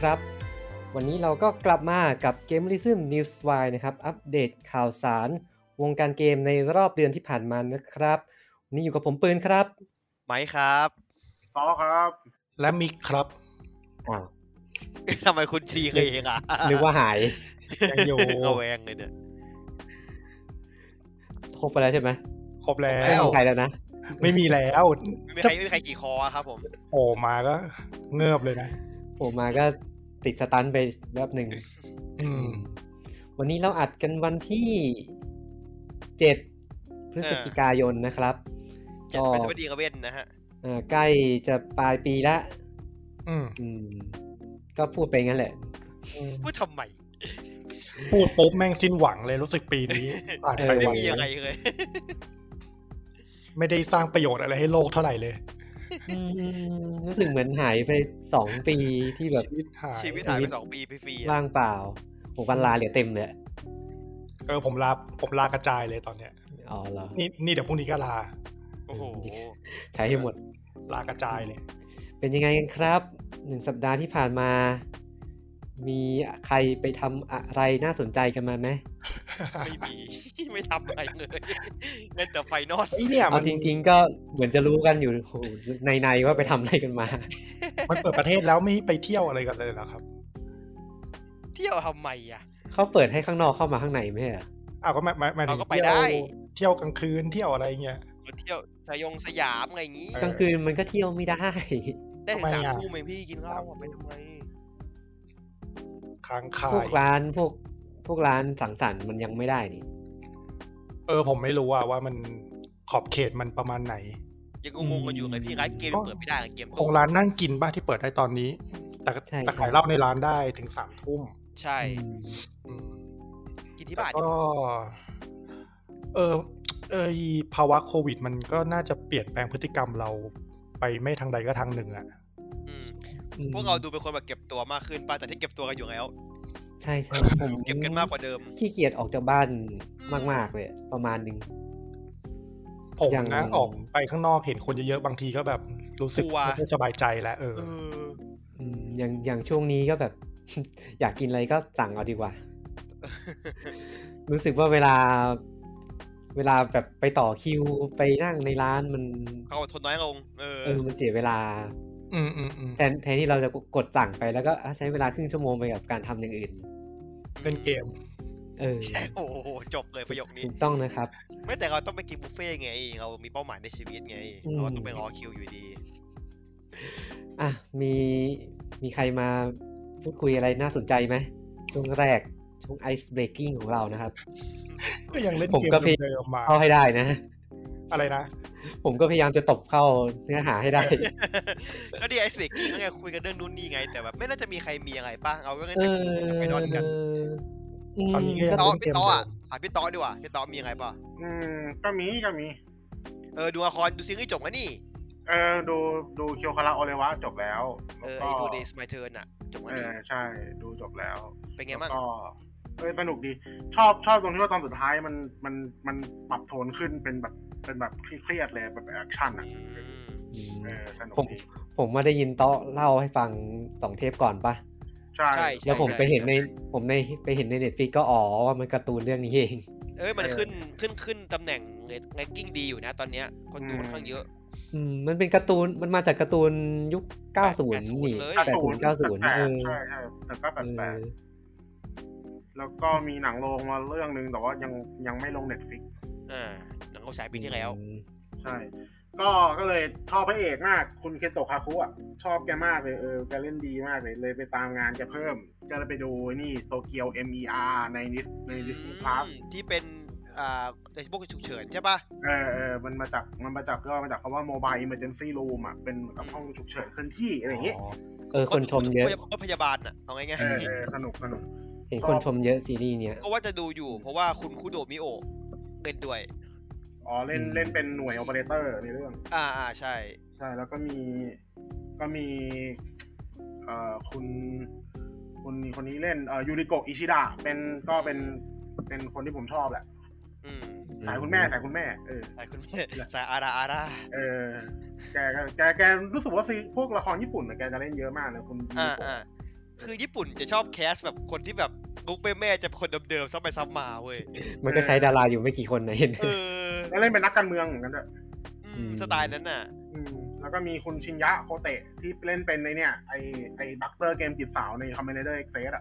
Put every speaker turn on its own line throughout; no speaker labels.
ครับวันนี้เราก็กลับมากับ Gamerism Newswire นะครับอัปเดตข่าวสารวงการเกมในรอบเดือนที่ผ่านมานะครับวันนี้อยู่กับผมปืนครับ
ไมค์ครับ
ต่อครับ
และมิกครับ
อ้าว
ทำไมคุณทีเคยเองอ่ะ
นึกว่าหาย
ยังอยู่
กระแวงเลยเนี่ย
ครบไปแล้วใช่ไหม
ครบแล้ว
ไม่มีใครแล้วนะ
ไม่มีแล้ว
ไม่มีใครกี่คอครับผม
โอ้มาก็เงือบเลยนะ
โอ้มาก็ติดสตันไปแป๊บหนึ่งวันนี้เราอัดกันวันที่7พฤศจิกายนนะครับ
ก็เป็นสวัสดีกับเว้นนะฮะ
ใกล้จะปลายปีละก็พูดไปงั้นแหละ
พูดทำไม
พูดปุ๊บแม่งสิ้นหวังเลยรู้สึกปีนี้ผ่านไป
ไม่มีอะไรเลย
ไม่ได้สร้างประโยชน์อะไรให้โลกเท่าไหร่เลย
รู้สึกเหมือนหายไป2ปีที่แบบ
ชีวิตหายไป2ปีฟรี
ๆว่างเปล่าวันลาเหลือเต็มเลย
ผมลากระจายเลยตอนเนี้ย
อ๋อเหรอ
นี่เดี๋ยวพรุ่งนี้ก็ลา
โอ้โห
ใช้ให้หมด
ลากระจายเลย
เป็นยังไงกันครับ1สัปดาห์ที่ผ่านมามีใครไปทำอะไรน่าสนใจกันมาไหม
ไม่ทำอะไรเลยเล่นแต่ไฟนอล
เอาจริงๆก็เหมือนจะรู้กันอยู่ในว่าไปทำอะไรกันมา
มันเปิดประเทศแล้วไม่ไปเที่ยวอะไรกันเลยเหรอครับ
เที่ยวทำไมอ่ะ
เขาเปิดให้ข้างนอกเข้ามาข้างในไหมอ่ะ
ก็ไม่ถึง
ก็ไปได้
เที่ยวกลางคืนเที่ยวอะไรเงี้ย
เที่ยวสยามอะไรอย่างงี้
กลางคืนมันก็เที่ยวไม่ได้
ได้ถึง3 ทุ่มเองพี่กินข้าวไปทำไม
ค้างคาย
พวกร้านสังสรรค์มันยังไม่ได้นี่
ผมไม่รู้ว่ามันขอบเขตมันประมาณไหน
ยังงงกันอยู่ไงพี่ร้านเกมเปิดไม่ได้เกม
คงร้านนั่งกินบ้างที่เปิดได้ตอนนี้แต่ขายเหล้าในร้านได้ถึง3 ทุ่ม
ใช่กินที่บ้าน
ก็ภาวะโควิดมันก็น่าจะเปลี่ยนแปลงพฤติกรรมเราไปไม่ทางใดก็ทางหนึ่งอ่ะ
พวกเราดูเป็นคนแบบเก็บตัวมากขึ้นป่ะแต่ที่เก็บตัวกันอยู่แล้ว
ใช่
ผมเก็บกันมากกว่าเดิม
ขี้เกียจออกจากบ้านมากๆเลยประมาณนึง
ผมนะออกไปข้างนอกเห็นคนเยอะๆบางทีก็แบบรู้สึกไม่สบายใจแล้ว
อย่างช่วงนี้ก็แบบอยากกินอะไรก็สั่งเอาดีกว่ารู้สึกว่าเวลาแบบไปต่อคิวไปนั่งในร้านมัน
เขาทนน้อยลง
มันเสียเวลาแทนที่เราจะกดสั่งไปแล้วก็ใช้เวลาครึ่งชั่วโมงไปกับการทำอย่างอื่น
เล่นเกม
โอ้โหจบเลยประโยคนี้
ถูกต้องนะครับ
ไม่แต่เราต้องไปกินบุฟเฟ่ไงเรามีเป้าหมายในชีวิตไงเราต้องไปรอคิวอยู่ดี
มีใครมาพูดคุยอะไรน่าสนใจไหมช่วงแรกช่วง Ice Breaking ของเรานะครับ
ก็ยังเล่นเกม
ผมก็พยายามเข้าให้ได้นะ
อะไรนะ
ผมก็พยายามจะตบเข้าเนื้อหาให้ได้
ก็ดีไอซ์เบรกกิ้งไงคุยกันเรื่องนู้นนี่ไงแต่แบบไม่น่าจะมีใครมีอะไรป่ะเอาก็งั้นจะไปนอนกัน
ตอนนี้
พี่ต๊อพี่ต๊อดีกว่าพี่ต๊อมีอะไรป่ะ
ก็มี
ดูละครดูซีรีส์จบแล้วนี่
ดูเคียวคาราโอเรวะจบแล้ว
ไอ้ Two Days My Turn อะจบแล้วนี่
ใช่ดูจบแล้ว
เป็นไงบ้าง
ก็สนุกดีชอบตรงที่ว่าตอนสุดท้ายมันปรับโทนขึ้นเป็นแบบเครียดเลยแบบแอคชั่นอ่ะสนุกดี
ผมมาได้ยินโต๊ะเล่าให้ฟัง2เทปก่อนป่ะ
ใช่
แล้วผมไปเห็นในNetflix ก็ว่ามันการ์ตูนเรื่องนี้เอง
มันขึ้นตำแหน่งแรงกิ้งดีอยู่นะตอนเนี้ยคนดูค่อนข้างเยอะ
มันเป็นการ์ตูนมันมาจากการ์ตูนยุค90นี่80 90
ใช่แต่ก็แล้วก็มีหนังโรงมาเรื่องนึงแต่ว่ายังไม่ลง Netflix
หนังเขาฉายปีที่แล้ว
ใช่ก็เลยชอบพระเอกมากคุณเคนโตะคาคุอ่ะชอบแกมากเลยแกเล่นดีมากเลยไปตามงานแกเพิ่มก็เลยไปดูนี่โตเกียว MER ใน Disney Plus
ที่เป็นในพวกฉุกเฉินใช่ป่ะ
มันมาจากคำว่า Mobile Emergency Room อ่ะเป็นเหมือนกับห้องฉุกเฉินเคลื่อนที่อะไรอย่างเงี้ย
คนชมเยอะ
ก็พยาบาลอ่ะเอาง่าย
ๆสนุก
เห็นคนชมเยอะซีรีส์เนี้ย
ก็ว่าจะดูอยู่เพราะว่าคุณคุโดมิโอะเล่นด้วย
เล่นเป็นหน่วยโอเปอเรเตอร์ในเรื่อง
ใช่
แล้วก็มีคนนี้เล่นยูริโกะอิชิดะเป็นคนที่ผมชอบแหละสายคุณแม่สายคุณแม่
สายอารา
แกรู้สึกว่าพวกละครญี่ปุ่นแกจะเล่นเยอะมากเลยคุณ
คือญี่ปุ่นจะชอบแคสแบบคนที่แบบลุกแม่จะคนเดิมๆซ้ำไปซ้ำมาเว้ย
มันก็ใช้ดาราอยู่ไม่กี่คนนะเห็น
แล้วเล่นเป็นนักการเมืองเหมือนกันด้วย
สไตล์นั้นน่ะ
แล้วก็มีคุณชินยะโคเตะที่เล่นเป็นในเนี่ยไอ้ด็อกเตอร์เกมจีบสาวในคอมเมดี้เอ็กเซส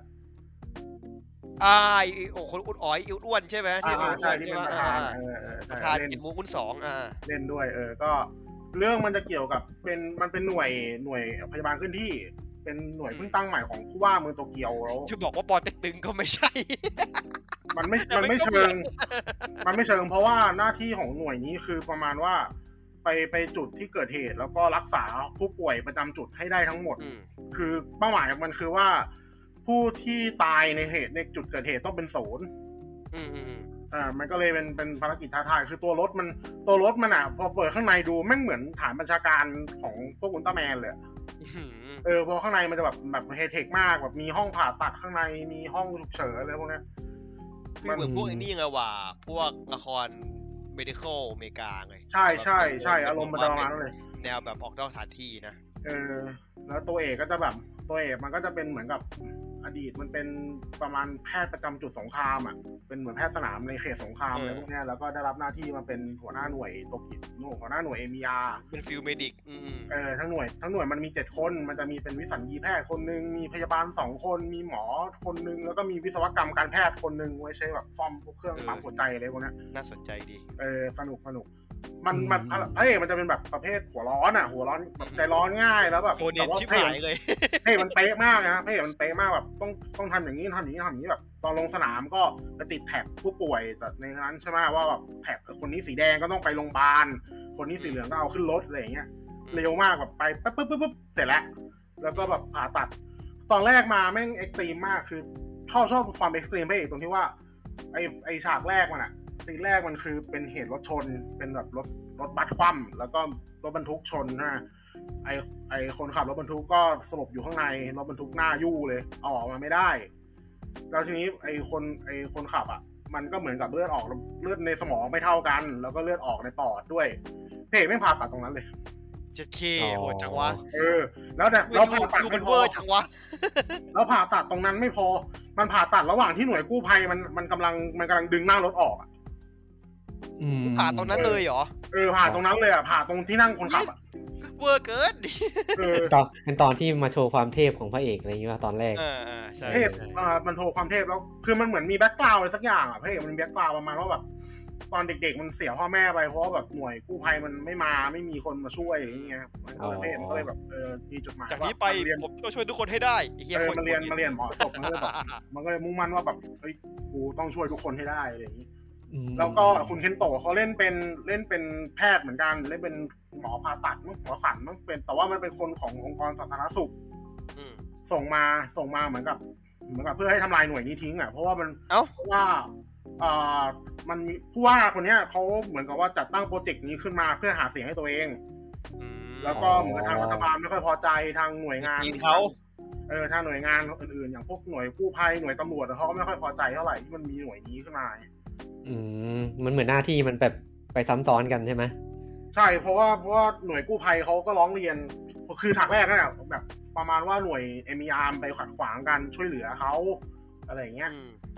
โอ้คนอ้อยอ้วนใช่ไหมที่
ใช่ที่เป็น
ประธานกินมูคุณ
เล่นด้วยก็เรื่องมันจะเกี่ยวกับมันเป็นหน่วยพยาบาลขึ้นที่เป็นหน่วยเพิ่งตั้งใหม่ของผู้ว่าเมืองโตเกียวแล้ว
จะบอกว่าปอเต็กตึงก็ไม่ใช่
มันไม่เชิงเพราะว่าหน้าที่ของหน่วยนี้คือประมาณว่าไปจุดที่เกิดเหตุแล้วก็รักษาผู้ป่วยประจำจุดให้ได้ทั้งหมดคือเป้าหมายมันคือว่าผู้ที่ตายในจุดเกิดเหตุต้องเป็นศูนย์มันก็เลยเป็นภารกิจท้าทายคือตัวรถมันพอเปิดข้างในดูแม่งเหมือนฐานบัญชาการของพวกอุลตร้าแมนเลยพอข้างในมันจะแบบเฮเทคมากแบบมีห้องผ่าตัดข้างในมีห้องฉุกเฉินอะไรพวกนี้
คือเหมือนพวกไอ้นี่ไงว่าพวกละครmedical อเมริกาไง
ใช่อารมณ์มันประมาณนั้นเลย
แนวแบบออกนอกสถานที่นะ
แล้วตัวเอกก็จะแบบตัวเอกมันก็จะเป็นเหมือนกับอดีตมันเป็นประมาณแพทย์ประจำจุดสงครามเป็นเหมือนแพทย์สนามในเขตสงครามอะไรพวกนี้แล้วก็ได้รับหน้าที่มาเป็นหัวหน้าหน่วยโตกิหัวหน้าหน่วย MER
เป็นฟิลเมดิก
ทั้งหน่วยมันมี7คนมันจะมีเป็นวิสัญญีแพทย์คนนึงมีพยาบาล2คนมีหมอคนนึงแล้วก็มีวิศวกรรมการแพทย์คนนึงไว้ใช้แบบซ่อมพวกเครื่องปั๊มหัวใจอะไรพวกนี้
น่าสนใจดี
สนุกมันมันจะเป็นแบบประเภทหัวร้อนแบบใจร้อนง่ายแล้วแบบ
แต่ว่าชิบหายเลย
มันเป๊ะมากนะมันเป๊ะมากแบบต้องทำอย่างนี้ทำอย่างนี้แบบตอนลงสนามก็ไปติดแท็กผู้ป่วยแต่ในนั้นใช่ไหมว่าแบบแท็กคนนี้สีแดงก็ต้องไปโรงพยาบาลคนนี้สีเหลืองก็เอาขึ้นรถอะไรอย่างเงี้ยเร็วมากแบบไปปุ๊บเสร็จแล้วก็แบบผ่าตัดตอนแรกมาแม่งเอ็กซ์ตรีมมากคือชอบความเอ็กซ์ตรีมไปอีกตรงที่ว่าไอฉากแรกมันซีนแรกมันคือเป็นเหตุรถชนเป็นแบบรถบัสคว่ำแล้วก็รถบรรทุกชนนะไอคนขับรถบรรทุกก็สลบอยู่ข้างในรถบรรทุกหน้ายู่เลยเอาออกมาไม่ได้แล้วทีนี้ไอคนขับมันก็เหมือนกับเลือดในสมองไม่เท่ากันแล้วก็เลือดออกในปอดด้วยเพจไม่ผ่าตัดตรงนั้นเลย
จะเคโหดจังวะ
แล้วผ่าตัด
เป็นเวอร์จังวะ
แล้วผ่าตัดตรงนั้นไม่พอมันผ่าตัดระหว่างที่หน่วยกู้ภัยมันกำลังดึงหน้ารถออก
ผ่าตรงนั้นเลยเหรอ
ผ่าตรงนั้นเลยผ่าตรงที่นั่งคนขับ
เวอร์เกิน
เป็นตอนที่มาโชว์ความเทพของพระเอกอะไรอย่างเงี้ยตอนแรก
เทพมันโชว์ความเทพแล้วคือมันเหมือนมีแบ็คกราวด์อะไรสักอย่างพระเอกมันมีแบ็คกราวด์ประมาณว่าแบบตอนเด็กๆมันเสียพ่อแม่ไปเพราะแบบหน่วยกู้ภัยมันไม่มีคนมาช่วยอย่างเงี้ยพระเอกมันก็เลยแบบมีจุดหมาย
จากนี้ไปผมต้องช่วยทุกคนให้ได้
มันเรียนหมอจบมันก็เลยแบบมันก็เลยมุ่งมั่นว่าแบบเฮ้ยกูต้องช่วยทุกคนให้ได้อะไรอย่างงี้แล้วก็คุณเคนโตะเขาเล่นเป็นแพทย์เหมือนกันเล่นเป็นหมอผ่าตัดหมอสันเป็นแต่ว่ามันเป็นคนขององค์กรสาธารณสุขส่งมาเหมือนกับเพื่อให้ทำลายหน่วยนี้ทิ้งเพราะว่ามันเพราะว่ามันมีผู้ว่าคนนี้เขาเหมือนกับว่าจัดตั้งโปรเจกต์นี้ขึ้นมาเพื่อหาเสียงให้ตัวเองแล้วก็เหมือนทางรัฐบาลไม่ค่อยพอใจทางหน่วยงาน
เขา
ทางหน่วยงานอื่นๆอย่างพวกหน่วยกู้ภัยหน่วยตำรวจเขาก็ไม่ค่อยพอใจเท่าไหร่ที่มันมีหน่วยนี้ขึ้นมา
มันเหมือนหน้าที่มันแบบไปซ้ำซ้อนกันใช่ไหม
ใช่เพราะว่าหน่วยกู้ภัยเขาก็ร้องเรียนคือฉากแรกนั่นแหละแบบประมาณว่าหน่วย MER ไปขัดขวางกันช่วยเหลือเขาอะไรอย่างเงี้ย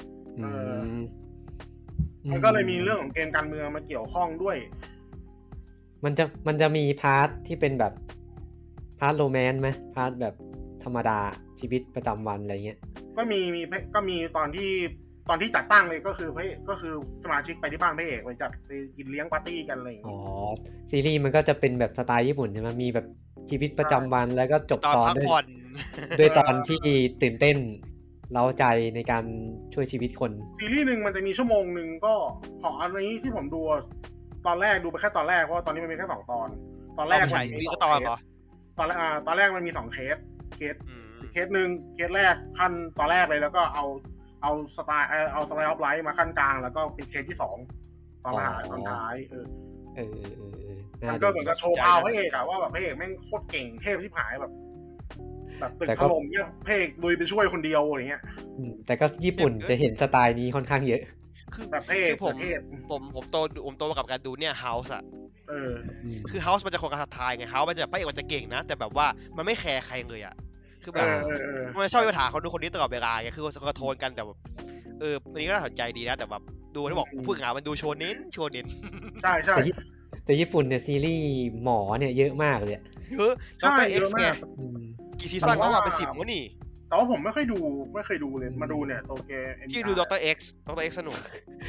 มันก็เลยมีเรื่องของเกมการเมืองมาเกี่ยวข้องด้วย
มันจะมีพาร์ทที่เป็นแบบพาร์ทโรแมนต์ไหมพาร์ทแบบธรรมดาชีวิตประจำวันอะไรเงี้ย
ก็มีตอนที่จัดตั้งเลยก็คือสมาชิกไปที่บ้านพระเอกไปจัดไปกินเลี้ยงปาร์ตี้กันอะไรอย่างเงี้ย
ซีรีส์มันก็จะเป็นแบบสไตล์ญี่ปุ่นใช่ไหมมีแบบชีวิตประจำวันแล้วก็จบตอนด้วยตอนที่ตื่นเต้นเร้าใจในการช่วยชีวิตคน
ซีรีส์นึงมันจะมีชั่วโมงนึงก็ของอันนี้ที่ผมดูตอนแรกดูไปแค่ตอนแรกเพราะตอนนี้มันมีแค่2ตอนแรกมันมี2ตอนเหรอตอนแรกมันมี2เคสนึงเคสแรกขั้นตอนแรกเลยแล้วก็เอาสไตล์ออฟไลท์มาขั้นกลางแล้วก็เป็นเคสที่2ตอนท้ายมันก็เหมือนกับโชว์พาวพระเอกว่าแบบพระเอกแม่งโคตรเก่งเทพที่หายแบบตึกถล่มเนี่ยพระเอกลุยไปช่วยคนเดียวอะไรเงี้ย
แต่ก็ญี่ปุ่นจะเห็นสไตล์นี้ค่อนข้างเยอะ
คือแบบพระเอก
ผมโตมากับการดูเนี่ย House คือ House มันจะคนกระทายไง House มันจะพระเอกมันจะเก่งนะแต่แบบว่ามันไม่แคร์ใครเลยคือแบบมันชอบมีปัญหาเขาดูคนนี้ตลอดเวลาไงคือเขาโทนกันแต่แบบอันนี้ก็น่าสนใจดีนะแต่แบบดูที่บอกพูดง่ายมันดูโชเน้น
ใช่ใช่
แต่ญี่ปุ่นเนี่ยซีรีส์หมอเนี่ยเยอะมากเลย
เยอะด็อกเตอร์เอ็กซ์ไงกี่ซีซั่นแล้วว่าเป็น10วะนี่
แต่ว่าผมไม่เคยดูเลยมาดูเนี่ยโตเกียว
ที่ดูด็อกเตอร์เอ็กซ์สนุก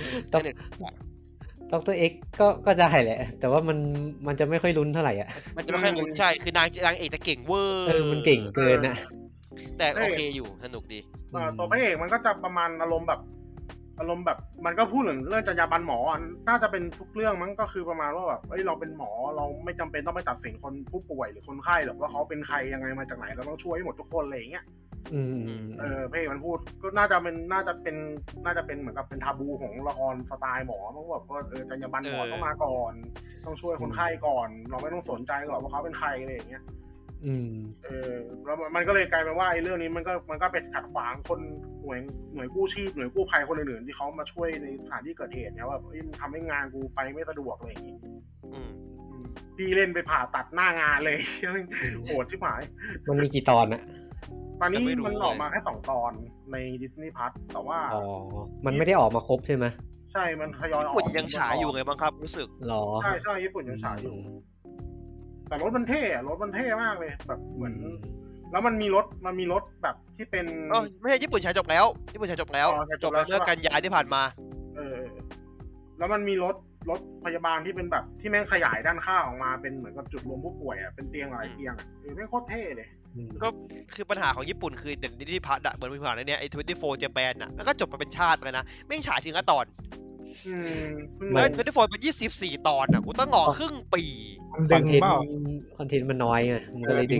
ด็อกเตอร์เอ็กซ์ก็ได้แหละแต่ว่ามันจะไม่ค่อยลุ้นเท่าไหร่อ่ะ
มันจะไม่ค่อยลุ้นใช่คือนางเอกจะเก่งเวอร์
มันเก่งเกินนะ
แต่โอเคอยู่สนุกดี
ตัวพระเอกมันก็จะประมาณอารมณ์แบบมันก็พูดถึงเรื่องจรรยาบรรณหมอน่าจะเป็นทุกเรื่องมั้งก็คือประมาณว่าแบบเราเป็นหมอเราไม่จำเป็นต้องไปตัดสินคนผู้ป่วยหรือคนไข้หรอกว่าเขาเป็นใครยังไงมาจากไหนเราต้องช่วยให้หมดทุกคนอะไรอย่างเงี้ยพระเอกมันพูดก็น่าจะเป็นเหมือนกับเป็นทาบูของละครสไตล์หมอต้องแบบว่าจรรยาบรรณหมอต้องมาก่อนต้องช่วยคนไข้ก่อนเราไม่ต้องสนใจหรอกว่าเขาเป็นใครอะไรอย่างเงี้ยแล้วมันก็เลยกลายเป็นว่าไอ้เรื่องนี้มันก็เป็นขัดขวางคนหน่วยกู้ชีพหน่วยกู้ภัยคนอื่นๆที่เขามาช่วยในสถานที่เกิดเหตุเนี่ยว่ามันทำให้งานกูไปไม่สะดวกอะไรอย่างงี้พี่เล่นไปผ่าตัดหน้างานเลยโหดชิบหาย
มันมีกี่ตอนอะ
ตอนนี้มันออกมาแค่2 ตอนใน Disney Plus แต่ว่า
มันไม่ได้ออกมาครบใช่ไหม
ใช่มันทยอยออก
ญี่ปุ่นยังฉายอยู่ไงบ้างครับรู้สึก
ใช่ญี่ปุ่นยังฉายอยู่แต่รถมันเท่มากเลยแบบเหมือนแล้วมันมีรถแบบที่เป็น
ไม่ใช่ญี่ปุ่นฉายจบแล้วจบไปเมื่อกันยายที่ผ่านมา
แล้วมันมีรถพยาบาลที่เป็นแบบที่แม่งขยายด้านข้างออกมาเป็นเหมือนกับจุดรวมผู้ป่วยอ่ะเป็นเตียงหลายเตียงอ่ะแม่งโคตรเท่เลย
ก็คือปัญหาของญี่ปุ่นคือเด่นที่พัดอะเหมือนมีผ่านในเนี้ยไอ้24 Japan อะแล้วก็จบมาเป็นชาติเลยนะไม่ฉายถึงละตอนแล้ว24เป็น24 ตอนอะกูต้องรอครึ่งปี
คอนเทนต์มันน้อยไงมันก็เลยดึง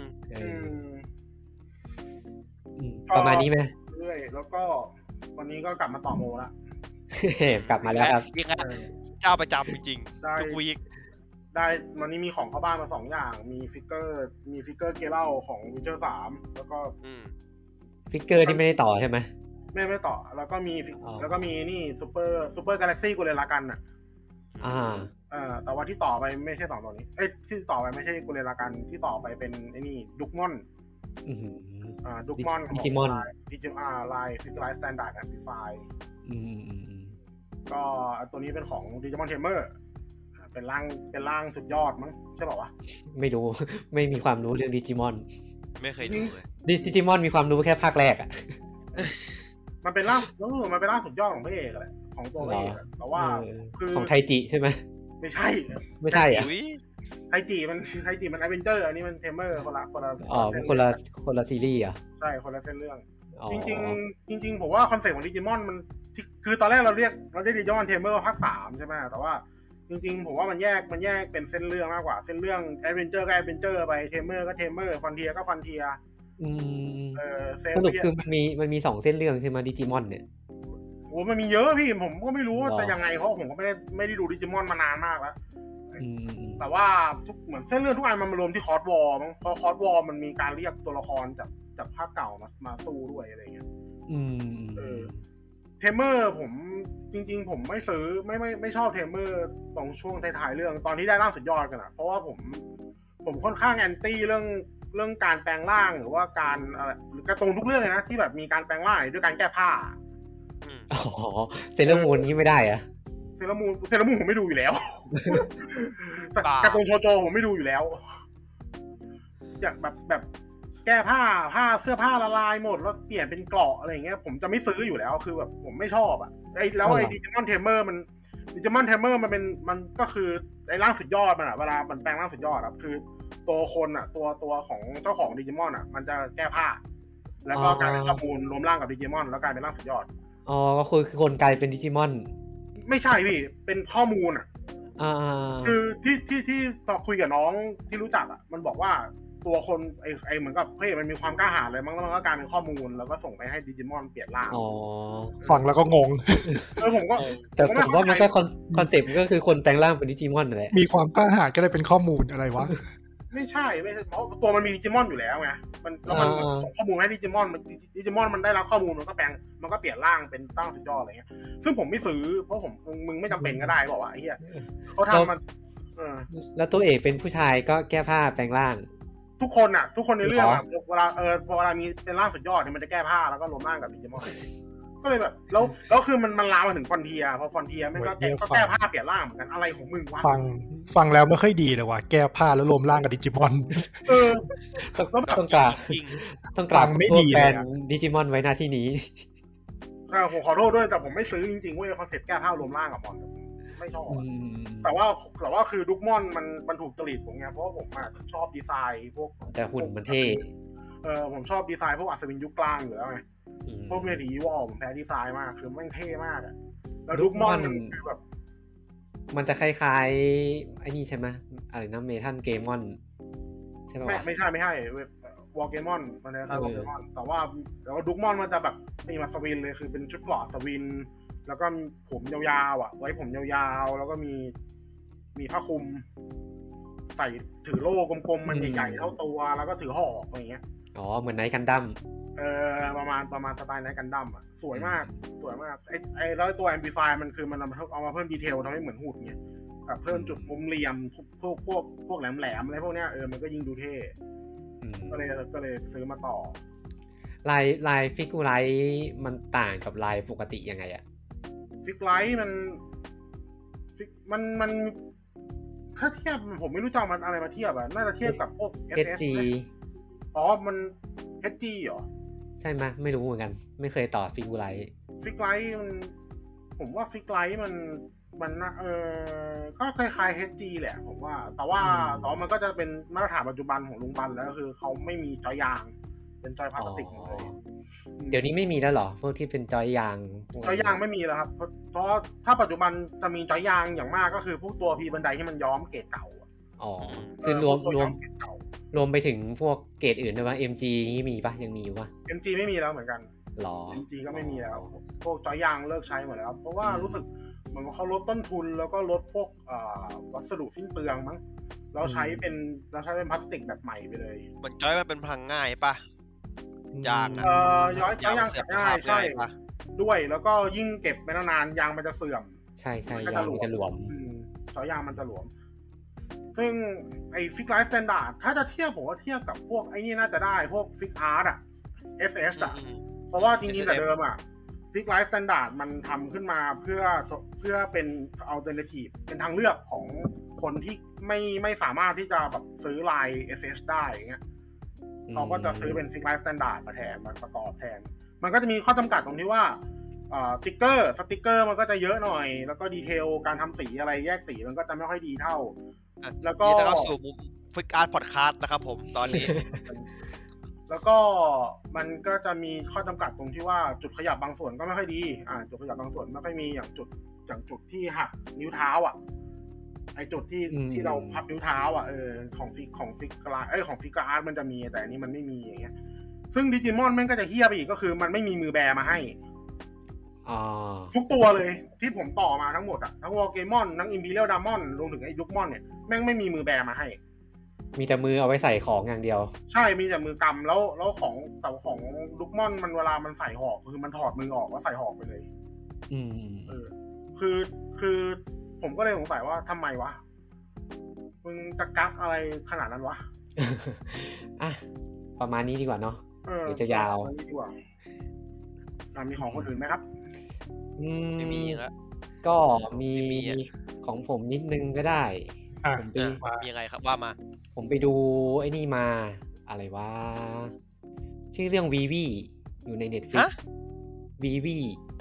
ประมาณนี้ไหม
เรื่อยแล้วก็วันนี้ก็กลับมาต่อโมละ
กลับมาแล้วครับ
เจ้าประจำจริงๆทุกวีค
ได้วันนี้มีของเข้าบ้านมา2 อย่างมีฟิกเกอร์เกล่าของ Witcher 3แล้วก็
ฟิกเกอร์ที่ไม่ได้ต่อใช่ไหม
ไม่ต่อแล้วก็มีนี่ซูเปอร์กาแล็กซี่กูเลรากันอ่ะแต่ว่าที่ต่อไปไม่ใช่2 ตัวนี้ที่ต่อไปไม่ใช่กูเลรากันที่ต่อไปเป็นไอ้นี่ดุกมอนดุกมอน
ดิจิมอน
ไลน์ฟิกไลน์สแตนดาร์ดแอมพลิฟายก็ตัวนี้เป็นของดิจิมอนเทมเมอร์เป็นร่างสุดยอดมั้งใช่ป่าววะ
ไม่รู้ไม่มีความรู้เรื่องดิจิมอน
ไม่เคยดูเลย
ดิจิมอนมีความรู้แค่ภาคแรกอ่ะ
มันเป็นร่างสุดยอดของพระเอกแหละของตัวพระเอกแต่ว่า
คือของไทจิใช่ไหม
ไม่ใช่
อ่ะ
ไทจิมันแอดเวนเจอร์อันนี้มันเทมเมอร์คนละ
คนละซีรีส์อ่ะ
ใช่คนละเส้นเรื่องจริงผมว่าคอนเซ็ปต์ของดิจิมอนมันคือตอนแรกเราเรียกดิจิมอนเทมเมอร์ภาค3ใช่ไหมแต่ว่าจริงๆผมว่ามันแยกเป็นเส้นเรื่องมากกว่าเส้นเรื่องแอดเวนเจอร์ก็แอดเวนเจอร์ไปเทมเมอร์ก็เทมเมอร์ฟอนเทียก็ฟอนเทีย
สรุปคือมันมี2 เส้นเรื่องใช่ไหมดิจิมอนเนี่ย
โอ้มันมีเยอะพี่ผมก็ไม่รู้ว่าจะยังไงเพราะผมก็ไม่ได้ดูดิจิมอนมานานมากแล้วแต่ว่าเหมือนเส้นเรื่องทุกอันมันมารวมที่คอร์สวอร์มั้งเพราะคอร์สวอร์มันมีการเรียกตัวละครจากภาคเก่ามาสู้ด้วยอะไรเงี้ยเทมเมอร์ผมจริงๆผมไม่ซื้อไม่ชอบเทมเมอร์ตรงช่วงท้ายๆเรื่องตอนที่ได้ร่างสุดยอดกันอะเพราะว่าผมค่อนข้างแอนตี้เรื่องการแปลงร่างหรือว่าการอะไรหรือกระตรงทุกเรื่องเลยนะที่แบบมีการแปลงร่างด้วยการแก้ผ้า
เซเลอร์มูนนี่ไม่ได้อะ
เซเลอร์มูนผมไม่ดูอยู่แล้วแต่กระตรงโชโจผมไม่ดูอยู่แล้วอยากแบบแก้ผ้าเสื้อผ้าละลายหมดแล้วเปลี่ยนเป็นเกราะอะไรอย่างเงี้ยผมจะไม่ซื้ออยู่แล้วคือแบบผมไม่ชอบอ่ะแล้วไอ้ดิจิมอนเทมเมอร์มันก็คือไอ้ร่างสุดยอดมันอ่ะเวลามันแปลงร่างสุดยอดอ่ะคือตัวคนอ่ะตัวของเจ้าของดิจิมอนอ่ะมันจะแก้ผ้าแล้วก็กลายเป็นข้อมูลรวมร่างกับดิจิมอนแล้วกลายเป็นร่างสุดยอด
ก็คือคนกลายเป็นดิจิมอน
ไม่ใช่พี่เป็นข้อมูลอ่ะคือที่ต่อคุยกับน้องที่รู้จักอ่ะมันบอกว่าตัวคนไอเหมือนกับเฮ้ยมันมีความกล้าหาญเลยมั้งแล้วมันก็กลายเป็นข้อมูลแล้วก็ส่งไปให้ดิจิมอนเปลี่ยนร่าง
ฟังแล้วก็งง
ผมก็
แต่ผมว่ามันก็คอนเซ็ปต์ก็คือคนแปลงร่างเป็นดิจิมอนนั่นแหละ
มีความกล้าหาญก็ได้เป็นข้อมูลอะไรวะ
ไม่ใช่เพราะตัวมันมีดิจิมอนอยู่แล้วไงมันแล้วมันส่งข้อมูลให้ดิจิมอนมันได้รับข้อมูลมันก็เปลี่ยนร่างเป็นตั้งสุดยอดอะไรเงี้ยซึ่งผมไม่ซื้อเพราะมึงไม่จำเป็นก็ได้บอกว่าไอ้เหี้ยเขาทำมัน
แล้วตัวเอกเป็นผู้ชายก็แก้ผ้าแปลงร่าง
ทุกคนในเรื่องอะเวลามีเป็นร่างสุดยอดเนี่ยมันจะแก้ผ้าแล้วก็รวมร่างกับดิจิมอนก็เลยแบบแล้วคือมันลามมาถึงฟอนเทียพอฟอนเทียมันก็แก้ผ้าเปลี่ยนร่างเหมือนกันอะไรของมึงวะ
ฟังแล้วไม่ค่อยดีเลยว่ะแก้ผ้าแล้วรวมร่างกับดิจิมอน
ต้องกราบไม่ดีแฟนดิจิมอนไว้หน้าที่นี้
ผมขอโทษด้วยแต่ผมไม่ซื้อจริงๆเว้ยคอนเซ็ปต์แก้ผ้ารวมร่างกับมอนไม่ชอบแต่ว่าคือดุกมอนมันถูกจริตผมไงเพราะว่าผมชอบดีไซน์พวก
แต่หุ่นมันเท่
ผมชอบดีไซน์พวกอัศวินยุคกลางอยู่แล้วไงพวกเมดิวอลผมแพ้ดีไซน์มากคือมันเท่มากอ่ะแล้วดุกมอนคือแบบ
มันจะคล้ายๆไอ้นี่ใช่ไหมอะไรนะเมทัลเกมอนใช่ป่ะ
ไม่ใช่วอลเกมอนมันนะวอลเกมอนแต่ว่าดุกมอนมันจะแบบมีมาสวินเลยคือเป็นชุดเกราะสวินแล้วก็ผมยาวๆไว้ผมยาวๆแล้วก็มีผ้าคลุมใส่ถือโล่กลมๆมันใหญ่ๆเท่าตัวแล้วก็ถือหอกอะไรเงี้ย
เหมือนไนท์กันดั้ม
ประมาณสไตล์ไนท์กันดั้มอ่ะสวยมากไอ้แล้วตัวแอมพลิฟายมันคือมันเอามาเพิ่มดีเทลทำให้เหมือนหุ่นไงแบบเพิ่มจุดมุมเหลี่ยมพวกแหลมๆอะไรพวกเนี้ยมันก็ยิ่งดูเท่ก็เลยซื้อมาต่อ
ลายฟิกูไลท์มันต่างกับลายปกติยังไงอะ
ฟิกไลท์มันถ้าเทียบผมไม่รู้จักมันอะไรมาเทียบอ่ะน่าจะเทียบกับพวก
SG
มัน SG เหรอ
ใช่ไหมไม่รู้เหมือนกันไม่เคยต่อฟิกูไลท์
ผมว่าฟิกไลท์มันก็คล้ายๆ HG แหละผมว่าแต่ว่ามันก็จะเป็นมาตรฐานปัจจุบันของลุงบันแล้วก็คือเขาไม่มีจอยยางเป็นจอยพลาสติกเลย
เดี๋ยวนี้ไม่มีแล้วหรอพวกที่เป็นจอยยาง
ไม่มีแล้วครับเพราะถ้าปัจจุบันจะมีจอยยางอย่างมากก็คือพวกตัวพีบันไดที่มันย้อมเกรดเก่า
คือรวมไปถึงพวกเกรดอื่นด้วยป่ะ MG นี่มีป่ะยังมีอยู่ป่ะ
MG ไม่มีแล้วเหมือนกัน
หรอ
MG ก็ไม่มีแล้วพวกจอยยางเลิกใช้หมดแล้วเพราะว่ารู้สึกเหมือนเขาลดต้นทุนแล้วก็ลดพวกวัสดุสิ้นเปลืองมั้งเราใช้เป็นพลาสติกแบบใหม่ไปเลย
มันจอยมันเป็นพังง่ายป่ะยาง
ย้อยยางเสียบง่ายใช่ด้วยแล้วก็ยิ่งเก็บไปนานยางมันจะเสื่อม
ใช่ยางมันจะหลวม
จอยยางมันจะหลวมซึ่งไอ้ฟิกไลท์สแตนดาร์ดถ้าจะเทียบผมว่าเทียบกับพวกไอ้นี่น่าจะได้พวกฟิกอาร์ตSS เพราะว่าจริงๆแต่เดิมฟิกไลท์สแตนดาร์ดมันทำขึ้นมาเพื่อเป็นอัลเทอร์เนทีฟเป็นทางเลือกของคนที่ไม่สามารถที่จะแบบซื้อลาย SS ได้อย่างเงี้ยเขาก็จะซื้อเป็นฟิกไลท์สแตนดาร์ดมาแทนมาประกอบแทนมันก็จะมีข้อจำกัดตรงที่ว่าสติ๊กเกอร์มันก็จะเยอะหน่อยแล้วก็ดีเทลการทำสีอะไรแยกสีมันก็จะไม่ค่อยดีเท่าแล้วก็
เข้าสู่มุมฟิกอาร์ตพอดคาสต์นะครับผมตอนนี้
แล้วก็มันก็จะมีข้อจำกัดตรงที่ว่าจุดขยับบางส่วนก็ไม่ค่อยดีจุดขยับบางส่วนไม่ค่อยมีอย่างจุดที่หักนิ้วเท้าไอจุดที่เราพับนิ้วเท้าของฟิกของฟิกอาร์ตมันจะมีแต่อันนี้มันไม่มีอย่างเงี้ยซึ่งดิจิมอนมันก็จะเหี้ยไปอีกก็คือมันไม่มีมือแบมาให้ทุกตัวเลยที่ผมต่อมาทั้งหมดทั้งวอลเกมอนทั้งอิมพีเรียลดามอนรวมถึงไอ้ดุกมอนเนี่ยแม่งไม่มีมือแบมาให้
มีแต่มือเอาไว้ใส่ของอย่างเดียว
ใช่มีแต่มือกำแล้วของแต่ของดุกมอนมันเวลามันใส่หอกคือมันถอดมือออกแล้วใส่หอกไปเลยคือผมก็เลยสงสัยว่าทำไมวะมึงจะกักอะไรขนาดนั้นวะ
ประมาณนี้ดีกว่าเนาะเดี๋ยวจะยาว
ดีกว่ามีของคนอื่นไหมครับ
ไม่มีครับ
ก็มีของผมนิดนึงก็ได้
ผมไปมียังไงครับว่ามา
ผมไปดูไอ้นี่มาอะไรวะชื่อเรื่องวีวีอยู่ใน Netflix วีวี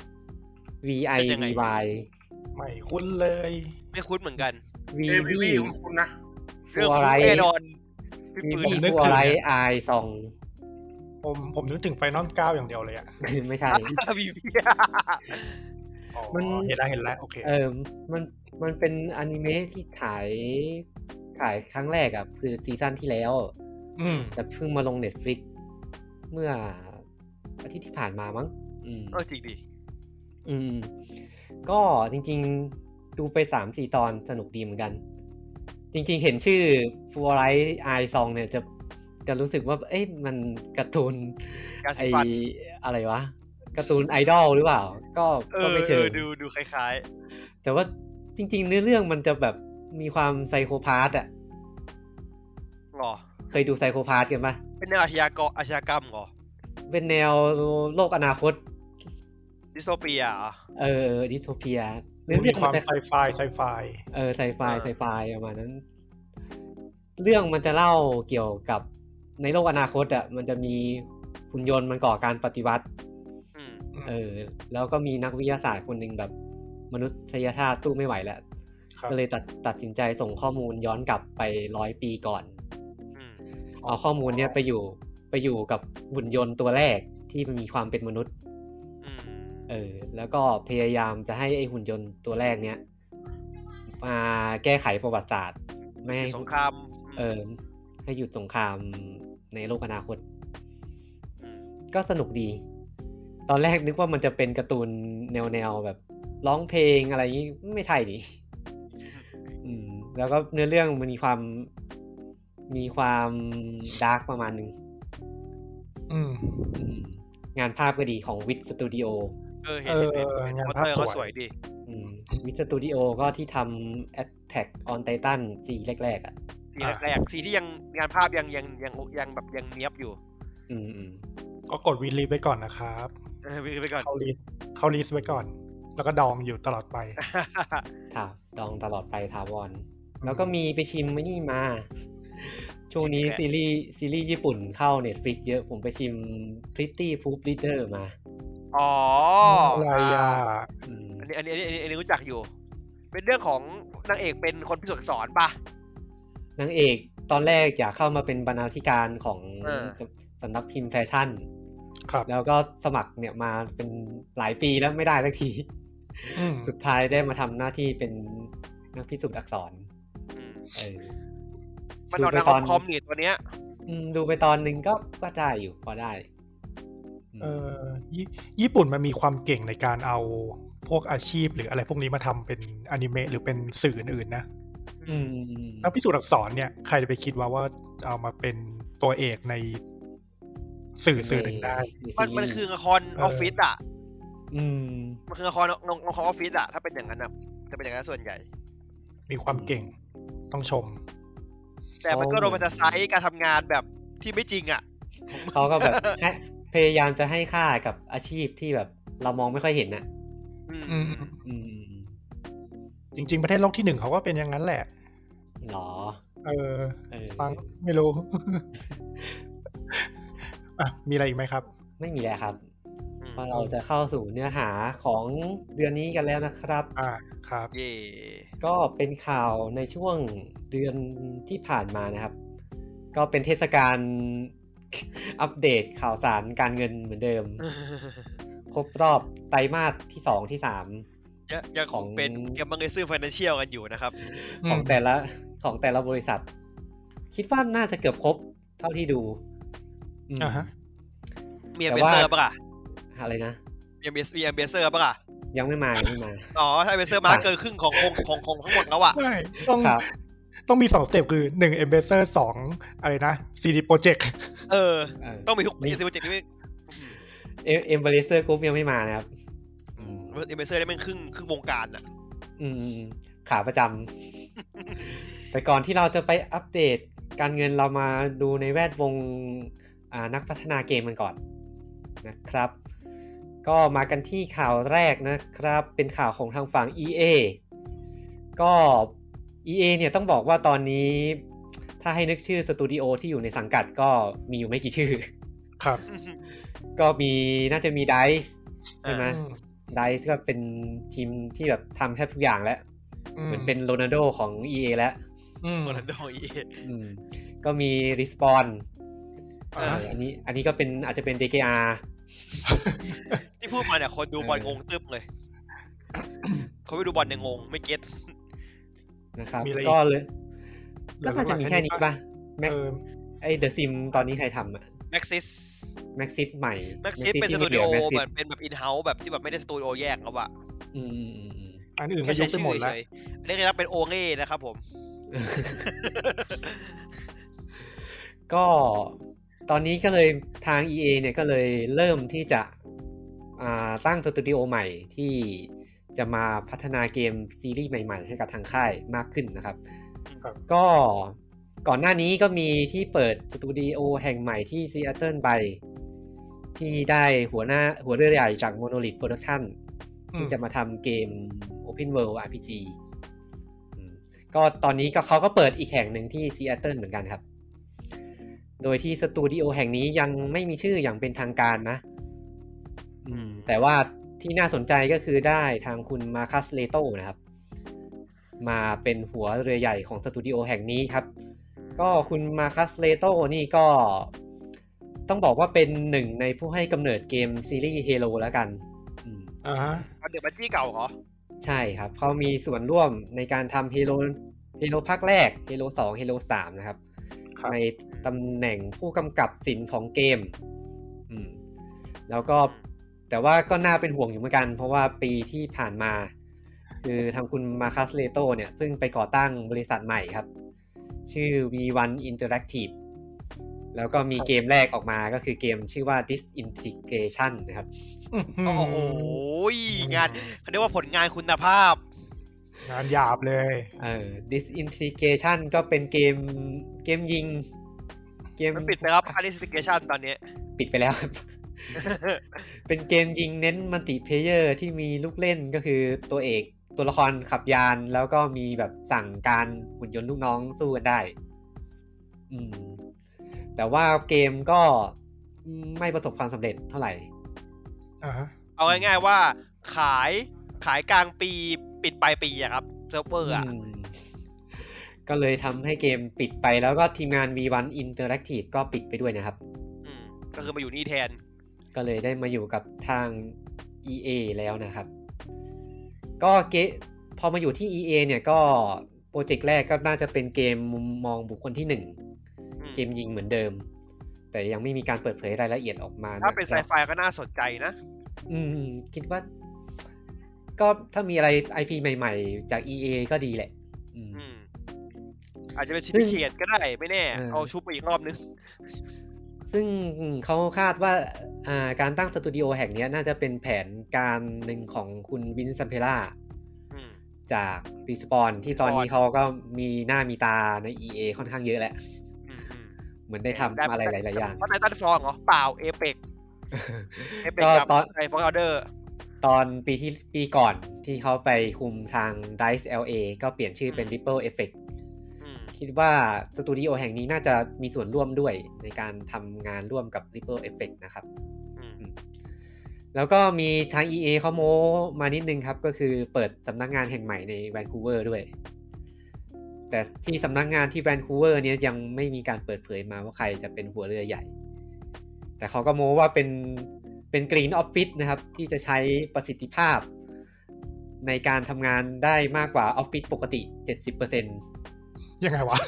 VIVY
ไม่คุ้นเลย
ไม่คุ้นเหมือนกัน
วีวีคุ้นนะ
เรื่องคุ้นแน่นอน
วีวีนึกถึงไอซอง
ผมนึกถึงไฟนอล9อย่างเดียวเลยอ่ะ
ไม่ใช่
วีวี
มันเห็นแล้วโอเค
มันเป็นอนิเมะที่ถ่ายครั้งแรกอ่ะคือซีซั่นที่แล้วแต่เพิ่งมาลง Netflix เมื่ออาทิตย์ที่ผ่านมามั้ง
จริงดิ
ก็จริงๆดูไป 3-4 ตอนสนุกดีเหมือนกันจริงๆเห็นชื่อ Full Light Eye Song เนี่ยจะรู้สึกว่าเอ๊ะมันการ์ตูนไออะไรวะการ์ตูนไอดอลหรือเปล่าก็ไม่เชิง
ดูคล้าย
ๆแต่ว่าจริงๆเนื้อเรื่องมันจะแบบมีความไซโคพาธหรอเคยดูไซโคพาธกันปะ
เป็นแนวอาชญากรรมเหรอ
เป็นแนวโลกอนาคต
ดิสโทเปีย
ดิสโทเปีย
มีความไซไฟไซไฟ
ประมาณนั้นเรื่องมันจะเล่าเกี่ยวกับในโลกอนาคตอ่ะมันจะมีหุ่นยนต์มันก่อการปฏิวัติแล้วก็มีนักวิทยาศาสตร์คนหนึ่งแบบมนุษยชาติสู้ไม่ไหวแล้วก็เลยตัดสินใจส่งข้อมูลย้อนกลับไป100 ปีก่อนเอาข้อมูลเนี้ยไปอยู่กับหุ่นยนต์ตัวแรกที่มีความเป็นมนุษย์แล้วก็พยายามจะให้ไอ้หุ่นยนต์ตัวแรกเนี้ยมาแก้ไขประวัติศาสตร์ไม่ให้
สงคราม
ให้หยุดสงครามในโลกอนาคตก็สนุกดีตอนแรกนึกว่ามันจะเป็นการ์ตูนแนวแบบร้องเพลงอะไรนี้ไม่ใช่ดิแล้วก็เนื้อเรื่องมันมีความดาร์กประมาณนึงงานภาพก็ดีของวิทสตูดิโอ
เห็นงานภาพสวยดี
วิทสตูดิโอก็ที่ทำ Attack on Titan ซีแรกๆอ่ะ
ซีที่ยังงานภาพยังแบบยังเนียบอยู่
ก็กดวีลีฟไว้ก่อนนะครับ
วีลีฟไว้ก่อน
เข้าลิสต์ไว้ก่อนแล้วก็ดองอยู่ตลอดไป
ดองตลอดไปถาวรแล้วก็มีไปชิมไม่นี่มาช่วงนี้ซีรีส์ญี่ปุ่นเข้า Netflix เยอะผมไปชิม Pretty Proof Reader มา
อะไร
อันนี้รู้จักอยู่เป็นเรื่องของนางเอกเป็นคนพิสูจน์อักษรป่ะ
นางเอกตอนแรกอยากเข้ามาเป็นบรรณาธิการของสำนักพิมพ์แฟชั่นแล้วก็สมัครเนี่ยมาเป็นหลายปีแล้วไม่ได้สักทีสุดท้ายได้มาทำหน้าที่เป็นนักพิสูจน์อักษร
มันเอาตอนคอมนี่ตัวเนี้ย
ดูไปตอนนึงก็ได้อยู่พอได้
ญี่ปุ่นมันมีความเก่งในการเอาพวกอาชีพหรืออะไรพวกนี้มาทำเป็นอนิเมะหรือเป็นสื่ออื่นๆนะนักพิสูจน์อักษรเนี่ยใครจะไปคิดว่าเอามาเป็นตัวเอกในสื่อหนึ่งได้
มันคือละครออฟฟิศอ่ะมันคือละครออฟฟิศอ่ะถ้าเป็นอย่างนั้นนะจะเป็นอย่างนั้นส่วนใหญ่
มีความเก่งต้องชม
แต่มันก็โรแมนติไซส์การทำงานแบบที่ไม่จริงอ่ะ
เขาก็แบบพยายามจะให้ค่ากับอาชีพที่แบบเรามองไม่ค่อยเห็นน่ะ
จริงๆประเทศโลกที่1เขาก็เป็นอย่างนั้นแหละ
หรอ
ฟังไม่รู้มีอะไรอีกไหมครับ
ไม่มีแล้วครับเพราะเราจะเข้าสู่เนื้อหาของเดือนนี้กันแล้วนะครับ
ครับ
ก็เป็นข่าวในช่วงเดือนที่ผ่านมานะครับก็เป็นเทศกาลอัปเดตข่าวสารการเงินเหมือนเดิมครบรอบไตรมาสที่2ที่3
ยังของเป็นกำลังซื้อ Financial กันอยู่นะครับ
ของแต่ละบริษัทคิดว่าน่าจะเกือบครบเท่าที่ดู
มีเบเซอร์ป่ะ
อะไรนะ
มีเบเซอร์ป่ะ
ยังไม่มา
อ๋อถ้าเบเซอร์มาเกินครึ่งของทั้งหมดแล้วอ่ะ
ใช่ต้องมี2สเต็ปคือ1 Ambassador 2อะไรนะ CD Projekt
ต้องมีทุก CD Projekt นี่
Ambassador Group ยังไม่มานะครับ
Ambassador ได้แม่งครึ่งวงการอ่ะ
ขาประจำแต่ก่อนที่เราจะไปอัปเดตการเงินเรามาดูในแวดวงนักพัฒนาเกมกันก่อนนะครับก็มากันที่ข่าวแรกนะครับเป็นข่าวของทางฝั่ง EA ก็ EA เนี่ยต้องบอกว่าตอนนี้ถ้าให้นึกชื่อสตูดิโอที่อยู่ในสังกัดก็มีอยู่ไม่กี่ชื่อ
ครับ
ก็มีน่าจะมี DICE ใช่ไหม DICE ก็เป็นทีมที่แบบทำแทบทุกอย่างแล้วเหมือนเป็นโรนัลโดของ EA แล้ว
โรนัลโด EA
ก็มี Respawn อันนี้ก็เป็นอาจจะเป็น DKR
ที่พูดมาเนี่ยคนดูบอลงงตึ๊บเลยเขาไปดูบอลเนี่ยงงไม่เก็ต
นะครับก็เลยก็น่าจะมีแค่นี้ป่ะไอ้ The Sim ตอนนี้ใครทำอ่ะ Maxis ใหม่
Maxis เป็นสตูดิโอแบบเป็นแบบ in-house แบบที่แบบไม่ได้สตูดิโอแยกแล้วอ่ะ
อันอื่นก็ยุบไปหมดแล้ว
อันนี้รับเป็นโอเง่นะครับผม
ก็ตอนนี้ก็เลยทาง EA เนี่ยก็เลยเริ่มที่จะตั้งสตูดิโอใหม่ที่จะมาพัฒนาเกมซีรีส์ใหม่ๆให้กับทางค่ายมากขึ้นนะครับก็ก่อนหน้านี้ก็มีที่เปิดสตูดิโอแห่งใหม่ที่ซีแอตเทิลไปที่ได้หัวเรือใหญ่จาก Monolith Production ที่จะมาทำเกม Open World RPG ก็ตอนนี้เขาก็เปิดอีกแห่งหนึ่งที่ซีแอตเทิลเหมือนกันครับโดยที่สตูดิโอแห่งนี้ยังไม่มีชื่ออย่างเป็นทางการนะแต่ว่าที่น่าสนใจก็คือได้ทางคุณมาคัสเลโตนะครับมาเป็นหัวเรือใหญ่ของสตูดิโอแห่งนี้ครับก็คุณมาคัสเลโตนี่ก็ต้องบอกว่าเป็นหนึ่งในผู้ให้กำเนิดเกมซีรีส์ Halo แล้วกัน
เดี๋ยวบัญชีเก่าเหรอ
ใช่ครับเขามีส่วนร่วมในการทำ Halo ภาคแรก Halo 2 Halo 3นะครับในตำแหน่งผู้กำกับศิลป์ของเกมแล้วก็แต่ว่าก็น่าเป็นห่วงอยู่เหมือนกันเพราะว่าปีที่ผ่านมาคือทางคุณมาคัสเลโตเนี่ยเพิ่งไปก่อตั้งบริษัทใหม่ครับชื่อ V1 Interactive แล้วก็มีเกมแรกออกมาก็คือเกมชื่อว่า Disintegration นะครับ
โอ้โหงานเขาเรียกว่าผลงานคุณภาพ
งานหยาบเลย
Disintegration ก็เป็นเกมยิงเกม
ปิดไปครับ Disintegration ตอนนี้
ปิดไปแล้วครับเป็นเกมยิงเน้นมัลติเพลเยอร์ที่มีลูกเล่นก็คือตัวละครขับยานแล้วก็มีแบบสั่งการหุ่นยนต์ลูกน้องสู้กันได้แต่ว่าเกมก็ไม่ประสบความสำเร็จเท่าไหร่
เอาง่ายๆว่าขายกลางปีปิดปลายปีอะครับเซิร์ฟเวอร์อะ
ก็เลยทำให้เกมปิดไปแล้วก็ทีมงาน V1 Interactive ก็ปิดไปด้วยนะครับ
ก็คือมาอยู่นี่แทน
ก็เลยได้มาอยู่กับทาง EA แล้วนะครับก็พอมาอยู่ที่ EA เนี่ยก็โปรเจกต์แรกก็น่าจะเป็นเกมมุมมองบุคคลที่1เกมยิงเหมือนเดิมแต่ยังไม่มีการเปิดเผยรายละเอียดออกมา
ถ้าเป็นไซไฟก็น่าสนใจนะ
คิดว่าก็ถ้ามีอะไร IP ใหม่ๆจาก EA ก็ดีแหละ
อาจจะเป็นชิปเขียดก็ได้ไม่แน่เอาชุบไปอีกรอบนึง
ซึ่งเขาคาดว่าการตั้งสตูดิโอแห่งนี้น่าจะเป็นแผนการหนึ่งของคุณวินซัมเพล่าจากรีสปอนที่ตอนนี้เขาก็มีหน้ามีตาใน EA ค่อนข้างเยอะแหละเหมือนได้ทำอะไรหลายๆอย่าง
เพราะไททันฟอร์เหรอเปล่าเอเปก
ตอน
ไอฟอร์ออเดอร์
ตอนปีก่อนที่เขาไปคุมทาง DICE LA ก็เปลี่ยนชื่อเป็น Ripple Effectคิดว่าสตูดิโอแห่งนี้น่าจะมีส่วนร่วมด้วยในการทำงานร่วมกับ Ripple Effect นะครับแล้วก็มีทาง EA เขาโม้มานิดนึงครับก็คือเปิดสำนักงานแห่งใหม่ในแวนคูเวอร์ด้วยแต่ที่สำนักงานที่แวนคูเวอร์นี้ยังไม่มีการเปิดเผยมาว่าใครจะเป็นหัวเรือใหญ่แต่เขาก็โม้ว่าเป็นกรีนออฟฟิศนะครับที่จะใช้ประสิทธิภาพในการทำงานได้มากกว่าออฟฟิศปกติ 70%
ยังไงวะ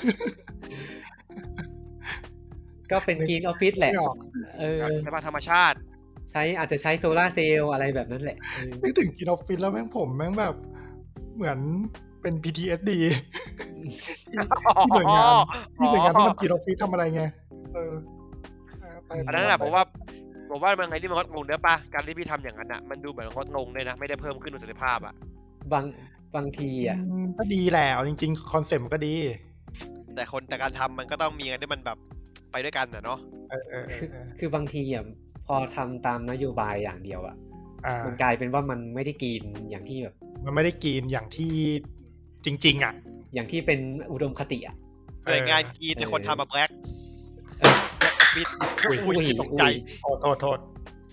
ก็เป็นกรีนออฟฟิศแหละ
ใช้ธรรมชาติ
อาจจะใช้โซล่าเซลล์อะไรแบบนั้นแหละ
นึกถึงกรีนออฟฟิศแล้วแม่งผมแม่งแบบเหมือนเป็น PTSD ที่หน่วยงานที่มันกรีนออฟฟิศทำอะไรไง
อันนั้นแหละผมว่ามันไงที่มันลดลงได้ป่ะการที่พี่ทำอย่างนั้นอ่ะมันดูเหมือนลดลงเลยนะไม่ได้เพิ่มขึ้นประสิทธิภาพอ่ะ
บางทีอ่ะ
ก็ดีแหละจริงๆคอนเซ็ปต์มันก็ดี
แต่การทำมันก็ต้องมีอะไรที่มันแบบไปด้วยกันเนาะ
คือบางทีอ่ะพอทำตามนโยบายอย่างเดียวอ่ะมันกลายเป็นว่ามันไม่ได้กินอย่างที่แบบ
มันไม่ได้กินอย่างที่จริงๆอ่ะ
อย่างที่เป็นอุดมคติอ่ะ
หน่วยงานกินแต่คนทำมาแบล็คปิดตกใจ
โทษ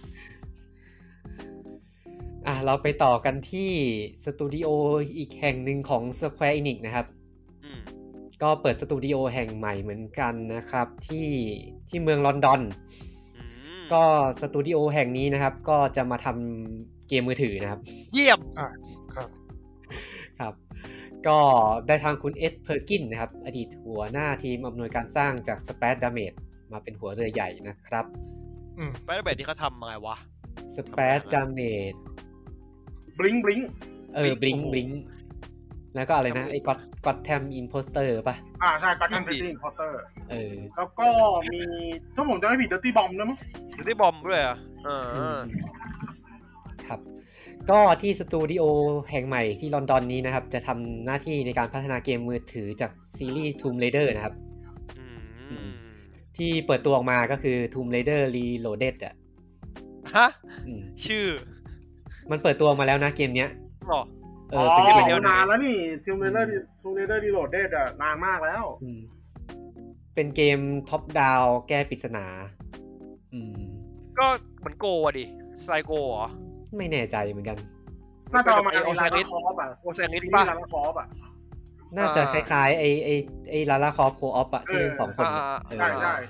เราไปต่อกันที่สตูดิโออีกแห่งหนึ่งของ Square Enix นะครับก็เปิดสตูดิโอแห่งใหม่เหมือนกันนะครับที่เมืองลอนดอนก็สตูดิโอแห่งนี้นะครับก็จะมาทำเกมมือถือนะครับ
เยี่ยม
ครับก็ได้ทางคุณเอ็ดเพอร์กินนะครับอดีตหัวหน้าทีมอำนวยการสร้างจาก Splash Damage มาเป็นหัวเรือใหญ่นะครับ
Splash Damage ที่เขาทำมาไงวะ
Splash Damage
บลิง
บลิงแล้วก็อะไรนะไอ้ก็อตแทมอิมโพสเตอร์ป่ะ
ใช่ก็อตแทมอิมโพสเตอร์แล้วก็มีถ้าผมจำไม่ผิดDirty Bomb ด้วยมั้ง
Dirty Bomb ด้วยอ่ะ
ครับก็ที่สตูดิโอแห่งใหม่ที่ลอนดอนนี้นะครับจะทำหน้าที่ในการพัฒนาเกมมือถือจากซีรีส์ Tomb Raider นะครับที่เปิดตัวออกมาก็คือ Tomb Raider Reloaded อ่ะ
ฮะชื่อ
มันเปิดตัวมาแล้วนะเกมเนี้ย
เป็นเกมเดียวนานแล้วนี่ Tomb Raider Reloaded อ่ะนานมากแล้ว
เป็นเกมท็อปดาวแก้ปริศนา
ก็เหมือนโกอ่ะดิไซโกเหรอ
ไม่แน่ใจเหมือนกัน
น่าจะมาลาลาคอฟอ่ะ
โอแซงนิดป่ะ
ลาลาคอฟอ่ะ
น่าจะคล้ายๆไอ้ลาลาคอฟโคออฟอ่ะที่เล่น2คน
ใช่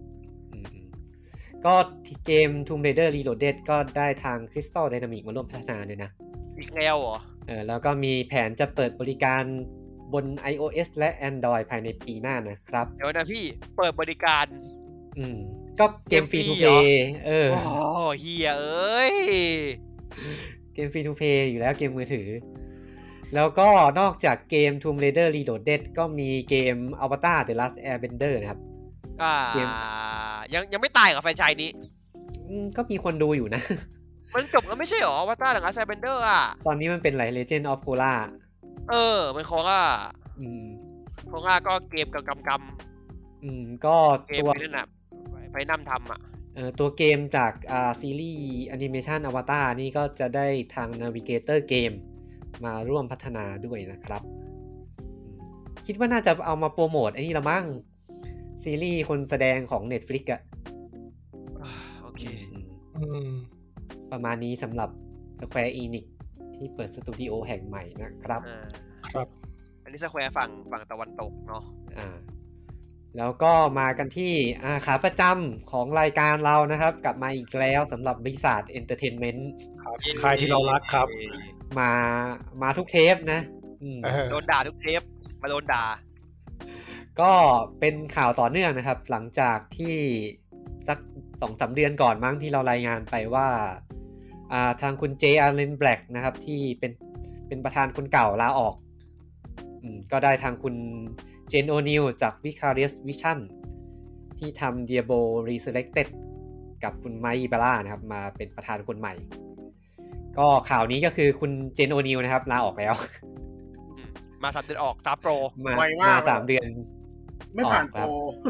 ก็เกม Tomb Raider Reloaded ก็ได้ทาง Crystal Dynamics มาร่วมพัฒนาด้วยนะ
อีกแล้วเหรอ
แล้วก็มีแผนจะเปิดบริการบน iOS และ Android ภายในปีหน้านะครับ
เดี๋ยวนะพี่เปิดบริการ
ก็เกมฟรีทูเพย์
โอ้เฮียเอ้ย
เกมฟรีทูเพย์อยู่แล้วเกมมือถือแล้วก็นอกจากเกม Tomb Raider Reloaded ก็มีเกม Avatar The Last Airbender นะครับ
เกมยังไม่ตายกับแฟรนไชส์นี้
ก็มีคนดูอยู่นะ
มันจบแล้วไม่ใช่หรอ Avatar The Last Airbender อ่ะ
ตอนนี้มันเป็นไร Legend of Korra
มันโคราก็เกมกับกำ
ก็
ตัวนั่นน่ะไปนำทำอ่ะ
ตัวเกมจากซีรีส์แอนิเมชัน Avatar นี่ก็จะได้ทาง Navigator Game มาร่วมพัฒนาด้วยนะครับคิดว่าน่าจะเอามาโปรโมทไอ้นี่ละมั้งซีรีส์คนแสดงของ Netflix อ่ะ
โอเค
ประมาณนี้สำหรับ Square Enix ที่เปิดสตูดิโอแห่งใหม่นะครับ
ครับ
อันนี้ Square ฝั่งตะวันตกเนาะ
แล้วก็มากันที่ขาประจำของรายการเรานะครับกลับมาอีกแล้วสำหรับ Blizzard Entertainment
ค่ายที่เรารักครับ
มาทุกเทปนะ
โดนด่าทุกเทปมาโดนด่า
ก็เป็นข่าวต่อเนื่องนะครับหลังจากที่สัก 2-3 เดือนก่อนมั้งที่เรารายงานไปว่าทางคุณเจอาร์เลนแบล็กนะครับที่เป็นประธานคนเก่าลาออกก็ได้ทางคุณเจนโอนิลจาก Vicarious Vision ที่ทำ Diablo Resurrected กับคุณไมค์อิบาร่านะครับมาเป็นประธานคนใหม่ก็ข่าวนี้ก็คือคุณเจนโอนิลนะครับลาออกแล้ว
มา3 เดือนออกตาโปร
มา3 เดือน
ไม่ผ่านโปร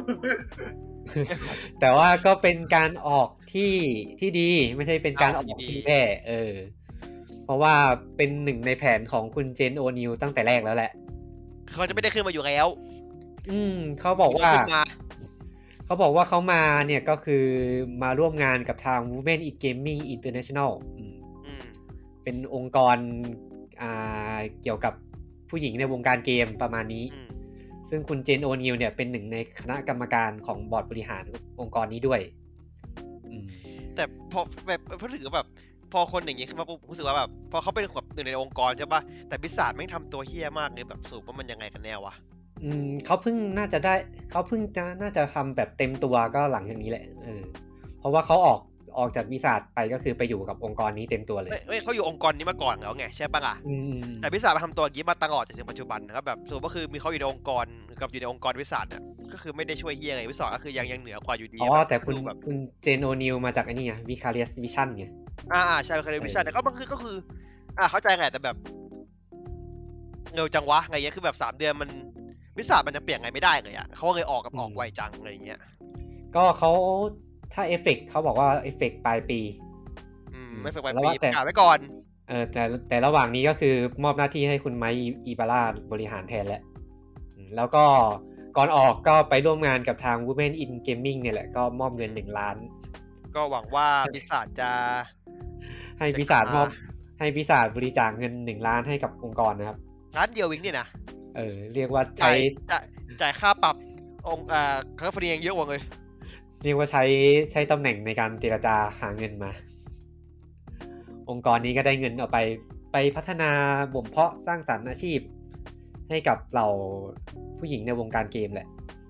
แต่ว่าก็เป็นการออกที่ดีไม่ใช่เป็นการออกที่แย่เพราะว่าเป็นหนึ่งในแผนของคุณเจนโอนิลตั้งแต่แรกแล้วแหละ
เขาจะไม่ได้ขึ้นมาอยู่แล้ว
เขาบอกว่าเขามาเนี่ยก็คือมาร่วมงานกับทาง Women in Gaming International เป็นองค์กรเกี่ยวกับผู้หญิงในวงการเกมประมาณนี้ซึ่งคุณเจนโอนิลเนี่ยเป็นหนึ่งในคณะกรรมการของบอร์ดบริหารองค์กรนี้ด้วย
แต่พอแบบพูดถึงแบบพอคนอย่างงี้ขึ้นมาปุ๊บรู้สึกว่าแบบพอเขาเป็นแบบหนึ่งในองค์กรใช่ป่ะแต่บิสซ่าร์ดแม่งทำตัวเฮี้ยมากเลยแบบสูบว่ามันยังไงกันแน่วะ
เขาเพิ่งน่าจะทำแบบเต็มตัวก็หลังจากนี้แหละเพราะว่าเขาออกจากบิสซ่าร์ดไปก็คือไปอยู่กับองค์กรนี้เต็มตัวเลย
เขาอยู่องค์กรนี้มาก่อนแล้วไงใช่ป่ะแต่บิสซ่าร์ดมาทำตัวอย่างนี้มาตลอดจนถึงปัจจุบันนะครับแบบสูบก็คือมีเขาอยู่ในองค์กรกับอยู่ในองค์กรบิสซ่าร์ดเนี่ยก็คือไม่ได้ช่วยเฮี้ยอะไรบิสซ่าร์ดก็คือยังเหนือกว่าอยู่ดี
แต่คุณเจนโอนิลมาจากไอ้นี่ไง Vicarious Vision ไง
ใช่Vicarious Vision แต่ก็มันก็คือเข้าใจไงแต่แบบเร็วจังวะไงเงี้ยคือแบบ3 เดือนมันวิสามันจะเปลี่ยนไงไม่ได้เลยเขาเลยออกไวจังอะไรเงี้ย
ก็เขาถ้าเอฟเฟกต์เขาบอกว่าเอฟเฟกต์ปลายปี
ไม่เฟกต์ปลายปีประกาศไว้ก่อน
แต่ระหว่างนี้ก็คือมอบหน้าที่ให้คุณไมค์อิบาร่าบริหารแทนแล้วก็ก่อนออกก็ไปร่วมงานกับทาง Women in Gaming เนี่ยแหละก็มอบเงิน1 ล้าน
ก็หวังว่าบิสซ่าร์ดจะ
ให้บิสซ่าร์ดให้บิสซ่าร์ดบริจาคเงิน1 ล้านให้กับองค์กรนะครับ
ล้านเดียววิ่งเนี่ยนะ
เรียกว่า
จ่ายค่าปรับองค์ค่าฟรีเองเยอะกว่าเลย
เรียกว่าใช้ตำแหน่งในการเจรจาหาเงินมาองค์กรนี้ก็ได้เงินเอาไปพัฒนาบ่มเพาะสร้างสรรค์อาชีพให้กับเราผู้หญิงในวงการเกมแหละ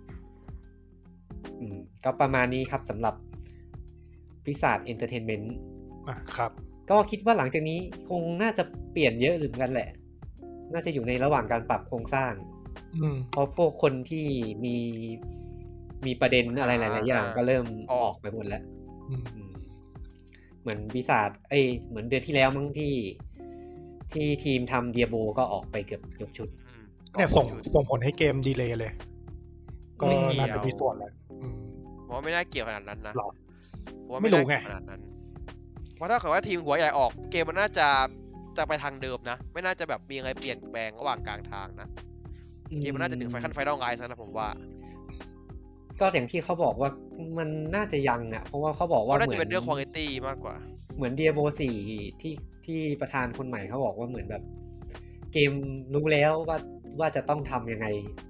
ก็ประมาณนี้ครับสำหรับBlizzard Entertainment
ครับ
ก็คิดว่าหลังจากนี้คงน่าจะเปลี่ยนเยอะเหมือนกันแหละน่าจะอยู่ในระหว่างการปรับโครงสร้างเพราะพวกคนที่มีประเด็นอะไรหลายๆอย่างก็เริ่มออกไปหมดแล้วเหมือนบิสซ่าร์ดเหมือนเดือนที่แล้วมั้งที่ทีมทำ Diablo ก็ออกไปเกือบยกชุด
เนี่ยส่งผลให้เกมดีเลย์เลยก็น่าจะมีส่วนแหละ
ผมว่าไม่น่าเกี่ยวขนาดนั้นนะผมว่า
ไม่รู้ไง
ขนาดนั้นเพราะถ้าเกิดว่าทีมหัวใหญ่ออกเกมมันน่าจะไปทางเดิมนะไม่น่าจะแบบมีอะไรเปลี่ยนแปลงระหว่างกลางทางนะเกมมันน่าจะถึงไฟนอลไงซะนะผมว่า
ก็อย่างที่เขาบอกว่ามันน่าจะยังอ่ะเพราะว่าเขาบอกว่า
น่าจะเป็นเรื่องคุณภาพมากกว่า
เหมือน Diablo 4ที่ประธานคนใหม่เขาบอกว่าเหมือนแบบเกมรู้แล้วว่าจะต้องทำยังไง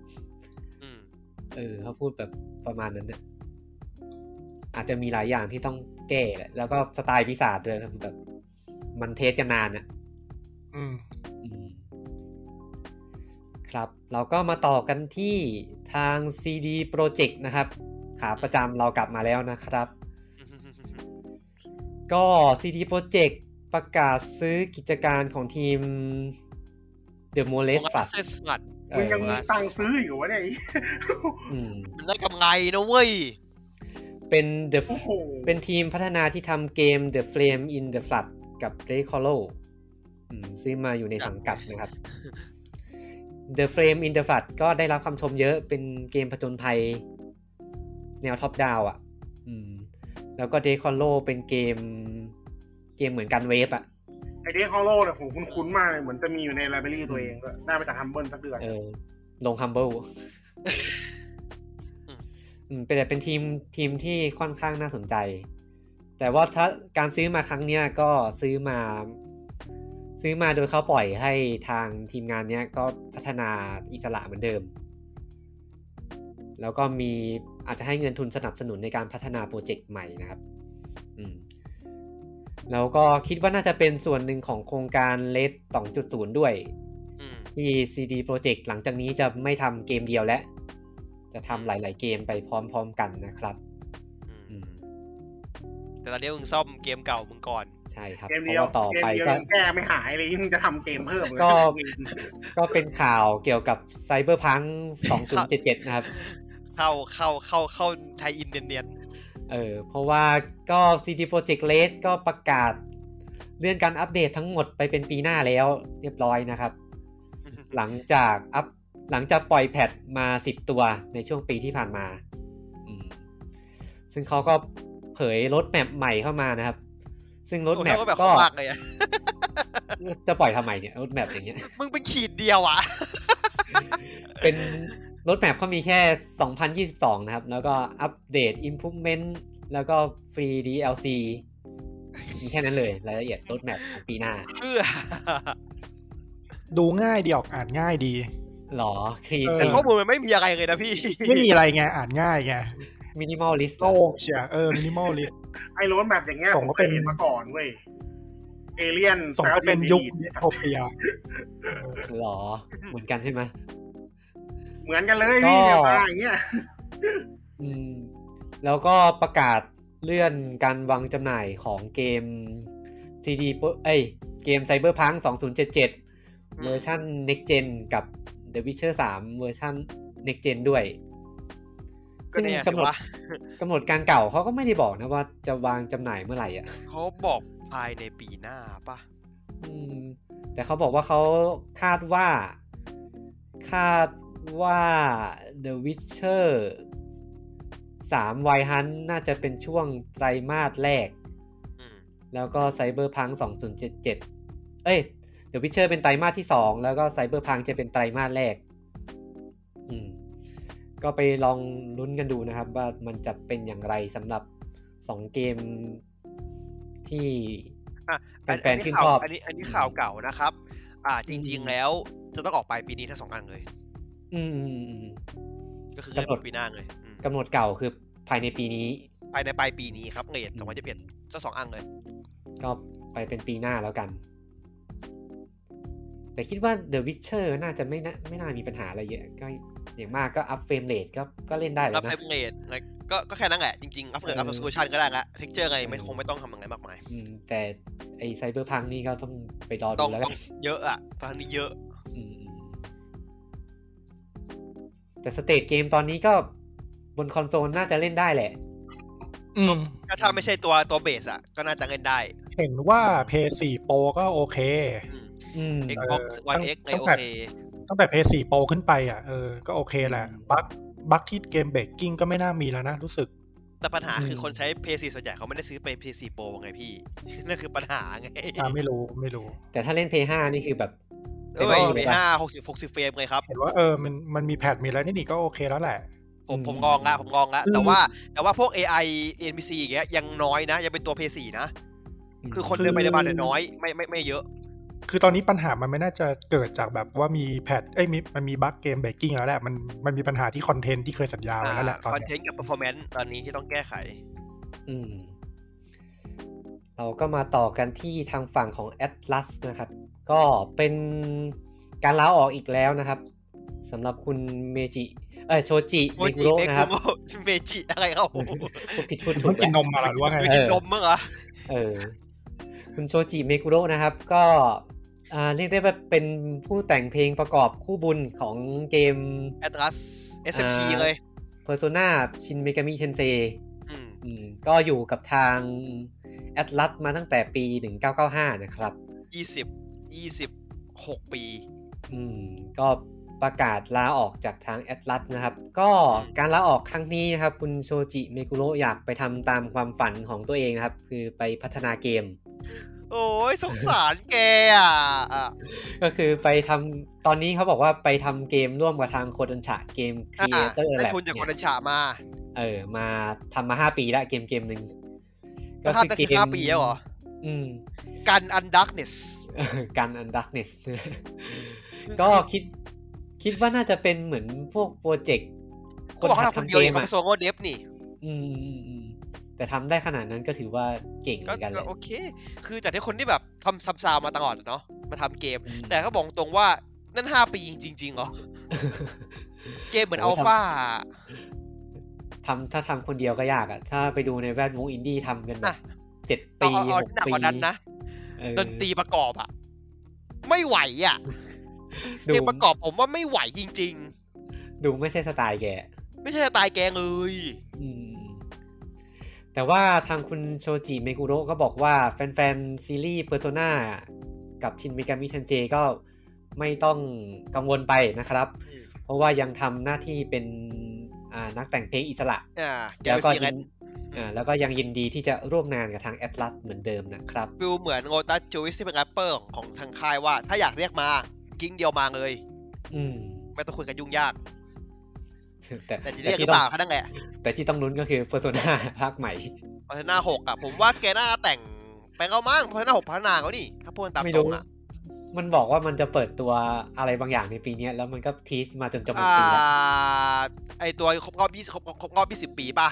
เขาพูดแบบประมาณนั้นเนี่ยอาจจะมีหลายอย่างที่ต้องแก้แหละแล้วก็สไตล์ปีศาจด้วยแบบมันเทสกันนานอ่ะครับเราก็มาต่อกันที่ทาง CD Projekt นะครับขาประจำเรากลับมาแล้วนะครับก็ CD Projekt ประกาศซื้อกิจการของทีม The Molest Flood
มึงยังมีตังค์ซื้ออยู่วะเนี่ย
มันได้กำไรนะเว้ย
เป็นทีมพัฒนาที่ทำเกม The Flame in the Flood กับ Drake Hollow ซื้อมาอยู่ในสังกัดนะครับ The Flame in the Flood ก็ได้รับคำชมเยอะเป็นเกมผจญภัยแนวท็อปดาวน์อ่ะแล้วก็ Drake Hollow เป็นเกมเหมือนกันเวฟอ่ะ
ไอDrake Hollowเนี่ยผมคุ้นๆมากเลยเหมือนจะมีอยู่ในไลบรารีตัวเองก็ได้มาจาก Humble สักเดือน
ลง Humble เป็นทีมที่ค่อนข้างน่าสนใจแต่ว่าถ้าการซื้อมาครั้งเนี้ยก็ซื้อมาโดยเขาปล่อยให้ทางทีมงานเนี้ยก็พัฒนาอิสระเหมือนเดิมแล้วก็อาจจะให้เงินทุนสนับสนุนในการพัฒนาโปรเจกต์ใหม่นะครับแล้วก็คิดว่าน่าจะเป็นส่วนหนึ่งของโครงการ Red 2.0 ด้วยที่ CD Projekt หลังจากนี้จะไม่ทำเกมเดียวแล้วจะทำหลายๆเกมไปพร้อมๆกันนะครับ
แต่ตอนนี้มึงซ่อมเกมเก่ามึงก่อน
ใช่ครับเพราะว่าต่อไปก็
แก้ไม่หายเลยมึงจะทำเกมเพิ่ม
ก็เป็นข่าวเกี่ยวกับ Cyberpunk 2077 นะครับ
เข้าไทยอินเดียน
เพราะว่าก็ CD Projekt Red ก็ประกาศเลื่อนการอัปเดตทั้งหมดไปเป็นปีหน้าแล้วเรียบร้อยนะครับหลังจากปล่อยแพทมา10ตัวในช่วงปีที่ผ่านมาซึ่งเขาก็เผยรถแมปใหม่เข้ามานะครับซึ่งรถแมปก็จะปล่อยทำไมเนี่ยรถแมปอย่างเงี้ย
มึงเป็นขีดเดียวอ่ะ
เป็นรถแมปเขามีแค่2022นะครับแล้วก็อัปเดต improvement แล้วก็ฟรี DLC มีแค่นั้นเลยรายละเอียดรถแมปปีหน้า
ดูง่ายดีออกอ่านง่ายดี
หรอ
แต่ข้อมูลมันไม่มีอะไรเลยนะพี่
ไม่มีอะไรไงอ่านง่ายไง
มินิมอลลิสต์
โล่งเชียมินิมอลลิสต์
ไอ้รถแมปอย่างเงี้ยผมเคยเห็นมาก่อนเว้ยเอเลี่ยน
ส่งก็เป็นยุคโทเปีย
หรอเหมือนกันใช่ไหม
เหมือนกันเลยพี่อย่างเงี้ย
แล้วก็ประกาศเลื่อนการวางจำหน่ายของเกม CD เกม Cyberpunk 2077 เวอร์ชัน Next Gen กับ The Witcher 3 เวอร์ชัน Next Gen ด้วยซึ่งกำหนดการเก่าเขาก็ไม่ได้บอกนะว่าจะวางจำหน่ายเมื่อไหร่อ่ะ
เขาบอกภายในปีหน้าป่ะ
แต่เขาบอกว่าเขาคาดว่า The Witcher 3 Wild Hunt น่าจะเป็นช่วงไตรมาสแรกแล้วก็ Cyberpunk 2077 The Witcher เป็นไตรมาสที่2แล้วก็ Cyberpunk จะเป็นไตรมาสแรกก็ไปลองลุ้นกันดูนะครับว่ามันจะเป็นอย่างไรสำหรับ2เกมที่แฟนๆชื่นชอบ
อันนี้ข่าวเก่านะครับจริงๆแล้วจะต้องออกไปปีนี้ทั้ง2อันเลยก็คือกำหนดปีหน้าเลย
กำหนดเก่าคือภายในปีนี้
ภายในปลายปีนี้ครับเรท2021จะ2อันเลย
ก็ไปเป็นปีหน้าแล้วกันแต่คิดว่า The Witcher น่าจะไม่น่ามีปัญหาอะไรเยอะก็อย่างมากก็อัพเฟรมเรทก็เล่นได้แล้วนะ
อัพเฟรมเรทก็แค่นั้นแหละจริงๆอัพเรทโซลูชันก็ได้ละเท็กเจอร์ไงคงไม่ต้องทำอะไรมากมาย
แต่ไอ้ Cyberpunk นี่ก็ต้องไปรอดูแล้ว
กันเยอะอ่ะตอนนี้เยอะ
แต่สเตจเกมตอนนี้ก็บนคอนโซลน่าจะเล่นได้แหละ
ถ้าไม่ใช่ตัวเบสอ่ะก็น่าจะเล่นได้
เห็นว่า PS4 Pro ก็โอเค
Xbox One X โอเค
ตั้งแต่ PS4 Pro ขึ้นไปอ่ะก็โอเคแหละบั๊กที่เกมเบรกกิ้งก็ไม่น่ามีแล้วนะรู้สึก
แต่ปัญหาคือคนใช้ PS4 ส่วนใหญ่เขาไม่ได้ซื้อไป PS4 Pro ไงพี่ นั่นคือปัญหาไง
ไม่รู้
แต่ถ้าเล่น PS5 นี่คือแบบ
PS5 60 เฟรมไงครับ
เห็นว่ามันมีแพทมีแล้วนี่ก็โอเคแล้วแหละ
ผมงองละแต่ว่าพวก AI NPC อย่างเงี้ยยังน้อยนะยังเป็นตัว PS4 นะคือคนเดินไปในบ้านเนี่ยน้อยไม่เยอะ
คือตอนนี้ปัญหามันไม่น่าจะเกิดจากแบบว่ามีแพทมันมีบั๊กเกมเบรกกิ้งแล้วแหละมันมีปัญหาที่คอนเทนต์ที่เคยสัญญาไว้แล้วแหละ
คอนเทนต์กับ performance ตอนนี้ที่ต้องแก้ไข
เราก็มาต่อกันที่ทางฝั่งของ Atlas นะครับก็เป็นการลาออกอีกแล้วนะครับสำหรับคุณโชจิเมกุโระนะครับ
เมจิอะไรเขา
พูดถูก
กินนมมาหรือว่าไง
กินนมมั้งเหรอ
คุณโชจิเมกุโระนะครับก็เรียกได้ว่าเป็นผู้แต่งเพลงประกอบคู่บุญของเกม
Atlas SMP เลย
Persona Shin Megami Tensei ก็อยู่กับทาง Atlas มาตั้งแต่ปี1995นะครับ
26 ปี
ก็ประกาศลาออกจากทาง Atlas นะครับก็การลาออกครั้งนี้นะครับคุณโชจิเมกุโระอยากไปทำตามความฝันของตัวเองนะครับคือไปพัฒนาเกม
โอ้ยสงสารแกอ่ะ
ก็คือไปทำตอนนี้เขาบอกว่าไปทำเกมร่วมกับทางโคดันฉะเกมครีเอเตอร์แลบ
ได้ทุนจากโคดันฉะมา
มาทำมา5 ปีแล้วเกมนึง
ก็คือเกม5 ปีแล้วเหรอกันอันดักเนส
ก็คิดว่าน่าจะเป็นเหมือนพวกโปรเจกต์
คนทำเกมอะโซโง่เดฟนี่
แต่ทำได้ขนาดนั้นก็ถือว่าเก่งเหมือนกันเลย
โอเคคือจากที่คนที่แบบทำซ้ำๆมาตลอดเนาะมาทำเกมแต่ก็บอกตรงว่านั่น5 ปีจริงๆเหรอเกมเหมือนอัลฟา
ถ้าทำคนเดียวก็ยากอ่ะถ้าไปดูในแวดวงอินดี้ทำกันแบบ7 ปี
6 ปีนั้นนะดนตรีประกอบอ่ะไม่ไหวอ่ะเกมประกอบผมว่าไม่ไหวจริง
ๆดูไม่ใช่สไตล์แก
เลย
แต่ว่าทางคุณโชจิเมกุโระก็บอกว่าแฟนๆซีรีส์ Persona กับ Shin Megami Tensei ก็ไม่ต้องกังวลไปนะครับเพราะว่ายังทำหน้าที่เป็นนักแต่งเพลงอิสระแล้วก็ยังยินดีที่จะร่วมงานกับทาง Atlas เหมือนเดิมนะครับ
ฟิลเหมือนโงตัสจูวิสที่เป็นแรปเปอร์ของทางค่ายว่าถ้าอยากเรียกมากิ้งเดียวมาเลยไม่ต้องคุยกันยุ่งยากแต่จะเรียกหรือเปล่าคะนั่นแหละ
แต่ที่ต้องลุ้นก็คือ Persona ภาคใหม่
Persona 6อ่ะผมว่าแกน่าแต่งแปลงเอามั่ง Persona 6พัฒนาเขานี่ถ้าพูดตามตรงอ่ะ
มันบอกว่ามันจะเปิดตัวอะไรบางอย่างในปีนี้แล้วมันก็ทีสมาจนจะหมดปีแล้ว
ไอตัวครบรอบ20 ปีป่ะ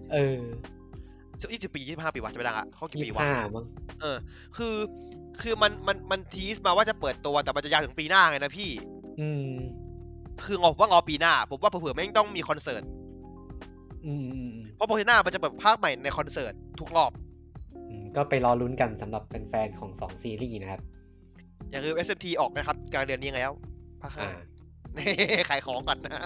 20 ปี25 ปีวะจะไม่ดังอ่ะเขากี่ปีวะ
มั้ง
คือมันทีสมาว่าจะเปิดตัวแต่มันจะยาวถึงปีหน้าไงนะพี่คืองอปีหน้าผมว่าเผื่อไม่ต้องมีคอนเสิร์ตเพราะโปรเทน่ามันจะเปิดภาคใหม่ในคอนเสิร์ตทุกรอบ
ก็ไปรอลุ้นกันสำหรับแฟนๆของ2 ซีรีส์นะครับ
อย่าลืม SMT ออกนะครับกลางเดือนนี้แล้วภาคขายของกันนะ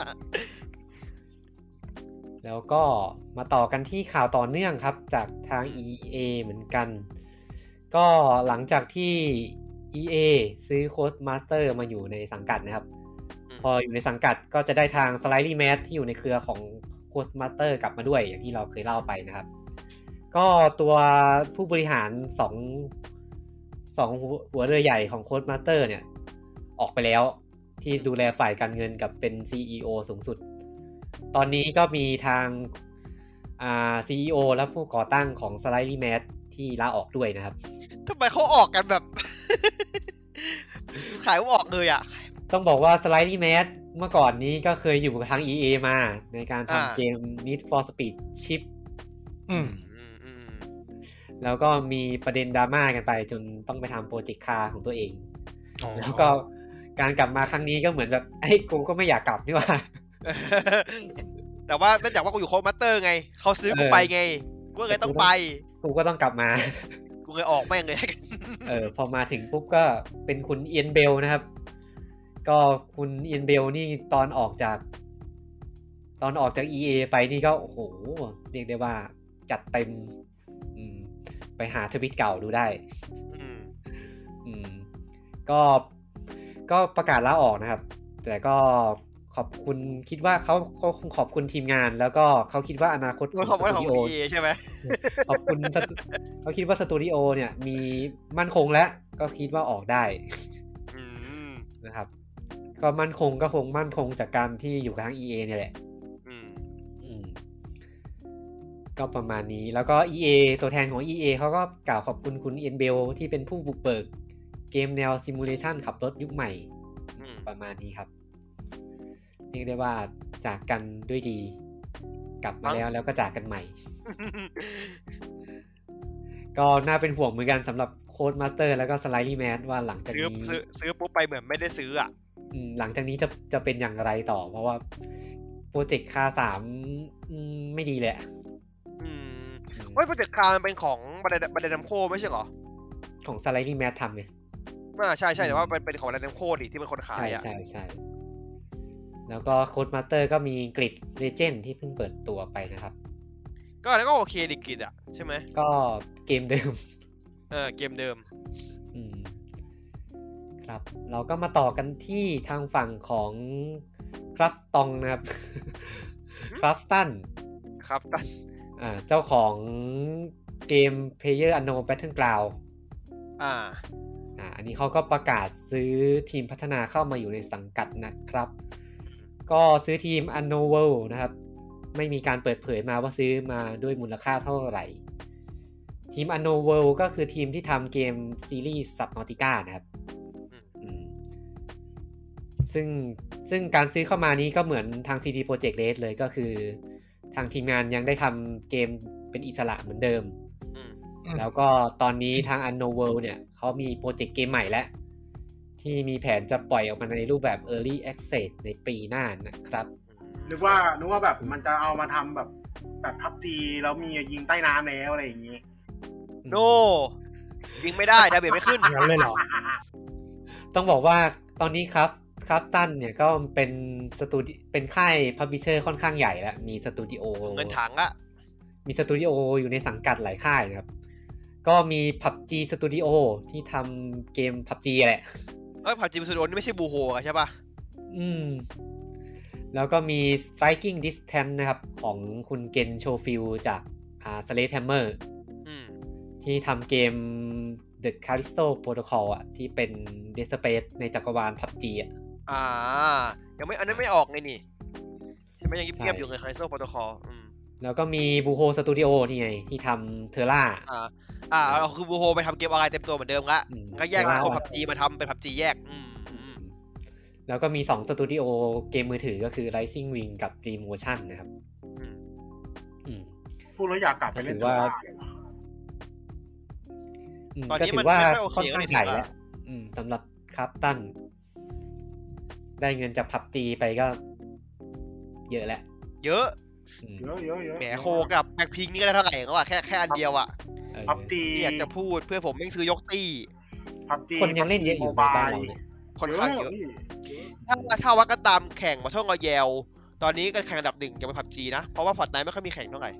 แล้วก็มาต่อกันที่ข่าวต่อเนื่องครับจากทาง EA เหมือนกันก็หลังจากที่ EA ซื้อ Codemaster มาอยู่ในสังกัดนะครับพออยู่ในสังกัดก็จะได้ทาง Slightly Mad ที่อยู่ในเครือของ Codemaster กลับมาด้วยอย่างที่เราเคยเล่าไปนะครับก็ตัวผู้บริหาร2หัวเรือใหญ่ของ Codemaster เนี่ยออกไปแล้วที่ดูแลฝ่ายการเงินกับเป็น CEO สูงสุดตอนนี้ก็มีทางCEO และผู้ก่อตั้งของ Slightly Mad ที่ลาออกด้วยนะครับ
ทำไมเขาออกกันแบบขายว่าออกเลยอ่ะ
ต้องบอกว่า Slightly Mad เมื่อก่อนนี้ก็เคยอยู่กับทาง EA มาในการทำเกม Need for Speed Shift แล้วก็มีประเด็นดราม่ากันไปจนต้องไปทำโปรเจกต์คาร์ของตัวเองแล้วก็การกลับมาครั้งนี้ก็เหมือนแบบกูก็ไม่อยากกลับนี่ว่า
แต่ว่าเนื่องจากว่ากูอยู่โค้ดมาสเตอร์ไงเขาซื้อกูไปไงกูเลยต้องไป
กูก็ต้องกลับมา
กูเลยออกแม่งเลย
พอมาถึงปุ๊บก็เป็นคุณเอียนเบลนะครับก็คุณเอียนเบลนี่ตอนออกจาก EA ไปนี่ก็โอ้โหเรียกได้ว่าจัดเต็มไปหาทวิตเก่าดูได้ก็ประกาศลาออกนะครับแต่ก็ขอบคุณคิดว่าเขาคงขอบคุณทีมงานแล้วก็เขาคิดว่าอนาคต
ของสตูดิโอใช่ไหม
ขอบคุณเขาคิดว่าสตูดิโอเนี่ยมีมั่นคงแล้วก็คิดว่าออกได้นะครับก็มั่นคงก็คงมั่นคงจากการที่อยู่กับทาง EA เนี่ยแหละก็ประมาณนี้แล้วก็ EA ตัวแทนของ EA เขาก็กล่าวขอบคุณคุณเอ็นเบลที่เป็นผู้บุกเบิกเกมแนวซิมูเลชันขับรถยุคใหม่ประมาณนี้ครับเรียกได้ว่าจากกันด้วยดีกลับมาแล้วก็จากกันใหม่ ก็น่าเป็นห่วงเหมือนกันสำหรับโค้ดมาสเตอร์แล้วก็สไลดี้แมสว่าหลังจากนี้
ซื้อปุ๊บไปเหมือนไม่ได้ซื้ออ่ะ
หลังจากนี้จะเป็นอย่างไรต่อเพราะว่าโปรเจกต์คา3ไม่ดีเลย
โปรเจกต์คามันเป็นของบันไดนัมโคไม่ใช่เหรอ
ของสไลดี้แมสทำไง
ใช่แต่ว่าเป็นของบันไดนัมโคดิที่เป็นคนขายอ่ะ
ใช่แล้วก็โค้ดมาสเตอร์ก็มีกริดเลเจนด์ที่เพิ่งเปิดตัวไปนะครับ
ก็แล้วก็โอเคดิกริดอ่ะใช่ไหม
ก็เกมเดิม
เกมเดิม
ครับเราก็มาต่อกันที่ทางฝั่งของครับตองนะครับครับตันเจ้าของเกม PlayerUnknown Battleground อันนี้เขาก็ประกาศซื้อทีมพัฒนาเข้ามาอยู่ในสังกัดนะครับก็ซื้อทีม Unknown World นะครับไม่มีการเปิดเผยมาว่าซื้อมาด้วยมูลค่าเท่าไหร่ทีม Unknown World ก็คือทีมที่ทำเกมซีรีส์ Subnautica นะครับซึ่งการซื้อเข้ามานี้ก็เหมือนทาง CD Projekt Red เลยก็คือทางทีมงานยังได้ทำเกมเป็นอิสระเหมือนเดิมแล้วก็ตอนนี้ทาง Unknown World เนี่ยเขามีโปรเจกต์เกมใหม่แล้วที่มีแผนจะปล่อยออกมาในรูปแบบ Early Access ในปีหน้านะครับ
นึกว่าแบบมันจะเอามาทำแบบ PUBG แล้วมียิงใต้น้ำแล้วอะไรอย่างงี้
โนยิงไม่ได้ดาเมจไม่ขึ้น
งั้นเลยเหรอ
ต้องบอกว่าตอนนี้ครับตันเนี่ยก็เป็นเป็นค่ายพับลิเชอร์ค่อนข้างใหญ่แล้วมีสตูดิโอ
เงินถังอะ
มีสตูดิโออยู่ในสังกัดหลายค่ายนะครับก็มี PUBG Studio ที่ทำเกม PUBG แหละ
PUBG Studio นี่ไม่ใช่บูโฮใช่ป่ะ
แล้วก็มี Striking Distance นะครับของคุณเกนโชฟิลจากSledgehammer ที่ทำเกม The Callisto Protocol อ่ะที่เป็น Dead Space ในจักรวาล PUBG อ่ะ
ยังไม่อันนั้นไม่ออกไงนี่ใช่ไหมยังเงียบๆอยู่ไง Callisto Protocol
แล้วก็มี Buho Studio ที่ไงที่ทำ Terra
คือ Buho ไปทำเกมออนไลน์เต็มตัวเหมือนเดิมละก็แยกคน PUBG มาทำเป็น PUBG แยก
แล้วก็มี2สตูดิโอเกมมือถือก็คือ Rising Wing กับ Dream Motion นะครับ
พูดแล้วอยากกลับไปเล่นว่า
ก็ถือว่าค่อนข้างใหญ่แล้วสำหรับครับตันได้เงินจาก PUBG ไปก็เยอะแล้ว
เยอะแหมโคกับแบ็คพิงค์นี่ก็ได้เท่าไหร่ก็ว่าแค่อันเดียวอ่ะ
PUBG
อยากจะพูดเพื่อผมแม่งซื้อยกตี้
PUBG
คนยังเล่นเยอะอยู่ในบ้านเราเนี่ย
ค่อนข้างเยอะถ้าวัดกันตามแข่งมาท่องเอาแยวตอนนี้กันแข่งอันดับ1ยังเป็น PUBG นะเพราะว่า Fortnite ไม่ค่อยมีแข่งเท่าไหร่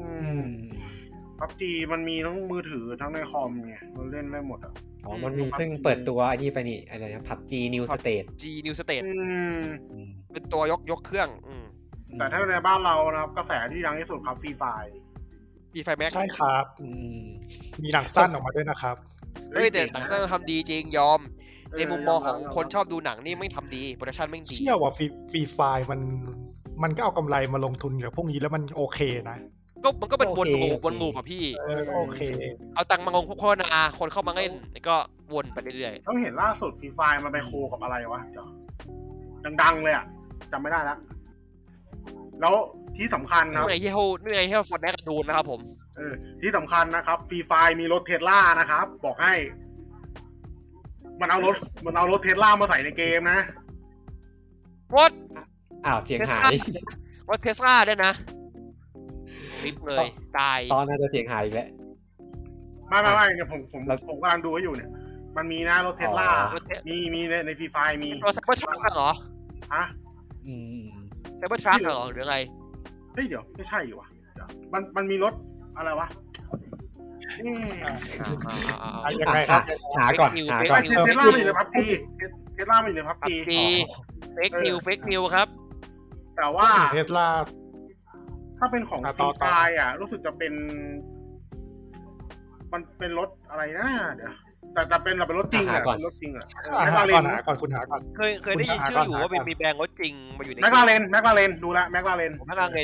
PUBG มันมีทั้งมือถือทั้งในคอมไงมันเล่นได้หมดอ่ะ
มันมีเพิ่งเปิดตัวไอ้นี่ไปนี่อะไรนะ PUBG New State
New State เป็นตัวยกเครื่อง
แต่ถ้าในบ้านเรานะครับกระแสที่ดังที่สุดครับ Free Fire
Max
ใช่ครับมีหนังสั้นออกมาด้วยนะครับ
แต่หนังสั้นทำดีจริงยอมในมุมมองของคนชอบดูหนังนี่ไม่ทำดีโปรดักชันไม่ดี
เชื่อว่าFree Fireมันก็เอากำไรมาลงทุนกับพวกนี้แล้วมันโอเคนะ
มันก็เป็นวนลูปอ่ะพี่
โอเค
เอาตังค์มาลงโฆษณาคนเข้ามาเล่นก็วนไปเรื่อย
ๆต้องเห็นล่าสุด Free Fire มันไปโคกับอะไรวะดังๆเลยอ่ะจำไม่ได้แล้วที่สำคัญนะ
นี่ไงที่ฟอร์ดแนกดูนะครับผม
ที่สำคัญนะครับฟรีไฟมีรถเทสลานะครับบอกให้มันเอารถเทสลามาใส่ในเกมนะ
รถ
เสียงหาย
รถเทสลาด้วยนะริบเลยตาย
ตอนน่าจะเสียงหายอีกแล้ว
ไม่เนี่ยผมกำลังดูอยู่เนี่ยมันมีนะรถเทสลามีในฟรีไฟมี
รถไซเบอร์ทรัคเหรอไซเบอร์ทรัคเหรอหรืออะไร
เดี๋ยวไม่ใช่อยู่ว่ะมันมีรถอะไรวะ
ยังไงครับหาก่อน
เทสลาไม่อยู่ในPUBG
เฟกนิวครับ
แต่ว่า
เทสลา
ถ้าเป็นของซีไฟรู้สึกจะเป็นมันเป็นรถอะไรนะเดี๋ยวแต่เป็นรถจริงอ่ะเป็นรถจริงอ่ะ
ก่อนคุณหาก่อน
เคยได้ยินชื่ออยู่ว่ามีแบรนด์รถจริงมาอยู่ใน
แมคลาเรนดูละแมคลาเรน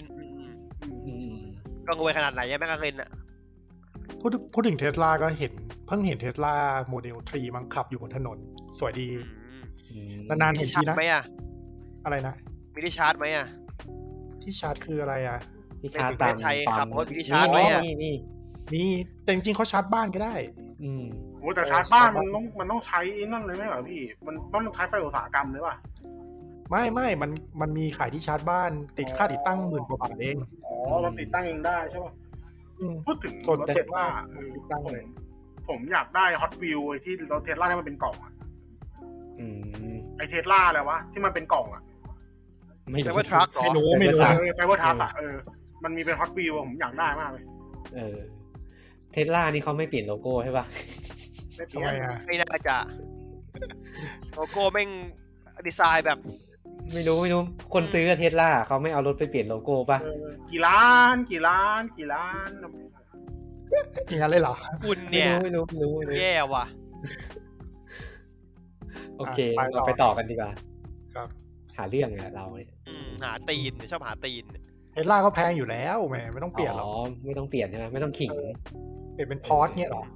ก็รวยขนาดไหนแมคลาเรนอ่ะ
พูดถึงเทสลาก็เพิ่งเห็นเทสลาโมเดล 3 มั้งขับอยู่บนถนนสวยดีนานๆเห็นทีนะอะไรนะ
มีได้ชาร์จไหมอ่ะ
ที่ชาร์จคืออะไรอ่ะ
ที่ชาร์จตาม
ไทยขับรถมีที่ชาร์จไหมอ่ะ
มีแต่จริงๆเขาชาร์จบ้านก็ได้
โอ้แต่ชาร์จบ้านมันต้องใช้นั่นเลยไหมเหรอพี่มันต้องใช้ไฟอุตสาหกรรมเลยป่ะ
ไม่มันมีขายที่ชาร์จบ้านติดค่าติดตั้ง10,000 กว่าบาทเอง
เราติดตั้งเองได้ใช่ป่ะพูดถึงรถเทสลาผมอยากได้ฮอตวิวไอ้ที่รถเทสลาที่มันเป็นกล่องอ่ะไอเทสลาอะไรวะที่มันเป็นกล่องอ่ะ
ไซเบอร์ทรัคหรอ
ไม่รู้
ไซเบอร์ทรัคอ่ะมันมีเป็นฮอตวิวผมอยากได้มากเลย
เทสลานี่เขาไม่เปลี่ยนโลโก้ใช่ป่ะ
ไม่น่าจะโลโก้แม่งดีไซน์แบบ
ไม่รู้คนซื้อเทสลาเขาไม่เอารถไปเปลี่ยนโลโก้ป่ะ
กี่ล้าน
อย่างนั้นเลยเหรอ
คุณเนี่ย
ไม่รู้
แย่ว่ะ
โอเคเราไปต่อกันดีกว่า
ครับ
หาเรื่องเนี่ยเราเนี่ย
หาตีนชอบหาตีน
เทสลาก็แพงอยู่แล้วแหมไม่ต้องเปลี่ยนหรอก
ไม่ต้องเปลี่ยนใช่ไหมไม่ต้องขิง
เปลี่ยนเป็นพอร์ตเนี่ยหรอ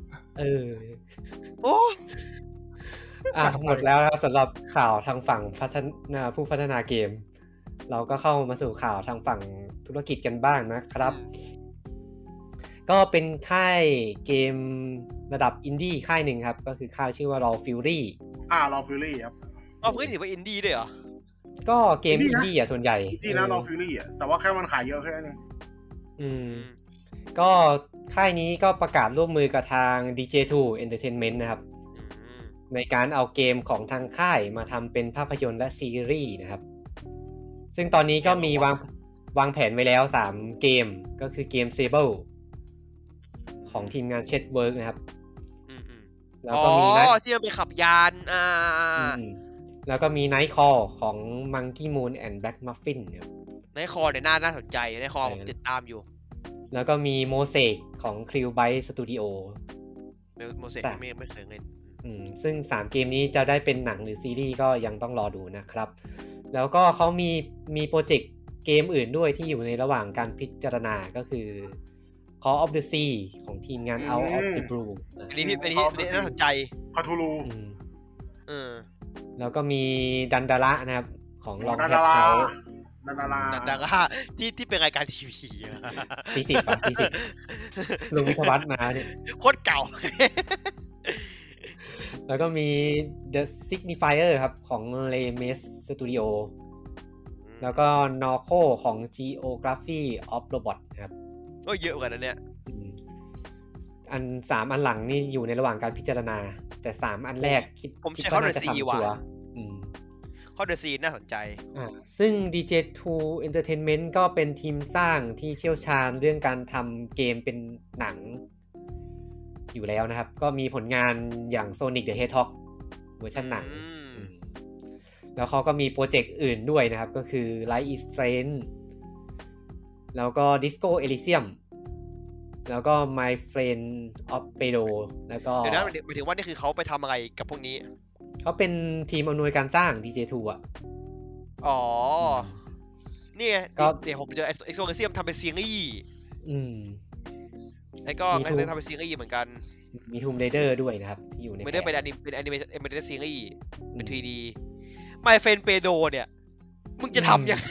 โอ้
หมดแล้วสำหรับข่าวทางฝั่งผู้พัฒนาเกมเราก็เข้ามาสู่ข่าวทางฝั่งธุรกิจกันบ้างนะครับก็เป็นค่ายเกมระดับอินดี้ค่ายหนึ่งครับก็คือค่ายชื่อว่า Raw Fury
Raw Fury ครับ
Fury ถือว่าอินดี้ด้วยเหรอ
ก็เกมอินดี้ส่วนใหญ่
อินดี้นะ Raw Fury แต่ว่าแค่มันขายเยอะแค่นั้น
ก็ค่ายนี้ก็ประกาศร่วมมือกับทาง DJ2 Entertainment นะครับในการเอาเกมของทางค่ายมาทำเป็นภาพยนตร์และซีรีส์นะครับซึ่งตอนนี้ก็มีวางแผนไว้แล้ว3เกมก็คือเกม Sable ของทีมงาน Shedwork นะครับ
แล้วก็มีที่มันไปขับยาน
แล้วก็มี Nightcall ของ Monkey Moon and Black Muffin ครับ
Nightcall เนี่ยน่าสนใจ Nightcall ผมติดตามอยู่
แล้วก็มี Mosaic ของ Krillbyte Studio
Mosaic ไม่เคยเล่น
ซึ่ง3เกมนี้จะได้เป็นหนังหรือซีรีส์ก็ยังต้องรอดูนะครับแล้วก็เขามีโปรเจกต์เกมอื่นด้วยที่อยู่ในระหว่างการพิจารณาก็คือ Call of the Sea ของทีมงาน Out of the Blue
อันนี้น่าสนใจ
คาทูลู
แล้วก็มีดันดาระนะครับของลองแคปเขา
ดันดา
ระที่เป็นรายการทีวี
ปี10ลุงวิทวัฒน์มาเนี่ย
โคตรเก่า
แล้วก็มี The Signifier ครับของ Lemes Studio แล้วก็ Norco ของ Geography of Robot ครับ
ก็เยอะกว่านั้นเนี่ย
3อันหลังนี่อยู่ในระหว่างการพิจารณาแต่3อันแรก
ผมใช้เข้า The Sea ว่ะเข้า The Sea น่าสนใจ
ซึ่ง DJ2 Entertainment ก็เป็นทีมสร้างที่เชี่ยวชาญเรื่องการทำเกมเป็นหนังอยู่แล้วนะครับก็มีผลงานอย่าง Sonic the Hedgehog เวอร์ชันหนังแล้วเขาก็มีโปรเจกต์อื่นด้วยนะครับก็คือ Life is Strange แล้วก็ Disco Elysium แล้วก็ My Friend of Pedro แล้วก็
เดี๋ยวนะหมายถึงว่านี่คือเขาไปทำอะไรกับพวกนี้
เขาเป็นทีมอำนวยการสร้าง DJ2 อ่ะ
นี่เดี๋ยวผมเจอ Disco Elysium ทำเป็นซีรีส์แล้วก็งั้นทำเป็นซีรีส์เหมือนกัน
มี Tomb Raider ด้วยนะครับที่อยู่ใน
ไม่ได้เป็นอนิเมะซีรีส์เป็น 3D My Friend Pedro เนี่ยมึงจะทำยังไง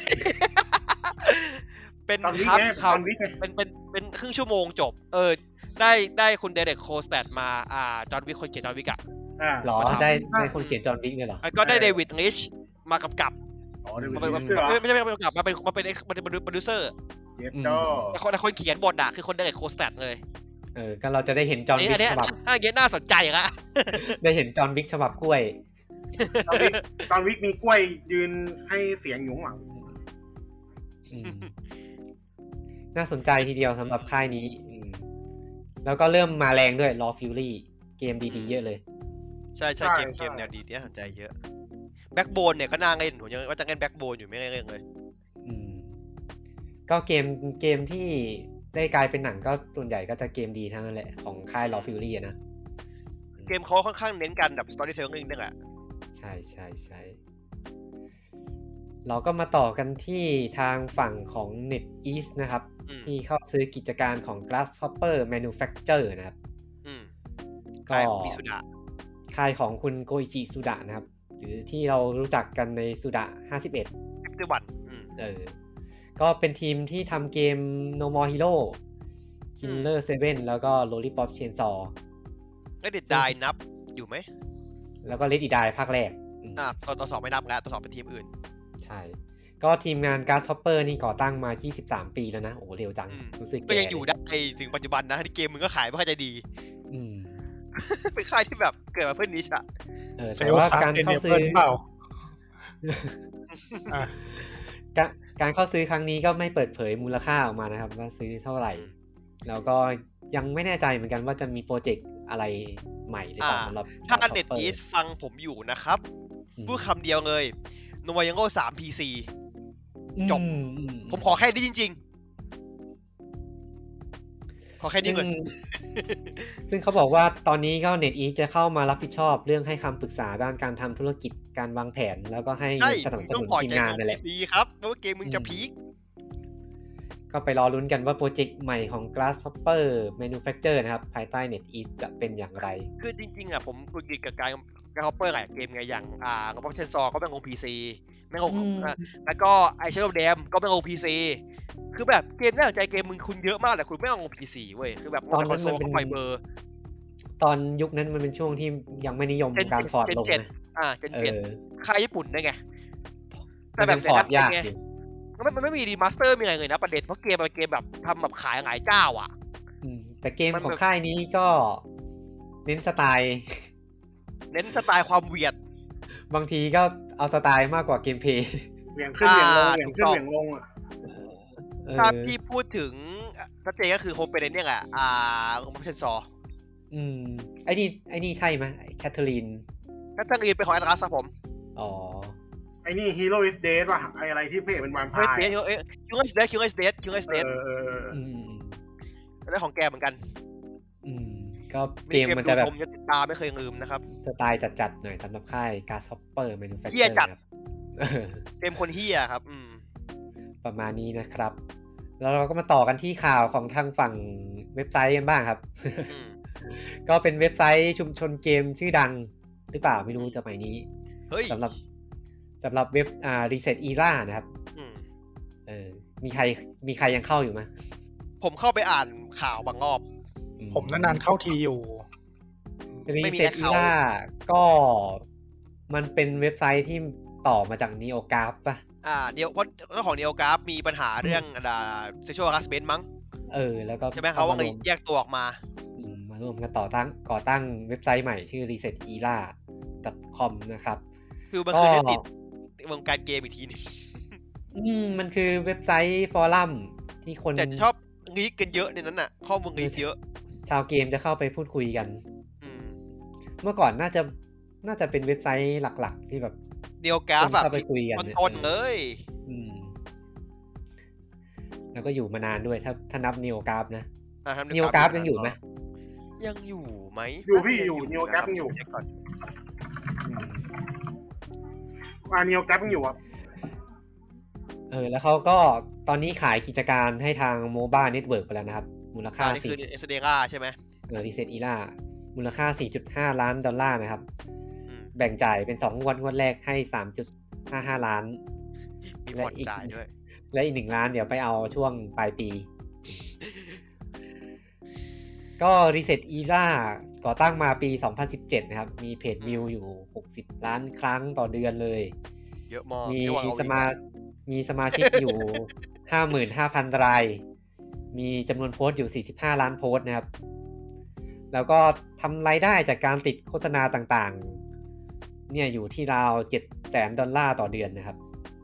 เป็นทับเขาเป็นครึ่งชั่วโมงจบได้คุณเดเร็กโคสแตทมาจอห์นวิกคนเขียนจอห์นวิก
หรอได้คนเขียนจอห์นวิกเนี่ยหรอ
ก็ได้เดวิดลิชมากำกับไม่ใช่กำกับมาเป็นโปรดิวเซอร์แต่คนเขียนบทคือคนเดเร็กโคสแตทเลย
ก็เราจะได้เห็นจอห์นวิกฉบับ
น่าสนใจละ
ได้เห็นจอห์นวิกฉบับกล้วย
จอห์นวิกมีกล้วยยืนให้เสียงอยู่ข้างหลัง
น่าสนใจทีเดียวสำหรับค่ายนี้แล้วก็เริ่มมาแรงด้วย Raw Fury เกมดีๆเยอะเลย
ใช่เกมแนวดีน่าสนใจเยอะแบ็คโบนเนี่ยก็น่าเล่นผมยังว่าจะเล่นแบ็คโบนอยู่ไม่เล่นเลย
ก็เกมที่ได้กลายเป็นหนังก็ส่วนใหญ่ก็จะเกมดีทั้งนั้นแหละของค่าย Raw Fury นะ
เกมเขาค่อนข้างเน้นกันแบบ storytelling นี่แหละ
ใช่เราก็มาต่อกันที่ทางฝั่งของ NetEase นะครับที่เข้าซื้อกิจการของ Grasshopper Manufacture นะครับ
ก็มีสุดะ
ค่ายของคุณโกอิจิสุดะนะครับหรือที่เรารู้จักกันในสุดะ51ก็เป็นทีมที่ทำเกม No More Hero Killer 7 แล้วก็ Lollipop Chainsaw
Let It Die นับอยู่ไหม
แล้วก็ Let It Die ภาคแรก
ตัว2ไม่นับแล้วตัว2เป็นทีมอื่น
ใช่ก็ทีมงาน Grasshopper นี่ก่อตั้งมา23ปีแล้วนะโอ้เร็วจังรู้สึก
ก็ยังอยู่ได้ถึงปัจจุบันนะที่เกมมึงก็ขายไม่ค่อยจะดีเป็นค่ายที่แบบเกิดมาเพื่อนิชอะ
แต่ว่าการเข้าซื้อการเข้าซื้อครั้งนี้ก็ไม่เปิดเผยมูลค่าออกมานะครับว่าซื้อเท่าไหร่แล้วก็ยังไม่แน่ใจเหมือนกันว่าจะมีโปรเจกต์อะไรใหม่หรือเปล่าสำหรับ
ถ้าNetEaseฟังผมอยู่นะครับพูดคำเดียวเลยโนวายังโก้3 PC จบผมขอแค่นี้จริงๆขอแค่นี้เลย
ซึ่งเขาบอกว่าตอนนี้ก็ NetEase จะเข้ามารับผิดชอบเรื่องให้คำปรึกษาด้านการทำธุรกิจการวางแผนแล้วก็ให้สนับสนุนทีมงานนั่นแหละ
ครับเพราะว่าเกมมึงจะพีค
ก็ไปรอลุ้นกันว่าโปรเจกต์ใหม่ของ Grasshopper Manufacture นะครับภายใต้ NetEase จะเป็นอย่างไร
คือจริงๆอ่ะผมกุญกิจกับการ Grasshopper หลายเกมไงอย่างLollipop Chainsaw ก็เป็นลง PC ไม่ลงแล้วก็ Shadow of Dam ก็เป็นลง PC คือแบบเกมน่าสนใจเกมมึงคุณเยอะมากแต่คุณไม่ลง PC เว้ยคือแบบ
ตอนนั้น
มันเป็นไฟเบอร์
ตอนยุคนั้นมันเป็นช่วงที่ยังไม่นิยมการพอร์ตลงนะ
เจน7ค่ายญี่ปุ่นได้ไง
แต่แบบพอร์ตยาก
มันไม่มีรีมาสเตอร์มีอะไรเลยนะประเด็นเพราะเกมเป็นเกมแบบทำแบบขายหลายเจ้าอ่ะ
แต่เกมของค่ายนี้ก็เน้นสไตล์
ความเวียด
บางทีก็เอาสไตล์มากกว่าเกมเพลย์
เวียงขึ้นเวียงลงเวียงขึ้นเวียงลงอ่ะ
ถ้าพี่พูดถึงชัดเจนก็คือคงเป็นเนี่ยแหละLollipop Chainsaw
ไอ้นี่ใช่ไหมแคทเธอรีน
เป็นของAtlasครับผม
อ๋อ
ไอ้นี่ Hero is Dead ป่ะไอ้อะไรที่เพจเป็นแวมไพร์
Hero is Dead แล้วของแกเหมือนกัน
ก็เกมมันจะแบบ
ผมจะติดตามไม่เคยลืมนะครับ
สไตล์จัดๆหน่อยสำหรับค่าย Grasshopper Manufacture
เหี้ยจัดเกมคนเหี้ยครับ
ประมาณนี้นะครับแล้วเราก็มาต่อกันที่ข่าวของทางฝั่งเว็บไซต์กันบ้างครับก็เป็นเว็บไซต์ชุมชนเกมชื่อดังหรือเปล่าไม่รู้สมัยนี้สำหรับเว็บReset Era นะครับมีใครยังเข้าอยู่ไหม
ผมเข้าไปอ่านข่าวบางรอบ
ผมนานๆเข้าทีอยู่
Reset Era ก็มันเป็นเว็บไซต์ที่ต่อมาจาก NeoGAF ป่ะ
เดี๋ยวเพราะเรื่องของ NeoGAF มีปัญหาเรื่องsexual harassment มั้ง
แล้วก็
ใช่ไหมเขาว่าแยกตัวออกมา
ร่วมกันก่อตั้งเว็บไซต์ใหม่ชื่อ resetera.com นะครับ
คือมันคือเน็ตติดวงการเกมอีกทีนึง
มันคือเว็บไซต์ฟอรัมที่คน
แต่ชอบงี้กันเยอะในนั้นน่ะข้อมูลงี้เยอะ
ชาวเกมจะเข้าไปพูดคุยกันเมื่อก่อนน่าจะเป็นเว็บไซต์หลักๆที่แบบ
NeoGAF
เข้าไปคุยกัน
ต้นเลย
แล้วก็อยู่มานานด้วยถ้านับ NeoGAF นะ NeoGAF ยังอยู่ไหม
ยังอยู่ไหม
อยู่พี่อยู่ NeoGAF ยังอยู่NeoGAF ยังอยู่อ่ะ
แล้วเขาก็ตอนนี้ขายกิจการให้ทาง Mobile Network ไปแล้วนะครับมูลค่า
นี่คือ Esdera ใช่ไหม
Reset Era มูลค่า $4.5 ล้านนะครับแบ่งจ่ายเป็น2งวดแรกให้ 3.55 ล้าน
มีผ่อนจ่ายด้วย
และอีก1ล้านเดี๋ยวไปเอาช่วงปลายปีก็ Reset Era ก่อตั้งมาปี2017นะครับมีเพจวิวอยู่60ล้านครั้งต่อเดือนเลย
เยอะมาก
มีสมาชิกอยู่ 55,000 รายมีจำนวนโพสต์อยู่45ล้านโพสต์นะครับแล้วก็ทำรายได้จากการติดโฆษณาต่างๆเนี่ยอยู่ที่ราว$700,000ต่อเดือนนะครับ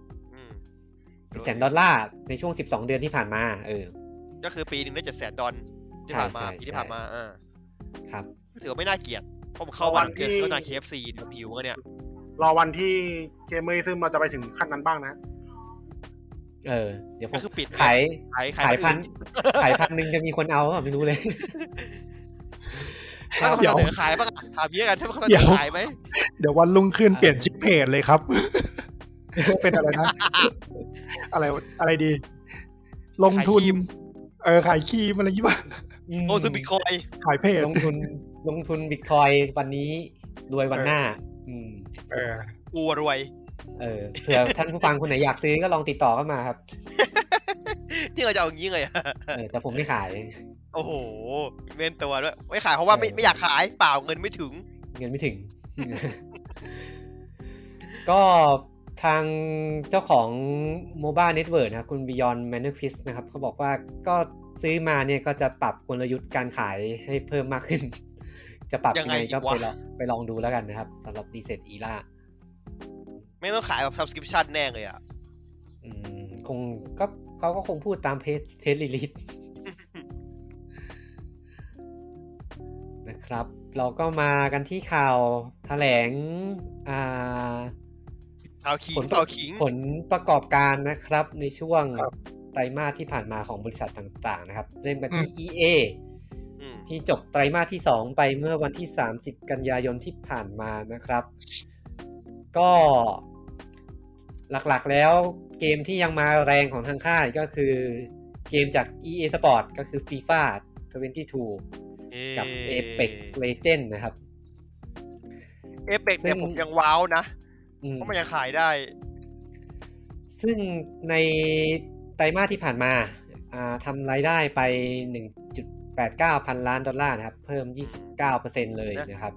$700,000ในช่วง12เดือนที่ผ่านมา
ก็คือปีนึงได้$700,000ที่ผ่านมาปีที่ผ่านมา
ครับ
ถือว่าไม่น่าเกลียดผมเข้าวันเกิดก็จาก KFC ผิวก็เนี่ย
รอวันที่เกมเมอร์ซึมเราจะไปถึงขั้นนั้นบ้างนะ
เดี๋ยวผม
ปิด
ขายพันหนึ่งจะมีคนเอาไม่รู้เลย
เดี๋ยวขายบ้างถามเยอะกันถ้าเขาจะขายไหม
เดี๋ยววันรุ่งขึ้นเปลี่ยนชื่อเพจเลยครับเป็นอะไรนะอะไรดีลงทุนขายครีมอะไรยี่บ้าง
ลงทุนบิตคอย
ขายเพจ
ลงทุนบิตคอยวันนี้รวยวันหน้า
กูรวย
เผื่อท่านผู้ฟังคนไหนอยากซื้อก็ลองติดต่อเข้ามาครับ
ที่เราจะเอาอย่างนี้เลย
แต่ผมไม่ขาย
โอ้โหเว้นตัวด้วยไม่ขายเพราะว่าไม่อยากขายเปล่าเงินไม่ถึง
ก็ทางเจ้าของ Mobile Network นะคุณ Beyond Manifest นะครับเขาบอกว่าก็ซื้อมาเนี่ยก็จะปรับกลยุทธ์การขายให้เพิ่มมากขึ้นจะปรับยังไงก็ไปลองดูแล้วกันนะครับสำหรับ Reset Era
ไม่ต้องขายแบบ Subscription แน่เลยอ่ะ
เขาก็คงพูดตามเทสรีลิสนะครับเราก็มากันที่ข่าวแถลงผลประกอบการนะครับในช่วงไตรมาสที่ผ่านมาของบริษัทต่างๆนะครับเริ่มกันที่ EA ที่จบไตรมาสที่2ไปเมื่อวันที่30กันยายนที่ผ่านมานะครับก็หลักๆแล้วเกมที่ยังมาแรงของทางค่ายก็คือเกมจาก EA Sport ก็คือ FIFA 22 กับ Apex Legends นะครับ
Apex เนี่ยผมยังว้าวนะเพราะมันยังขายได้
ซึ่งในไตรมาสที่ผ่านมาทำรายได้ไป 1.89 พันล้านดอลลาร์นะครับเพิ่ม 29% เลยนะครับ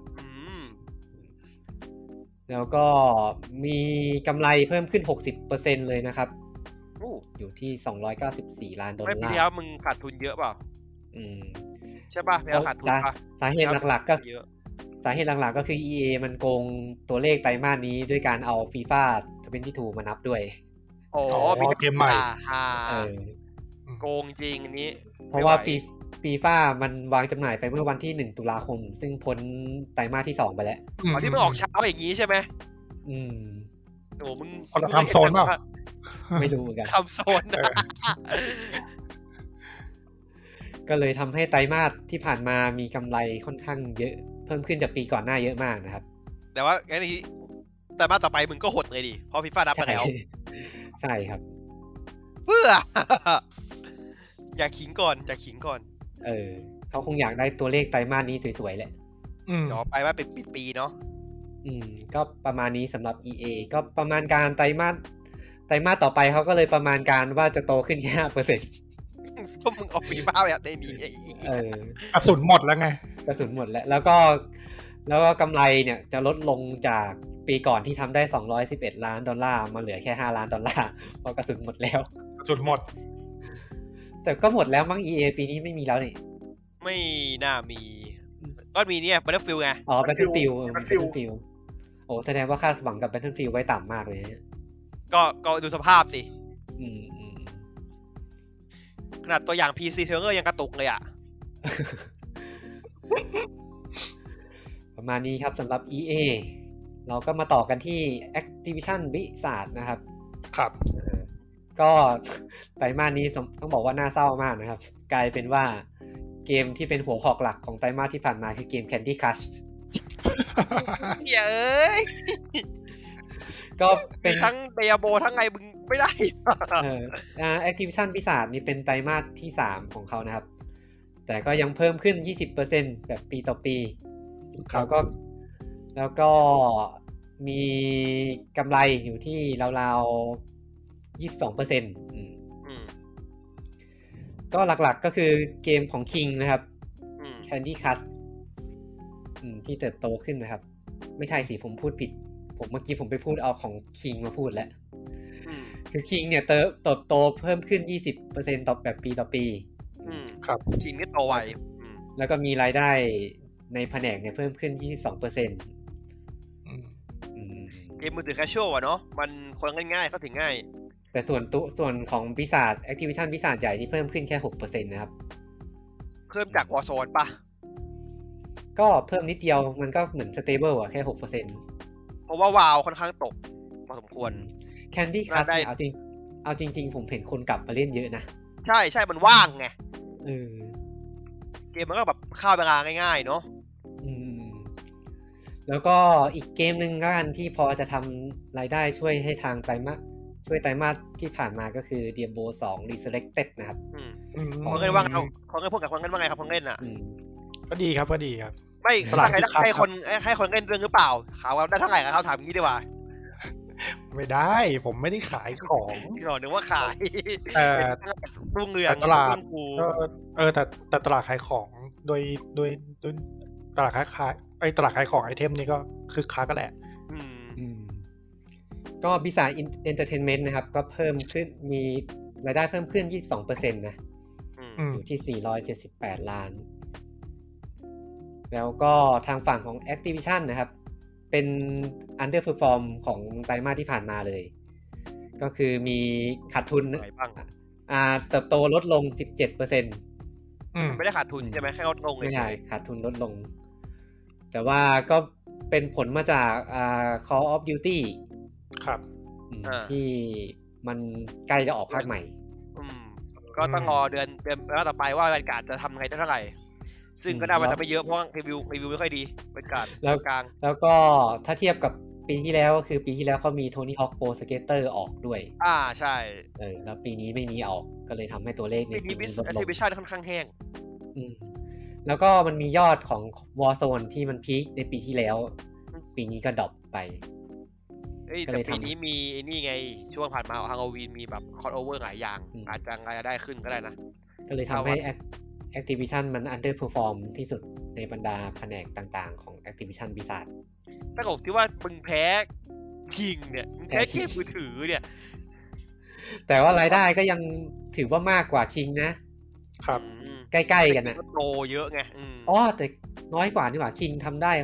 แล้วก็มีกำไรเพิ่มขึ้น 60% เลยนะครับอยู่ที่294ล้านดอลลาร์
ไม่พี่แล้วมึงขาดทุนเยอะเปล่าใช่ป่ะไม่ขาดทุนป่ะ
สาเหตุหลักๆก็คือ EA มันโกงตัวเลขไตรมาสนี้ด้วยการเอา FIFA 22 มานับด้วย
มี
เกมใหม่
โกงจริงอันนี้
เพราะว่าFIFA มันวางจำหน่ายไปเมื่อวันที่1ตุลาคมซึ่งพ้นไตรมาสที่2ไปแล้ว
ที่มันออกเช้าอย่างนี้ใช่ไหมมึง
คนละทำโซนเปล่า
ไม่รู้เหมือนกัน
ทำโซน
ก็เลยทำให้ไตรมาสที่ผ่านมามีกำไรค่อนข้างเยอะเพิ่มขึ้นจากปีก่อนหน้าเยอะมากนะครับ
แต่ว่าไอ้นี่ไตรมาสต่อไปมึงก็หดเลยดิเพราะ FIFA นับไปแล้ว
ใช่ครับ
เพื่ออยากขิงก่อน
เขาคงอยากได้ตัวเลขไตรมาสนี้สวยๆแหละ
ต่อไปว่าเป็นปีๆเนาะ
ก็ประมาณนี้สำหรับ EA ก็ประมาณการไตรมาสต่อไปเขาก็เลยประมาณการว่าจะโตขึ้นแค่ 5%
พวกมึงเอาปีบ้าแบบได้นี้
กระสุนหมดแล้วไง
กระสุนหมดแล้วก็กำไรเนี่ยจะลดลงจากปีก่อนที่ทำได้211ล้านดอลลาร์มาเหลือแค่5ล้านดอลลาร์เพราะกระสุนหมดแล้ว
กระสุนหมด
แต่ก็หมดแล้วมั้ง EA ปีนี้ไม่มีแล้วนี่
ไม่น่ามีก็มีเนี่ย Battlefield ไง
Battlefield โอ้แสดงว่าคาดหวังกับ Battlefield ไว้ต่ำมากเลย
ก็ดูสภาพสิขนาดตัวอย่าง PC Trailer ยังกระตุกเลยอ่ะ
ประมาณนี้ครับสำหรับ EA เราก็มาต่อกันที่ Activision Blizzard นะครับ
ครับ
ก็ไตรมาสนี้ต้องบอกว่าน่าเศร้ามากนะครับกลายเป็นว่าเกมที่เป็นหัวหอกหลักของไตรมาสที่ผ่านมาคือเกม Candy Crush
เอ้ย
ก็เป็น
ทั้ง Diablo ทั้งไงมึงไม่ได้
Activision Blizzard นี่เป็นไตรมาสที่3ของเขานะครับแต่ก็ยังเพิ่มขึ้น 20% แบบปีต่อปีแล้วก็มีกำไรอยู่ที่ราวๆ 22% ก็หลักๆก็คือเกมของ King นะครับ Candy Crush ที่เติบโตขึ้นนะครับไม่ใช่สิผมพูดผิดเมื่อกี้ผมไปพูดเอาของ King มาพูดแล้วคือ King เนี่ยเติบโตเพิ่มขึ้น 20% ต่อแบบปีต่อปี
ครับ
King นี่โตไว
แล้วก็มีรายได้ในแผนกเนี่ยเพิ่มขึ้น 22%
เกมมือถือแคชชวลอ่ะเนาะมันคนง่ายๆเข้าถึงง่าย
แต่ส่วนของปีศาจ Activision ปีศาจใหญ่นี่เพิ่มขึ้นแค่ 6% นะครับ
เพิ่มจาก Warzone ป่ะ
ก็เพิ่มนิดเดียวมันก็เหมือน stable อ่ะแค่ 6%
ราะว่าวาวค่อนข้างตกพอสมควร
Candy Crush เนี่ยเอาจริงผมเห็นคนกลับมาเล่นเยอะนะ
ใช่มันว่างไงเกมมันก็แบบเข้าเวลาง่ายๆเนาะ
แล้วก็อีกเกมนึงกันที่พอจะทำรายได้ช่วยให้ทางไตรมาสที่ผ่านมาก็คือ Diablo 2 Resurrected นะครับ
ของเงินว่าของเงินพวกกับของเงินว่าไงครับของเงินอ่ะ
ก็ดีครับ
ไม่ให้คนเล่นเรื่องหรือเปล่าเขาได้เท่าไหร่ครับเขาถามงี้ดีกว่า
ไม่ได้ผมไม่ได้ขายของ
นึกว่าขายรุ่งเรือง
ตลาดแต่ตลาดขายของโดยตลาดขายของไอเทมนี่ก็คือค้าก็แหละ
ก็บิซ่าเอนเตอร์เทนเมนต์นะครับก็เพิ่มขึ้นมีรายได้เพิ่มขึ้น 22% นะอยู่ที่478 ล้านแล้วก็ทางฝั่งของ Activision นะครับเป็น underperform ของไตรมาสที่ผ่านมาเลยก็คือมีขาดทุนเติบโตลดลง 17%
ไม่ได้ขาดทุนใช่ไหมแค่ลดลงเลย
ไม่ใช่ขาดทุนลดลงแต่ว่าก็เป็นผลมาจากCall of Duty
ครับ
ที่มันใกล้จะออกภาคใหม่
ก็ต้องรอเดือนต่อไปว่าบรรยากาศจะทำไงได้เท่าไหร่ซึ่งก็น่าจะไม่เยอะเพราะรีวิวไม่ค่อยดีบรรยากาศกลาง
แล้วก็ถ้าเทียบกับปีที่แล้วก็คือปีที่แล้วเขามี Tony Hawk Pro Skater ออกด้วย
ใช่
แล้วปีนี้ไม่มีออกก็เลยทำให้ตัวเลขใน
ปีนี้ลดลง Activision ค่อนข้างแห้ง
แล้วก็มันมียอดของ Warzone ที่มันพีคในปีที่แล้วปีนี้ก็ดรอปไป
แต่ปีนี้มีนี่ไงช่วงผ่านมาฮาโลวีนมีแบบคอสโอเวอร์หลายอย่างอาจจะรายได้ขึ้นก็ได้นะ
ก็เลยทำให้ Activision มัน underperform ที่สุดในบรรดาแผนกต่างๆของ Activision Blizzard
ถ้าบอกที่ว่ามึงแพ้คิงเนี่ยมึงแพ้เกมมือถือเนี่ย
แต่ว่ารายได้ก็ยังถือว่ามากกว่าคิงนะครับใกล้ๆกันนะ
โตเยอะไง
แต่น้อยกว่านี่หว่าคิงทำได้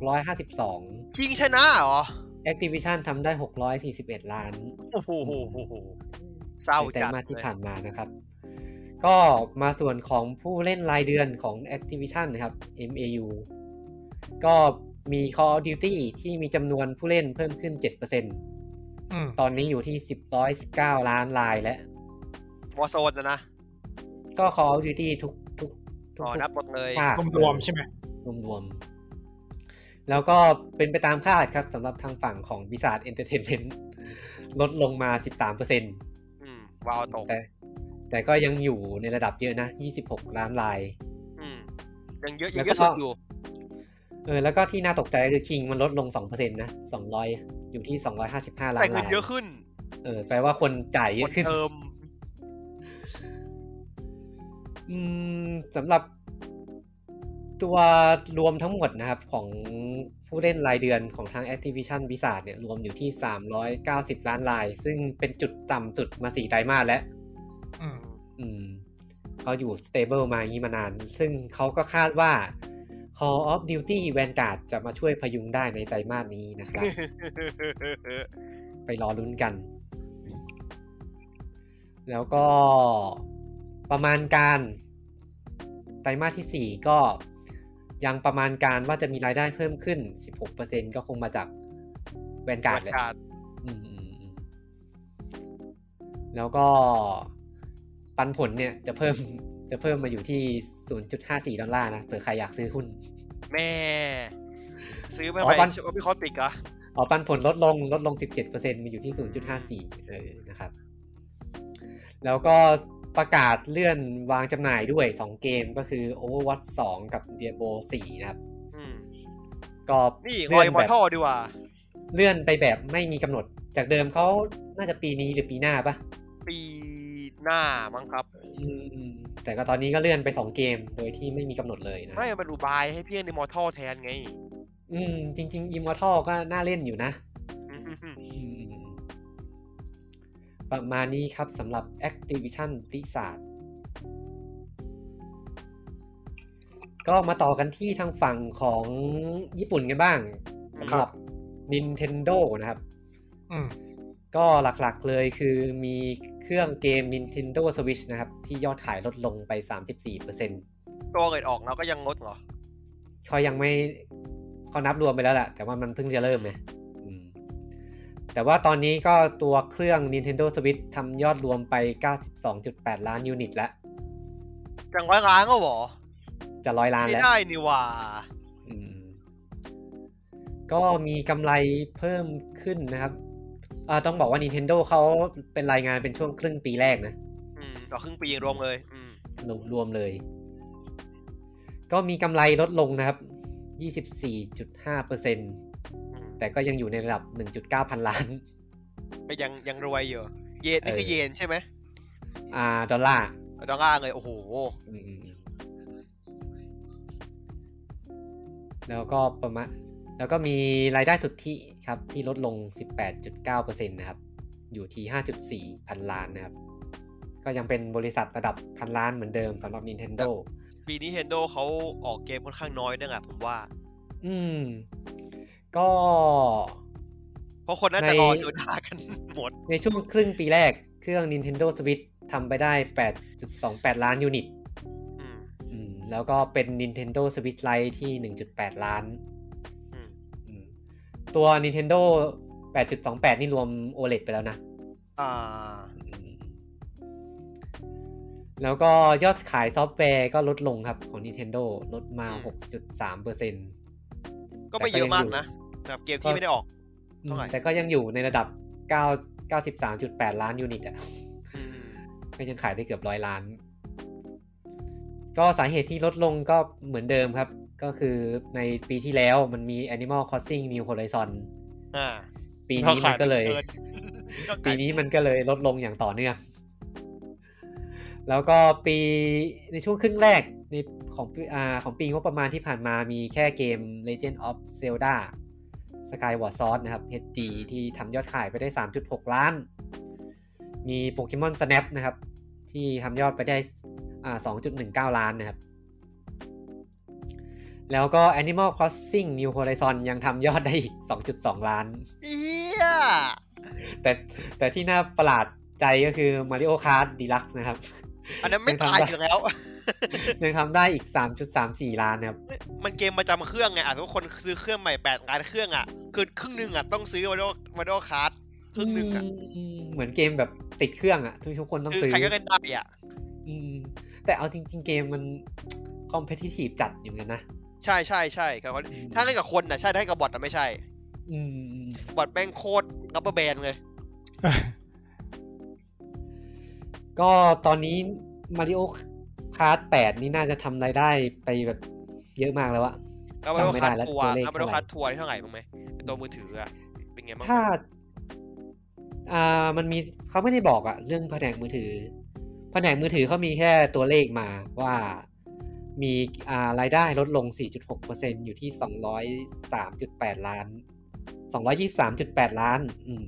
652
คิงชนะเหรอ
Activision ทำได้641 ล้าน
โอ้โหเศร้าจัด
ในที่ผ่านมานะครับก็มาส่วนของผู้เล่นรายเดือนของ Activision นะครับ MAU ก็มี Call of Duty ที่มีจำนวนผู้เล่นเพิ่มขึ้น 7% ตอนนี้อยู่ที่119 ล้านรายแล้ว
Warzone นะ
ก็ Call of Duty ทุก
นับหมดเลย
รวมใช่ไหม
รวมแล้วก็เป็นไปตามคาดครับสำหรับทางฝั่งของ Blizzard Entertainment ลดลงมา 13%
ว้าวตก
แต่ก็ยังอยู่ในระดับเยอะนะ26 ล้านราย
ยังเยอะสุดอยู่
แล้วก็ที่น่าตกใจคือ King มันลดลง 2% นะ200อยู่ที่255 ล้านรายแต่
เงินเยอะขึ้น
แปลว่าคนจ่ายเยอะขึ้นสำหรับตัวรวมทั้งหมดนะครับของผู้เล่นรายเดือนของทาง Activision Blizzard เนี่ยรวมอยู่ที่390 ล้านรายซึ่งเป็นจุดต่ำสุดมา4 ไตรมาสแล้วเขาอยู่ stable มาอย่างนี้มานานซึ่งเขาก็คาดว่า Call of Duty Vanguard จะมาช่วยพยุงได้ในไตรมาสนี้นะครับ ไปรอลุ้นกันแล้วก็ประมาณการไตรมาสที่4ก็ยังประมาณการว่าจะมีรายได้เพิ่มขึ้น 16% ก็คงมาจากแวนการ์ดแหละแล้วก็ปันผลเนี่ยจะเพิ่มมาอยู่ที่ $0.54 นะเผื่อใครอยากซื้อหุ้น
แม่ซื้อไม่ไหวพี่คอติกเหรอ
ปันผลลดลง 17% มาอยู่ที่ 0.54 นะครับแล้วก็ประกาศเลื่อนวางจำหน่ายด้วย2เกมก็คือ Overwatch 2 กับ Diablo 4 นะครับก็
นี่รอยมอร์ทัลดีกว่า
เลื่อนไปแบบไม่มีกำหนดจากเดิมเขาน่าจะปีนี้หรือปีหน้าปะ
ปีหน้ามั้งครับ
แต่ก็ตอนนี้ก็เลื่อนไป2เกมโดยที่ไม่มีกำหนดเลยนะ
ไม่มันดูบายให้เพี่อน Immortal แทนไง
จริงๆ Immortal ก็น่าเล่นอยู่นะประมาณนี้ครับสำหรับ Activision Blizzard ก็มาต่อกันที่ทางฝั่งของญี่ปุ่นกันบ้างสำหรับ Nintendo นะครับก็หลักๆเลยคือมีเครื่องเกม Nintendo Switch นะครับที่ยอดขายลดลงไป 34%
ตัวเกิดออกแล้วก็ยังลดเหรอ
เขายังไม่เขานับรวมไปแล้วแหละแต่ว่ามันเพิ่งจะเริ่มไงแต่ว่าตอนนี้ก็ตัวเครื่อง Nintendo Switch ทำยอดรวมไป 92.8 ล้านยูนิตแล้ว
จัง100 ล้านก็หรอ
จะ100 ล้านแล้ว
ได้นี่ว่า
ก็มีกำไรเพิ่มขึ้นนะครับต้องบอกว่า Nintendo เขาเป็นรายงานเป็นช่วงครึ่งปีแรกนะ
ต่อครึ่งปีรวมเลย
รวมเลยก็มีกำไรลดลงนะครับ 24.5% แต่ก็ยังอยู่ในระดับ 1.9 พันล้าน
ก็ยังรวยอยู่เยนนี่คือเยนใช่ไหม
ดอลลาร์
เลยโอ้โห
แล้วก็มีรายได้สุทธิครับที่ลดลง 18.9% นะครับอยู่ที่ 5.4 พันล้านนะครับก็ยังเป็นบริษัทระดับพันล้านเหมือนเดิมสำหรับ Nintendo
ปีนี้ Nintendo เขาออกเกมค่อนข้างน้อยด้วยอ่ะผมว่า
ก็
เพราะคนน่าจะรอซื้อหน้ากันหมด
ในช่วงครึ่งปีแรกเครื่อง Nintendo Switch ทำไปได้ 8.28 ล้านยูนิตแล้วก็เป็น Nintendo Switch Lite ที่ 1.8 ล้านตัว Nintendo 8.28 นี่รวม OLED ไปแล้วนะแล้วก็ยอดขายซอฟต์แวร์ก็ลดลงครับของ Nintendo ลดมา 6.3%
ก็ไม่เยอะมากนะสำหรับเกมที่ไม่ได้ออก
แต่ก็ยังอยู่ในระดับ 93.8 ล้านยูนิตอ่ะก็ยังขายได้เกือบ100 ล้านก็สาเหตุที่ลดลงก็เหมือนเดิมครับก็คือในปีที่แล้วมันมี Animal Crossing New Horizon ปีนี้มันก็เลยลดลงอย่างต่อเนื่องแล้วก็ปีในช่วงครึ่งแรกในของปีงบประมาณที่ผ่านมามีแค่เกม Legend of Zelda Skyward Sword นะครับ HD ที่ทำยอดขายไปได้ 3.6 ล้านมี Pokemon Snap นะครับที่ทำยอดไปได้2.19 ล้านนะครับแล้วก็ Animal Crossing New Horizon ยังทำยอดได้อีก 2.2 ล้านแต่ที่น่าประหลาดใจก็คือ Mario Kart Deluxe นะครับ
อันนั้นไม่ตายอยู่แล้ว
ยังทำได้อีก 3.34 ล้านนะครับ
มันเกมประจำเครื่องไงทุกคนซื้อเครื่องใหม่8 ล้านเครื่องคือครึ่งนึงต้องซื้อ Mario Kart ครึ่งนึง
เหมือนเกมแบบติดเครื่องทุกคนต้องซื้อ
ใครก็เล่นได้
แต่เอาจริงๆเกมมัน competitive จัดอยู่เหมือนกันนะ
ใช่ครับถ้าเล่นกับคนใช่ถ้าเล่นกับบอทไม่ใช่บอทแม่งโคตรงับเบอร์แบนเลย
ก็ตอนนี้ Mario Kart 8 นี่น่าจะทำรายได้ไปแบบเยอะมากแล้วอะ
จำไม่ได้แล้วตัวเลขMario Kart ทัวร์เท่าไหร่บ้างไหมตัวมือถือเป็นไงบ้าง
ถ้ามันมีเขาไม่ได้บอกเรื่องแผนกมือถือเขามีแค่ตัวเลขมาว่ามีรายได้ลดลง 4.6% อยู่ที่ 203.8 ล้าน 223.8 ล้าน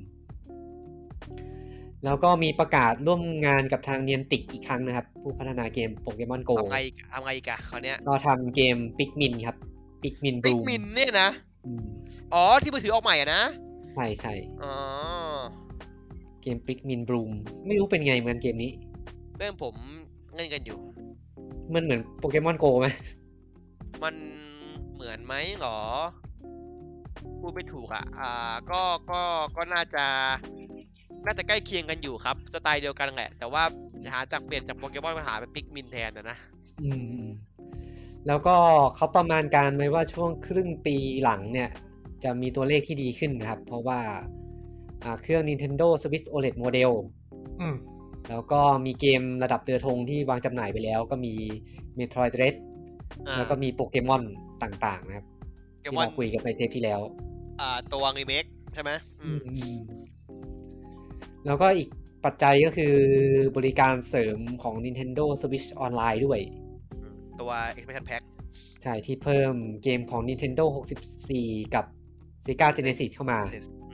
แล้วก็มีประกาศร่วมงานกับทาง Niantic อีกครั้งนะครับผู้พัฒนาเกม Pokemon Go
ทำไงอีกคราวเนี้ย
ก็ทำเกม Pikmin ครับ Pikmin Bloom
Pikmin เนี่ยนะที่มือถือออกใหม่นะ
ใช่เกม Pikmin Bloom ไม่รู้เป็นไงเหมือนเกมนี้
เรื่องผมเล่นกันอยู่
มันเหมือน Pokemon Go ไหม
มันเหมือนไหมหรอพูดไม่ถูกก็น่าจะใกล้เคียงกันอยู่ครับสไตล์เดียวกันแหละแต่ว่าเปลี่ยนจากโปเกมอนมาหาเป็นปิกมินแทนนะ
แล้วก็เขาประมาณการไว้ว่าช่วงครึ่งปีหลังเนี่ยจะมีตัวเลขที่ดีขึ้นนะครับเพราะว่าเครื่อง Nintendo Switch OLED Model แล้วก็มีเกมระดับเรือธงที่วางจำหน่ายไปแล้วก็มี Metroid Dread แล้วก็มีโปเกมอนต่างๆนะครับที่เราคุยกันไปเทปที่แล้ว
ตัวรีเมคใช่ไหม
แล้วก็อีกปัจจัยก็คือบริการเสริมของ Nintendo Switch Online ด้วย
ตัว Expansion Pack
ใช่ที่เพิ่มเกมของ Nintendo 64 กับ Sega Genesis เข้ามา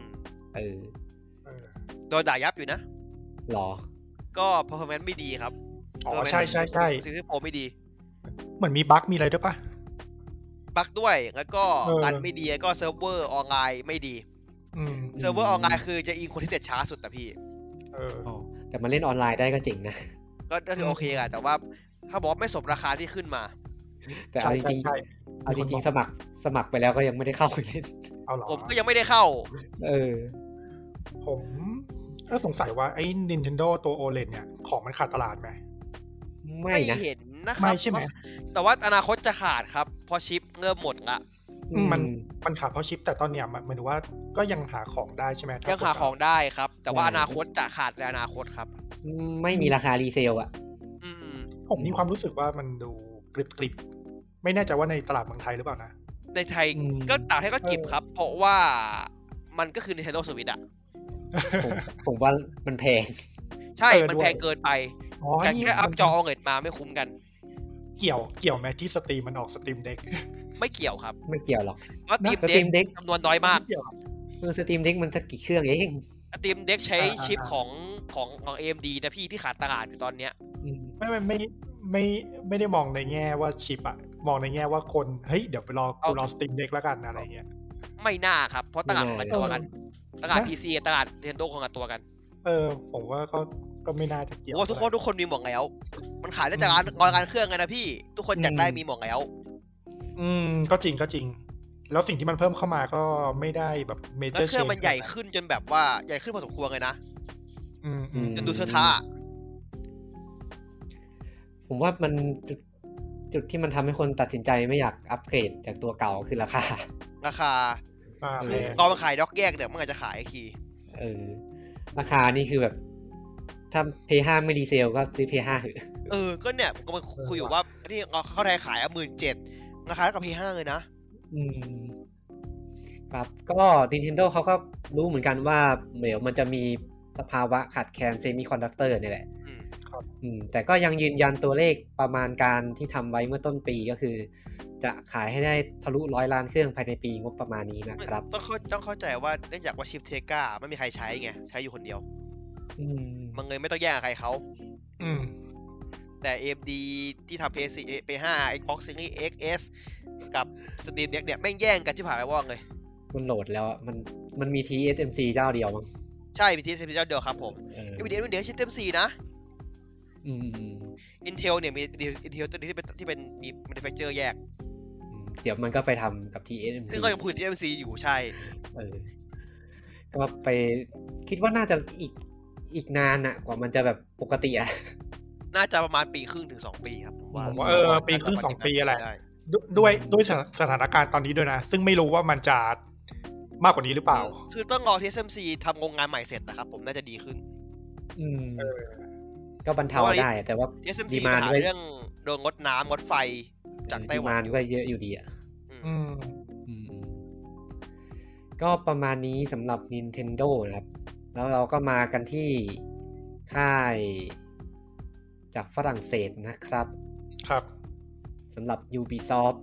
โดนด่ายับอยู่นะ
หรอ
ก็ performance ไม่ดีครับ
ใช่
ซื้อโปรไม่ดี
เหมือนมีบั๊กมีอะไรด้วยปะ
บั๊กด้วยแล้วก็รันไม่ดีก็เซิร์ฟเวอร์ออนไลน์ไม่ดีเซิร์ฟเวอร์ออนไลน์คือจะอินคนที่เด็ดช้าสุดแต่พี่
แต่มาเล่นออนไลน์ได้ก็เจ๋งนะ
ก็ถือโอเคอะแต่ว่าถ้าบอกไม่สมราคาที่ขึ้นมา
แต่เอาจริงสมัครไปแล้วก็ยังไม่ได้เข้าไปเล่น
ผมก็ยังไม่ได้เข้า
ผมสงสัยว่าไอ้ Nintendo ตัว OLED เนี่ยของมันขาดตลาดไหม
ไม่นะ
เห็นนะครับ
ไม่ใช่ไหม
แต่ว่าอนาคตจะขาดครับเพราะชิปเริ่มหมดละ
มันขาดเพราะชิปแต่ตอนเนี้ยหมายถึงว่าก็ยังหาของได้ใช่ไหม
ยังหาของได้ครับแต่ว่าอนาคตจะขาดในอนาคตครับ
ไม่มีราคารีเซลอ่ะ
ผมมีความรู้สึกว่ามันดูกริบไม่แน่ใจว่าในตลาดเมืองไทยหรือเปล่านะ
ในไทยก็ต่างให้ก็จิบครับเพราะว่ามันก็คือ Nintendo Switch อ่ะ
ผมว่ามันแพง
ใช่มันแพงเกินไปแค่อัพจอเอาเงินมาไม่คุ้มกัน
เกี่ยวไหมที่สตรีมมันออกสตรีมเด็ก
ไม่เกี่ยวครับ
ไม่เกี่ยวหรอก
เพราะสตรีมเด็กจำนวนน้อยมาก
สตรีมเด็กมันจะกี่เครื่องเอง
สตรีมเด็กใช้ชิปของAMD นะพี่ที่ขาดตลาดอยู่ตอนเนี้ย
ไม่ได้มองในแง่ว่าชิปอะมองในแง่ว่าคนเฮ้ยเดี๋ยวไปรอสตรีมเด็กแล้วกันอะไรเงี้ย
ไม่น่าครับเพราะตลาดของตัวกันตลาด PC กับตลาด Nintendo ของตัวกัน
ผมว่าก็ไม่น่าจะเกี่ยว
ว่าทุกคนมีหมดแล้วมันขายได้จากการเครื่องไงนะพี่ทุกคนอยากได้มีหมดแล้ว
ก็จริงแล้วสิ่งที่มันเพิ่มเข้ามาก็ไม่ได้แบบเมเจอร์เชน
เครื่องมันใหญ่ขึ้นจนแบบว่าใหญ่ขึ้นพอสมควรเลยนะจนดูเทอะท่า
ผมว่ามันจุดที่มันทำให้คนตัดสินใจไม่อยากอัปเกรดจากตัวเก่าคือราคา
คือตอนมันขายด็อกแยกเนี่ยมันอาจจะขายอีกที
ราคานี่คือแบบถ้า P5 ไม่ดีเซลก็ซื้อ P5 เถอะ
ก็เนี่ยก็มาคุยอยู่ว่าที่เขาไทยขาย17,000ราคาเท่ากับ P5 เลย
นะครับก็ Nintendo เขาก็รู้เหมือนกันว่าเดี๋ยวมันจะมีสภาวะขาดแคลนเซมิคอนดักเตอร์นี่แหละแต่ก็ยังยืนยันตัวเลขประมาณการที่ทำไว้เมื่อต้นปีก็คือจะขายให้ได้ทะลุ100 ล้านเครื่องภายในปีงบประมาณนี้นะครับ
ต้องเข้าใจว่าเนื่องจากว่าชิปเทก้าไม่มีใครใช้ไงใช้อยู่คนเดียวมันเลยไม่ต้องแย่งใครเขาแต่ AMD ที่ทำ PS5 Xbox Series XS กับ Steam Deck เนี่ยแม่งแย่งกันชิบหายไปว่างเลย
มันโหลดแล้วมันมี TSMC เจ้าเดียวมั้ง
ใช่มี TSMC เจ้าเดียวครับผม AMD รุ่นเดียวชิป TSMC นะ Intel เนี่ยมี Intel ตัวนี้ที่เป็นมี manufacturer แยก
เดี๋ยวมันก็ไปทำกับ TSMC
ซึ่งก็ยังพูด TSMC อยู่ใช่
ก็ไปคิดว่าน่าจะอีกนานน่ะกว่ามันจะแบบปกติ
น่าจะประมาณปีครึ่งถึง2 ปีครับผมว่า
ปีครึ่ง2 ปีอะไรด้วยสถานการณ์ตอนนี้ด้วยนะซึ่งไม่รู้ว่ามันจะมากกว่านี้หรือเปล่า
คือต้องรอ TSMC ทำโรงงานใหม่เสร็จนะครับผมน่าจะดีขึ้น
ก็บรรเทาได้แต่ว่า
TSMC มีปัญหาเรื่องโดนงดน้ำงดไฟจากไต้หวัน
ก็เยอะอยู่ดีก็ประมาณนี้สำหรับ Nintendo นะครับแล้วเราก็มากันที่ค่ายจากฝรั่งเศสนะครับสำหรับ Ubisoft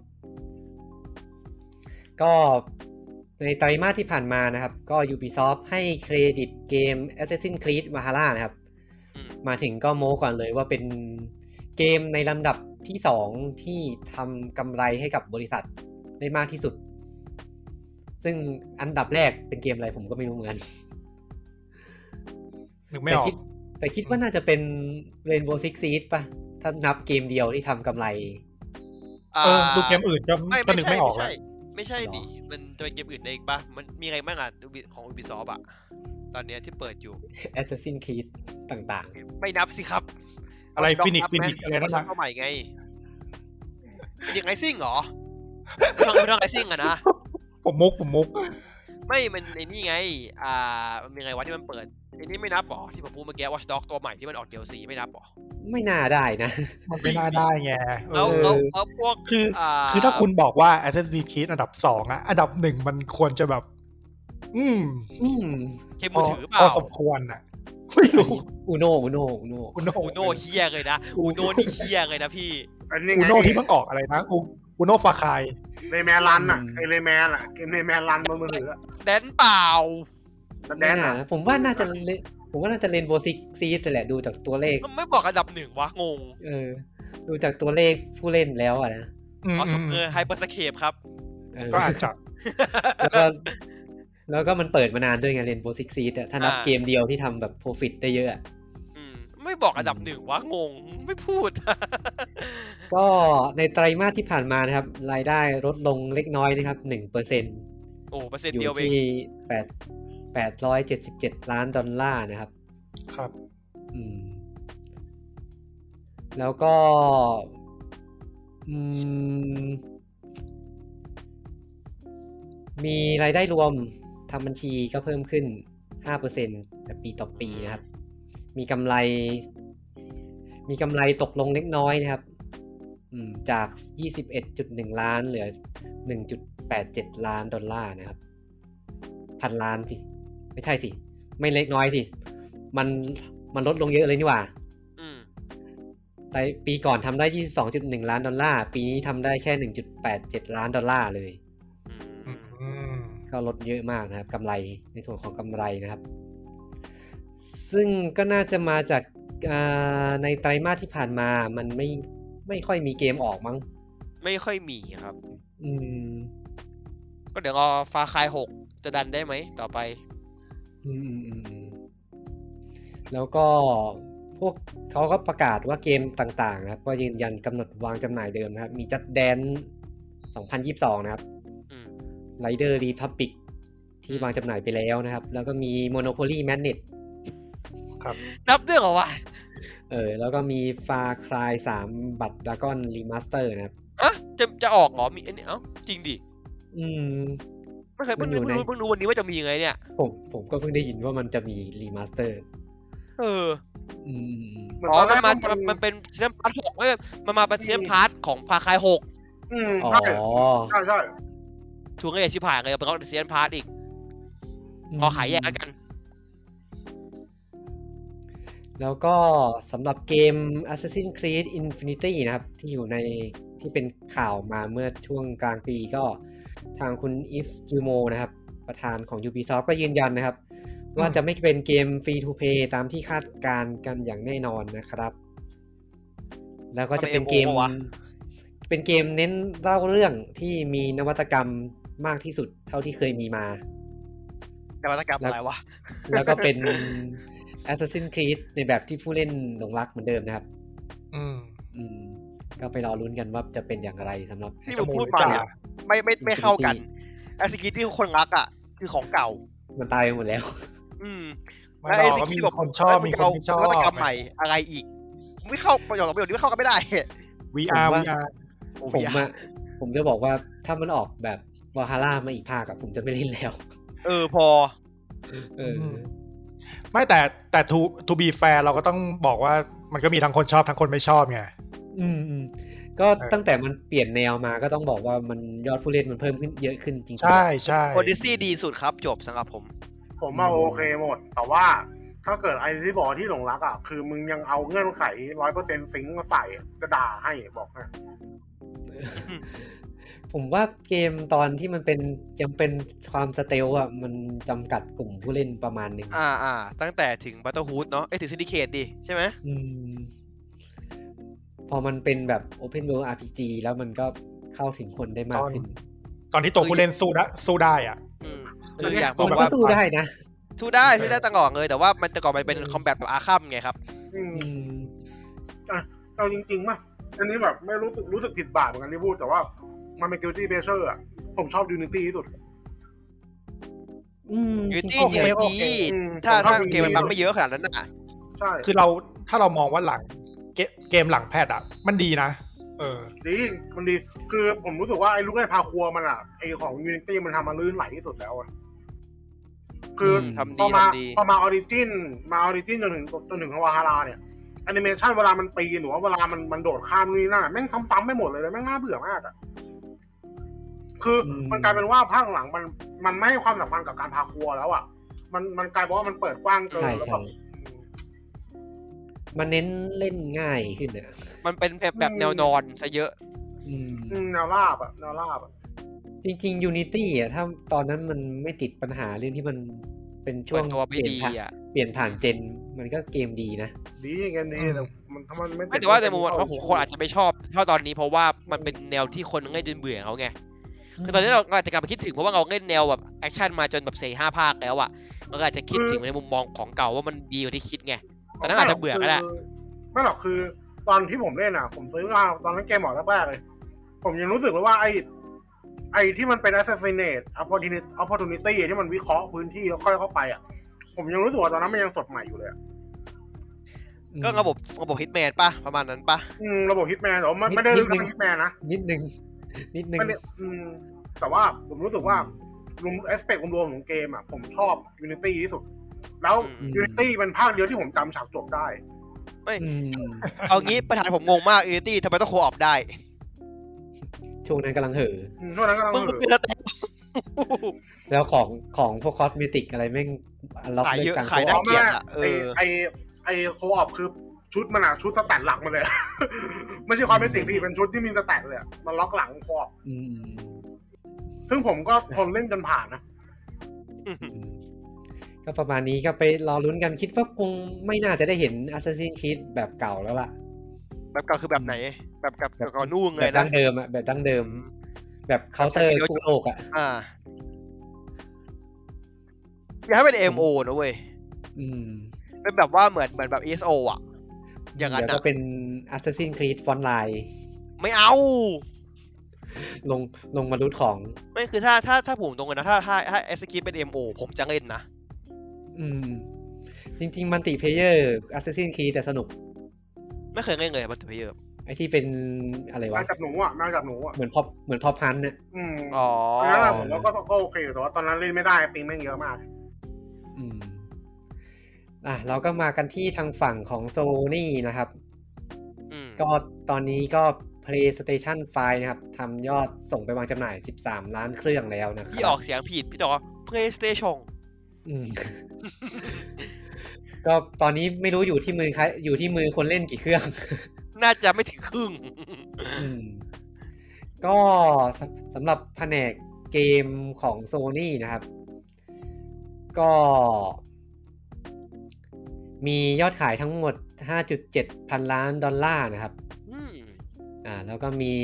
ก็ในไตรมาสที่ผ่านมานะครับก็ Ubisoft ให้เครดิตเกม Assassin's Creed Valhalla นะครับมาถึงก็โม้ก่อนเลยว่าเป็นเกมในลำดับที่2ที่ทำกำไรให้กับบริษัทได้มากที่สุดซึ่งอันดับแรกเป็นเกมอะไรผมก็ไม่รู้เหมือนกัน
ไม่ออก
แต่คิดว่าน่าจะเป็น Rainbow Six Siege ป่ะถ้านับเกมเดียวที่ทำกำไร
ดูเกมอื่นก็นึกไม่ออก
ไม่ใช่ดิมันจะเป็นเกมอื่นได้อีกป่ะมันมีอะไรบ้างของ Ubisoft อ่ะตอนนี้ที่เปิดอยู่
Assassin's Creed ต่าง
ๆไม่นับสิครับ
อะไรฟินิกอะไรนั่น
นะเข้าใหม่ไงยังไงซิ่งเหรอไม่ต้องไงซิ่งอะนะ
ผมมุก
ไม่มันไอ้นี่ไงมันมีไงวะที่มันเปิดไอ้นี่ไม่นับหรอที่ผมพูดเมื่อกี้ Watch Dogs ตัวใหม่ที่มันออก DLC ไม่นับหรอ
ไม่น่าได้นะ
มันไม่น่าได้ไง
แล้วพวก
คือถ้าคุณบอกว่า Assassin's Creed อันดับ2อ่ะอันดับ1มันควรจะแบบ
เกมมือถือเปล่า
พอสมควรอ่ะไม่รู้
อูโน่
เฮียเลยนะอูโน่นี่เฮียเลยนะพี่
อูโน่ที่เพิ่งออกอะไรนะอูโน่ฟาคาย
เลแมรันอ่ะไอเลแมนอ่ะเกมเลแมรันบนมือถือ
แดนเปล่า
แดนผมว่าน่าจะเล่นโบซิกซีดแหละดูจากตัวเลข
ไม่บอกอันดับ1วะงง
ดูจากตัวเลขผู้เล่นแล้วอ่ะนะ
สมไฮเปอร์สเคปครับ
ก็อาจจะ
แล้วก็มันเปิดมานานด้วยไงเล่นโบซิกซีดถ้านับเกมเดียวที่ทำแบบโปรฟิตได้เยอะ
ไม่บอกอันดับ1วะงงไม่พูด
ก็ในไตรมาสที่ผ่านมานะครับรายได้ลดลงเล็กน้อยนะครับ 1%
โอ้เปอร์เซ็นต์เดียวเอง
อยู่ที่ 877 ล้านดอลลาร์นะครับ
ครับ
แล้วก็มีรายได้รวมทำบัญชีก็เพิ่มขึ้น 5% จากปีต่อปีนะครับมีกำไรตกลงเล็กน้อยนะครับจาก 21.1 ล้านเหลือ 1.87 ล้านดอลลาร์นะครับพันล้านสิไม่ใช่สิไม่เล็กน้อยสิมันลดลงเยอะเลยนี่หว่าแต่ปีก่อนทำได้ 22.1 ล้านดอลลาร์ปีนี้ทำได้แค่ 1.87 ล้านดอลลาร์เลยก็ลดเยอะมากนะครับกำไรในส่วนของกำไรนะครับซึ่งก็น่าจะมาจากในไตรมาสที่ผ่านมามันไม่ค่อยมีเกมออกมั้ง
ไม่ค่อยมีครับก็เดี๋ยวรอฟาคาย6จะดันได้ไหมต่อไป
แล้วก็พวกเขาก็ประกาศว่าเกมต่างๆนะครับก็ยืนยันกำหนดวางจำหน่ายเดิมนะครับมีจัดแดน2022นะครับRider Republic ที่วางจำหน่ายไปแล้วนะครับแล้วก็มี Monopoly Madness
ครับ
นับเรื่องเหรอวะ
แล้วก็มี Far Cry 3 Blood Dragon Remaster นะครับ
จะออกเหรอมีอันนี้จริงดิไม่เคยเพิ่งรู้วันนี้ว่าจะมีไงเนี่ย
ผมก็เพิ่งได้ยินว่ามันจะมีรีมาสเตอร์
มันเป็นซีซั่นพาร์ท6มันมาเป็นซีซั่นพาร์ทของฟาคาย6
ใช่
ถูกไงชิบหายเลยเป็นเขาซีซั่นพาร์ทอีกพอขายแยกกัน
แล้วก็สำหรับเกม Assassin's Creed Infinity นะครับที่เป็นข่าวมาเมื่อช่วงกลางปีก็ทางคุณอีฟส์กิลโมนะครับประธานของ Ubisoft ก็ยืนยันนะครับว่าจะไม่เป็นเกม Free to Play ตามที่คาดการณ์กันอย่างแน่นอนนะครับแล้วก็จะเป็นเกมเน้นเล่าเรื่องที่มีนวัตกรรมมากที่สุดเท่าที่เคยมีมาน
วัตกรรมอะไรวะ
แล้วก็เป็น Assassin's Creed ในแบบที่ผู้เล่นหลงรักเหมือนเดิมนะครับก็ไปรอลุ้นกันว่าจะเป็นอย่างไรสำหรับ
ที่ผมพูดมาเนี่ยไม่เข้ากัน Assassin's Creed ที่คนรักอ่ะคือของเก่า
มันตายไปหมดแล้ว
แล้วไอ้สิ่งที่คนชอบมีคนไม่ชอบนวัตกรรมใหม่อะไรอีกไม่เข้าประโยชน์นี้ไม่เข้ากันไม่ได้
VR
ผมจะบอกว่าถ้ามันออกแบบวาฮาร่ามาอีกภาคผมจะไม่เล่นแล้ว
พอ
ไม่แต่ to be fair เราก็ต้องบอกว่ามันก็มีทั้งคนชอบทั้งคนไม่ชอบไง
ก็ตั้งแต่มันเปลี่ยนแนวมาก็ต้องบอกว่ามันยอดผู้เล่นมันเพิ่มขึ้นเยอะขึ้นจริง
ๆใช่
โอดิซี่ดีสุดครับจบสำหรับผม
โอเคหมดแต่ว่าถ้าเกิดไอ้ที่บอกที่หลงรักอ่ะคือมึงยังเอาเงื่อนไข 100% ซิงค์มาใส่จะด่าให้บอกนะ
ผมว่าเกมตอนที่มันยังเป็นความสเตลอ่ะมันจำกัดกลุ่มผู้เล่นประมาณนึง
ตั้งแต่ถึง Brotherhood เนาะถึง Syndicate ดิใช่ไหม
พอมันเป็นแบบ Open World RPG แล้วมันก็เข้าถึงคนได้มากขึ้น
ตอนที่ตัวผู้เล่นสู้ได้อ่ะ
คืออยาก
บอกว่าสู้ได้นะ
สู้ได้ตลอดเลยแต่ว่ามันแต่ก่อนมันเป็นคอมแบทแบบอาคัมไงครับ
เอาจริงๆป่ะอันนี้แบบไม่รู้สึกผิดบาปเหมือนกันที่พูดแต่ว่ามันเป็น Guilty Pleasure อ่ะผมชอบ Unity ที่สุด
Unity จริงๆดีถ้าเกมมันบั๊กไม่เยอะขนาดนั้นน่ะ
ใช่
คือถ้าเรามองว่าหลังเกมหลังแพทอ่ะมันดีนะ
ดีมันดีคือผมรู้สึกว่าไอ้ลูกเล่นพาครัวมันอ่ะไอ้ของ Unity มันทำมาลื่นไหลที่สุดแล้วอ่ะคือพอมาออริจินจนถึงวาฮาราเนี่ยแอนิเมชันเวลามันปีนหรือว่าเวลามันโดดข้ามนี่นั่นแม่งซ้ำๆไม่หมดเลยแม่งน่าเบื่อมากอ่ะคือมันกลายเป็นว่าภาคหลังมันไม่ให้ความสำคัญกับการพาครัวแล้วอ่ะมันกลายเป็นว่ามันเปิดกว้างเกินแล้วแบบ
มันเน้นเล่นง่ายขึ้นเนี่ย
มันเป็นแบบแนวนอนซะเยอะ
แนวราบ
จริงๆ Unity อ่ะถ้าตอนนั้นมันไม่ติดปัญหาเรื่องที่มันเป็นช่วงเปลี่ยนผ่านเจนมันก็เกมดีนะ
ดีกันนี่แต่มันถ้ามันไม่
แต่ว่าในมุมว่าคนอาจจะไม่ชอบเท่าตอนนี้เพราะว่ามันเป็นแนวที่คนง่ายจนเบื่อเขาไงคือตอนนี้เราอาจจะกลับไปคิดถึงเพราะว่าเราเล่นแนวแบบแอคชั่นมาจนแบบ 4-5 ภาคแล้วอ่ะเราอาจจะคิดถึงในมุมมองของเก่าว่ามันดีกว่าที่คิดไงแต่นั้นอาจจะเบื่อก็ได้
ไม่หรอกคือตอนที่ผมเล่นอ่ะผมซื้อมาตอนนั้นเกมหมอแรกๆเลยผมยังรู้สึกเลยว่าไอ้ไอ้ที่มันเป็น assassinate opportunity ที่มันวิเคราะห์พื้นที่แล้วค่อยเข้าไปอ่ะผมยังรู้สึกว่าตอนนั้นมันยังสดใหม่อยู่เลย
ก็ระบบฮิตแมนป่ะประมาณนั้นป่ะ
ระบบฮิตแมนแต่ว่าไม่ได้ลึกถึงฮิตแมนนะนิดนึงแต่ว่าผมรู้สึกว่ารวม aspect รวมของเกมอ่ะผมชอบ Unity ที่สุดแล้ว Unity เป็นภาคเดียวที่ผมจำฉากจบได้
ไม่เอางี้ปัญหาผมงงมาก Unity ทำไมต้องโคออฟได้
ช่วงนั้นกำลังเห่อ
ช่วงนั้นกำลังเห่อ
แล้วของพวกคอสเมติกอะไรแม่ง
ขายเยอะขายน่าเกลียดอ่ะ
ไอโคออฟคือชุดมันอ่ะชุดสแตทหลักมาเลยไม่ใช่คอสเมติกที่เป็นชุดที่มีสแตทเลยมันล็อกหลังโคออฟซึ่งผมก็ทนเล่นจนผ่านนะ
ก็ประมาณนี้ก็ไปรอลุ้นกันคิดว่าคงไม่น่าจะได้เห็น Assassin's Creed แบบเก่าแล้วล่ะ
แบบเก่าคือแบบไหนแบบกับก่อนนู่นเลยนะ
แบบดั้งเดิมอ่ะแบบดั้งเดิมแบบเคาน์เตอร์ทั่วโลกอ่ะ
อยากให้เป็น MO นะเว้ยเป็นแบบว่าเหมือนแบบ ESO อ่ะอย่างนั้น
ก็เป็น Assassin's Creed Frontline
ไม่เอา
ลงมารูทของ
ไม่คือถ้าผมตรงกันนะถ้าAssassin's Creed เป็น MO ผมจะเล่นนะ
จริงๆมัลติเพลเยอร์ Assassin's Creed แต่สนุก
ไม่เคยเล่นเลยมัลติเพลเยอร์
ไอ้ที่เป็นอะไรวะ
มาจับหนูอ่ะ
เหมือนพอพันเนี่ย
อ๋อแล้วก็โอเคแต่ว่าตอนนั้นเล่นไม่ได้ปิงแม่งเยอะมาก
เราก็มากันที่ทางฝั่งของ Sony นะครับก็ตอนนี้ก็ PlayStation 5 นะครับทำยอดส่งไปวางจำหน่าย13ล้านเครื่องแล้วนะครับ
พี่ออกเสียงผิดพี่ต่อ PlayStation
ก็ตอนนี้ไม่รู้อยู่ที่มือใครอยู่ที่มือคนเล่นกี่เครื่อง
น่าจะไม่ถึงครึ่ง
ก็สำหรับแผนกเกมของ Sony นะครับก็มียอดขายทั้งหมด 5.7 พันล้านดอลลาร์นะครับแล้วก็มี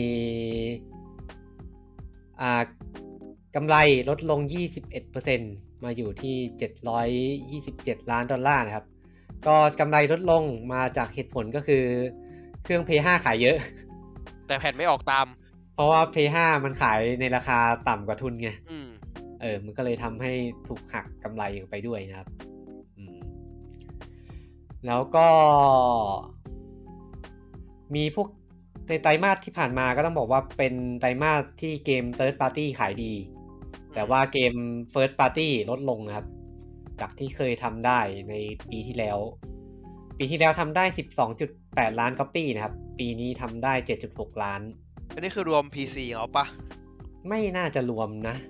กำไรลดลง 21% มาอยู่ที่727ล้านดอลลาร์นะครับก็กำไรลดลงมาจากเหตุผลก็คือเครื่อง PS5 ขายเยอะ
แต่แผ่นไม่ออกตาม
เพราะว่า PS5 มันขายในราคาต่ำกว่าทุนไงมันก็เลยทำให้ถูกหักกำไรไปด้วยนะครับแล้วก็มีพวกในไตรมาสที่ผ่านมาก็ต้องบอกว่าเป็นไตรมาสที่เกม Third Party ขายดีแต่ว่าเกม First Party ลดลงนะครับจากที่เคยทำได้ในปีที่แล้วทำได้ 12.8 ล้านก๊อปปี้นะครับปีนี้ทำได้ 7.6 ล้าน
อันนี้คือรวม PC เขาปะ
ไม่น่าจะรวมนะ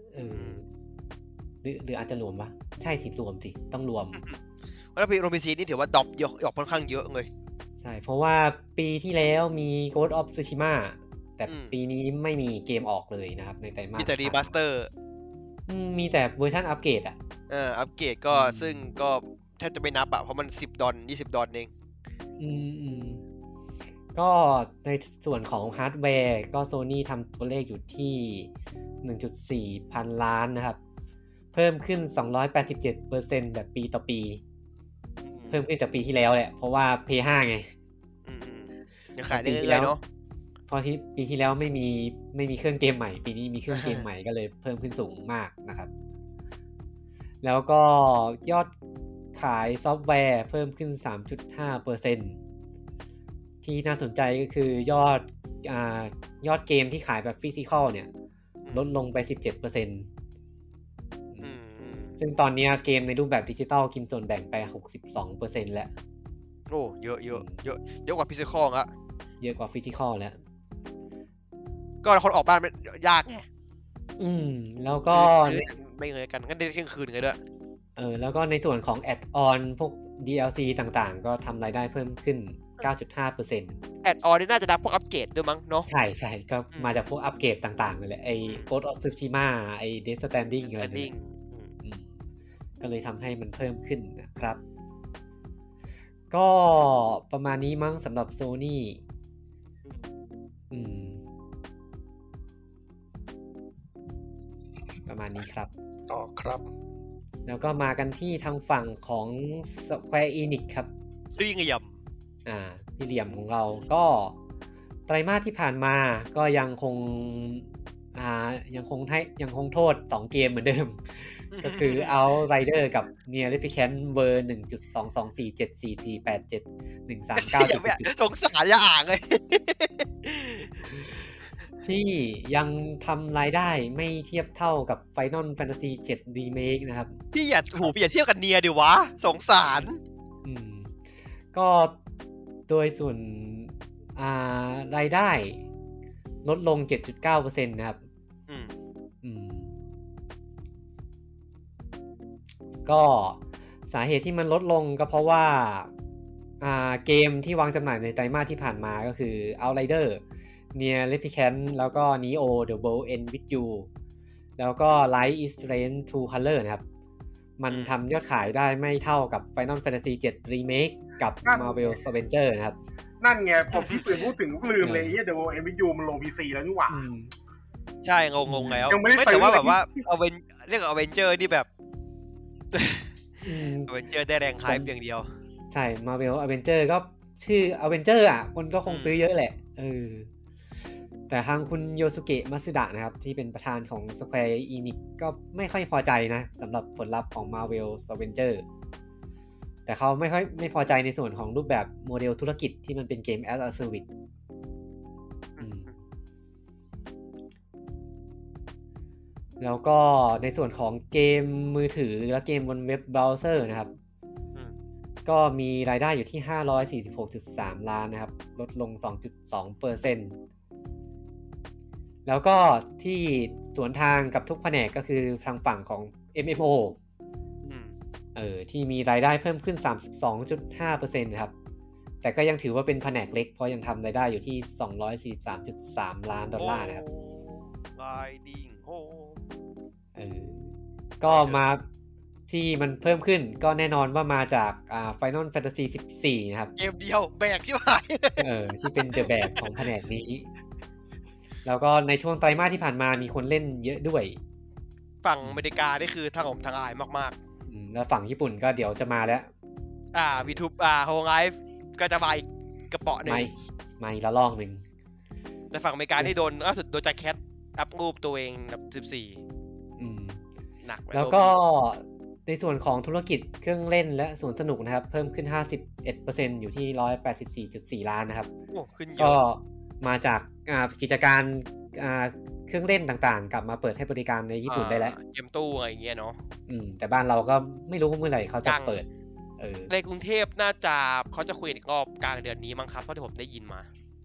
หรืออาจจะรวมปะใช่สิรวมสิต้องรวม
เพราะว่ารวม PC นี่ถือว่าดรอปเยอะค่อนข้างเยอะเลย
ใช่เพราะว่าปีที่แล้วมี Ghost of Tsushima แต่ปีนี้ไม่มีเกมออกเลยนะครับในไตรมาส
มีแต่รีมาสเตอร์
มีแต่เวอร์ชันอัปเกรด
อัปเกรดก็ซึ่งก็แทบจะไม่นับเพราะมัน$10 $20เอง
ก็ในส่วนของฮาร์ดแวร์ก็ Sony ทำตัวเลขอยู่ที่ 1.4 พันล้านนะครับเพิ่มขึ้น 287% แบบปีต่อปีเพิ่มขึ้นจากปีที่แล้วแหละเพราะว่า PS5 ไง
ยังขายได้เรื่อยๆเนาะ
เพราะที่ปีที่แล้วไม่มีเครื่องเกมใหม่ปีนี้มีเครื่องเกมใหม่ก็เลยเพิ่มขึ้นสูงมากนะครับแล้วก็ยอดขายซอฟต์แวร์เพิ่มขึ้น 3.5% ที่น่าสนใจก็คือยอดเกมที่ขายแบบฟิสิคอลเนี่ยลดลงไป 17%ซึ่งตอนนี้เกมในรูปแบบดิจิตอลกินส่วนแบ่งไป 62% แล้ว
โอ้เยอะกว่าฟิสิคอลอะ
เยอะกว่าฟิสิคอลแล้ว
ก็คนออกบ้านยากไง
แล้วก็
ไม่เงยกันก็ได้เที่ยงคืนไงด้วย
แล้วก็ในส่วนของแอดออนพวก DLC ต่างๆก็ทำรายได้เพิ่มขึ้น 9.5%
แอดออนนี่น่าจะนับพวกอัปเกรดด้วยมั้งเนาะ
ใช่ๆก็มาจากพวกอัปเกรดต่างๆเลยแหละไอ้ Ghost of Tsushima ไอ้ Death Stranding อะไรนี่ก็เลยทำให้มันเพิ่มขึ้นนะครับก็ประมาณนี้มั้งสำหรับ Sony ประมาณนี้ครับ
ต่อครับ
แล้วก็มากันที่ทางฝั่งของ Square Enix ครับ
พี่เหลี่ยม
พี่เหลี่ยมของเราก็ไตรมาสที่ผ่านมาก็ยังคงยังคงโทษ2เกมเหมือนเดิม ก็คือ Outrider กับ Near Replicant เวอร์ 1.2247487139139
สงสารอย่าอ่านเลย
ที่ยังทำรายได้ไม่เทียบเท่ากับ Final Fantasy 7 Remake นะครับ
พี่อย่าเทียบกับเนียดิวะสงสาร
ก็โดยส่วนรายได้ลดลง 7.9% นะครับก็สาเหตุที่มันลดลงก็เพราะว่าเกมที่วางจำหน่ายในไตรมาสที่ผ่านมาก็คือ Outrider Near Replicant แล้วก็ Neo The World Ends With You แล้วก็ Life is Strange True Color นะครับมันทำยอดขายได้ไม่เท่ากับ Final Fantasy 7 Remake กับ Marvel's Avenger นะครับ
นั่นไงผมพี่ตื่นพูดถึงลืมเลยThe World Ends With You มันลง PC แล้วนี่หว่า
ใช่งงแล้วไม่แต่ว่าแบบว่าเรียก Avenger นี่แบบ Avenger ได้แรงไฮป์อย่างเดียว
ใช่ Marvel Avenger ก็ชื่อ Avenger คนก็คงซื้อเยอะแหละแต่ทางคุณโยสุเกะมัตสึดะนะครับที่เป็นประธานของ Square Enix ก็ไม่ค่อยพอใจนะสำหรับผลลัพธ์ของ Marvel Avenger แต่เขาไม่พอใจในส่วนของรูปแบบโมเดลธุรกิจที่มันเป็นเกม as a service แล้วก็ในส่วนของเกมมือถือและเกมบนเว็บเบราว์เซอร์นะครับก็มีรายได้อยู่ที่ 546.3 ล้านนะครับลดลง 2.2% แล้วก็ที่สวนทางกับทุกแผนกก็คือทางฝั่งของ MMO ที่มีรายได้เพิ่มขึ้น 32.5% นะครับแต่ก็ยังถือว่าเป็นแผนกเล็กเพราะยังทำรายได้อยู่ที่ 243.3 ล้านดอลลาร์นะครับก็มาที่มันเพิ่มขึ้นก็แน่นอนว่ามาจากFinal Fantasy 14 นะครับ
เกมเดียวแบกที่หาย
ที่เป็นเดอะแบกของแผนกนี้แล้วก็ในช่วงไตรมาสที่ผ่านมามีคนเล่นเยอะด้วย
ฝั่งอเมริกานี่คือทางอายมาก
ๆแล้วฝั่งญี่ปุ่นก็เดี๋ยวจะมาแล้ว
VTube Whole Life ก็จะมาอีกกระเป๋านึง
ไม่ละลอกนึง
แต่ฝั่งอเมริกานี่โดนล่าสุดโดนจากแคทอัพรูปตัวเองแบบ14หนัก
แล้วก็ในส่วนของธุรกิจเครื่องเล่นและสวนสนุกนะครับเพิ่มขึ้น 51% อยู่ที่ 184.4 ล้านนะครับก็มาจากกิจการเครื่องเล่นต่างๆกลับมาเปิดให้บริการในญี่ปุ่นได้แล้ว
เกมตู้อะไรอย่างเงี้ยเนาะ
แต่บ้านเราก็ไม่รู้เมื่อไหร่เขาจะเปิด
ในกรุงเทพน่าจะเขาจะคุยอีกรอบกลางเดือนนี้มั้งครับเพราะที่ผมได้ยินมา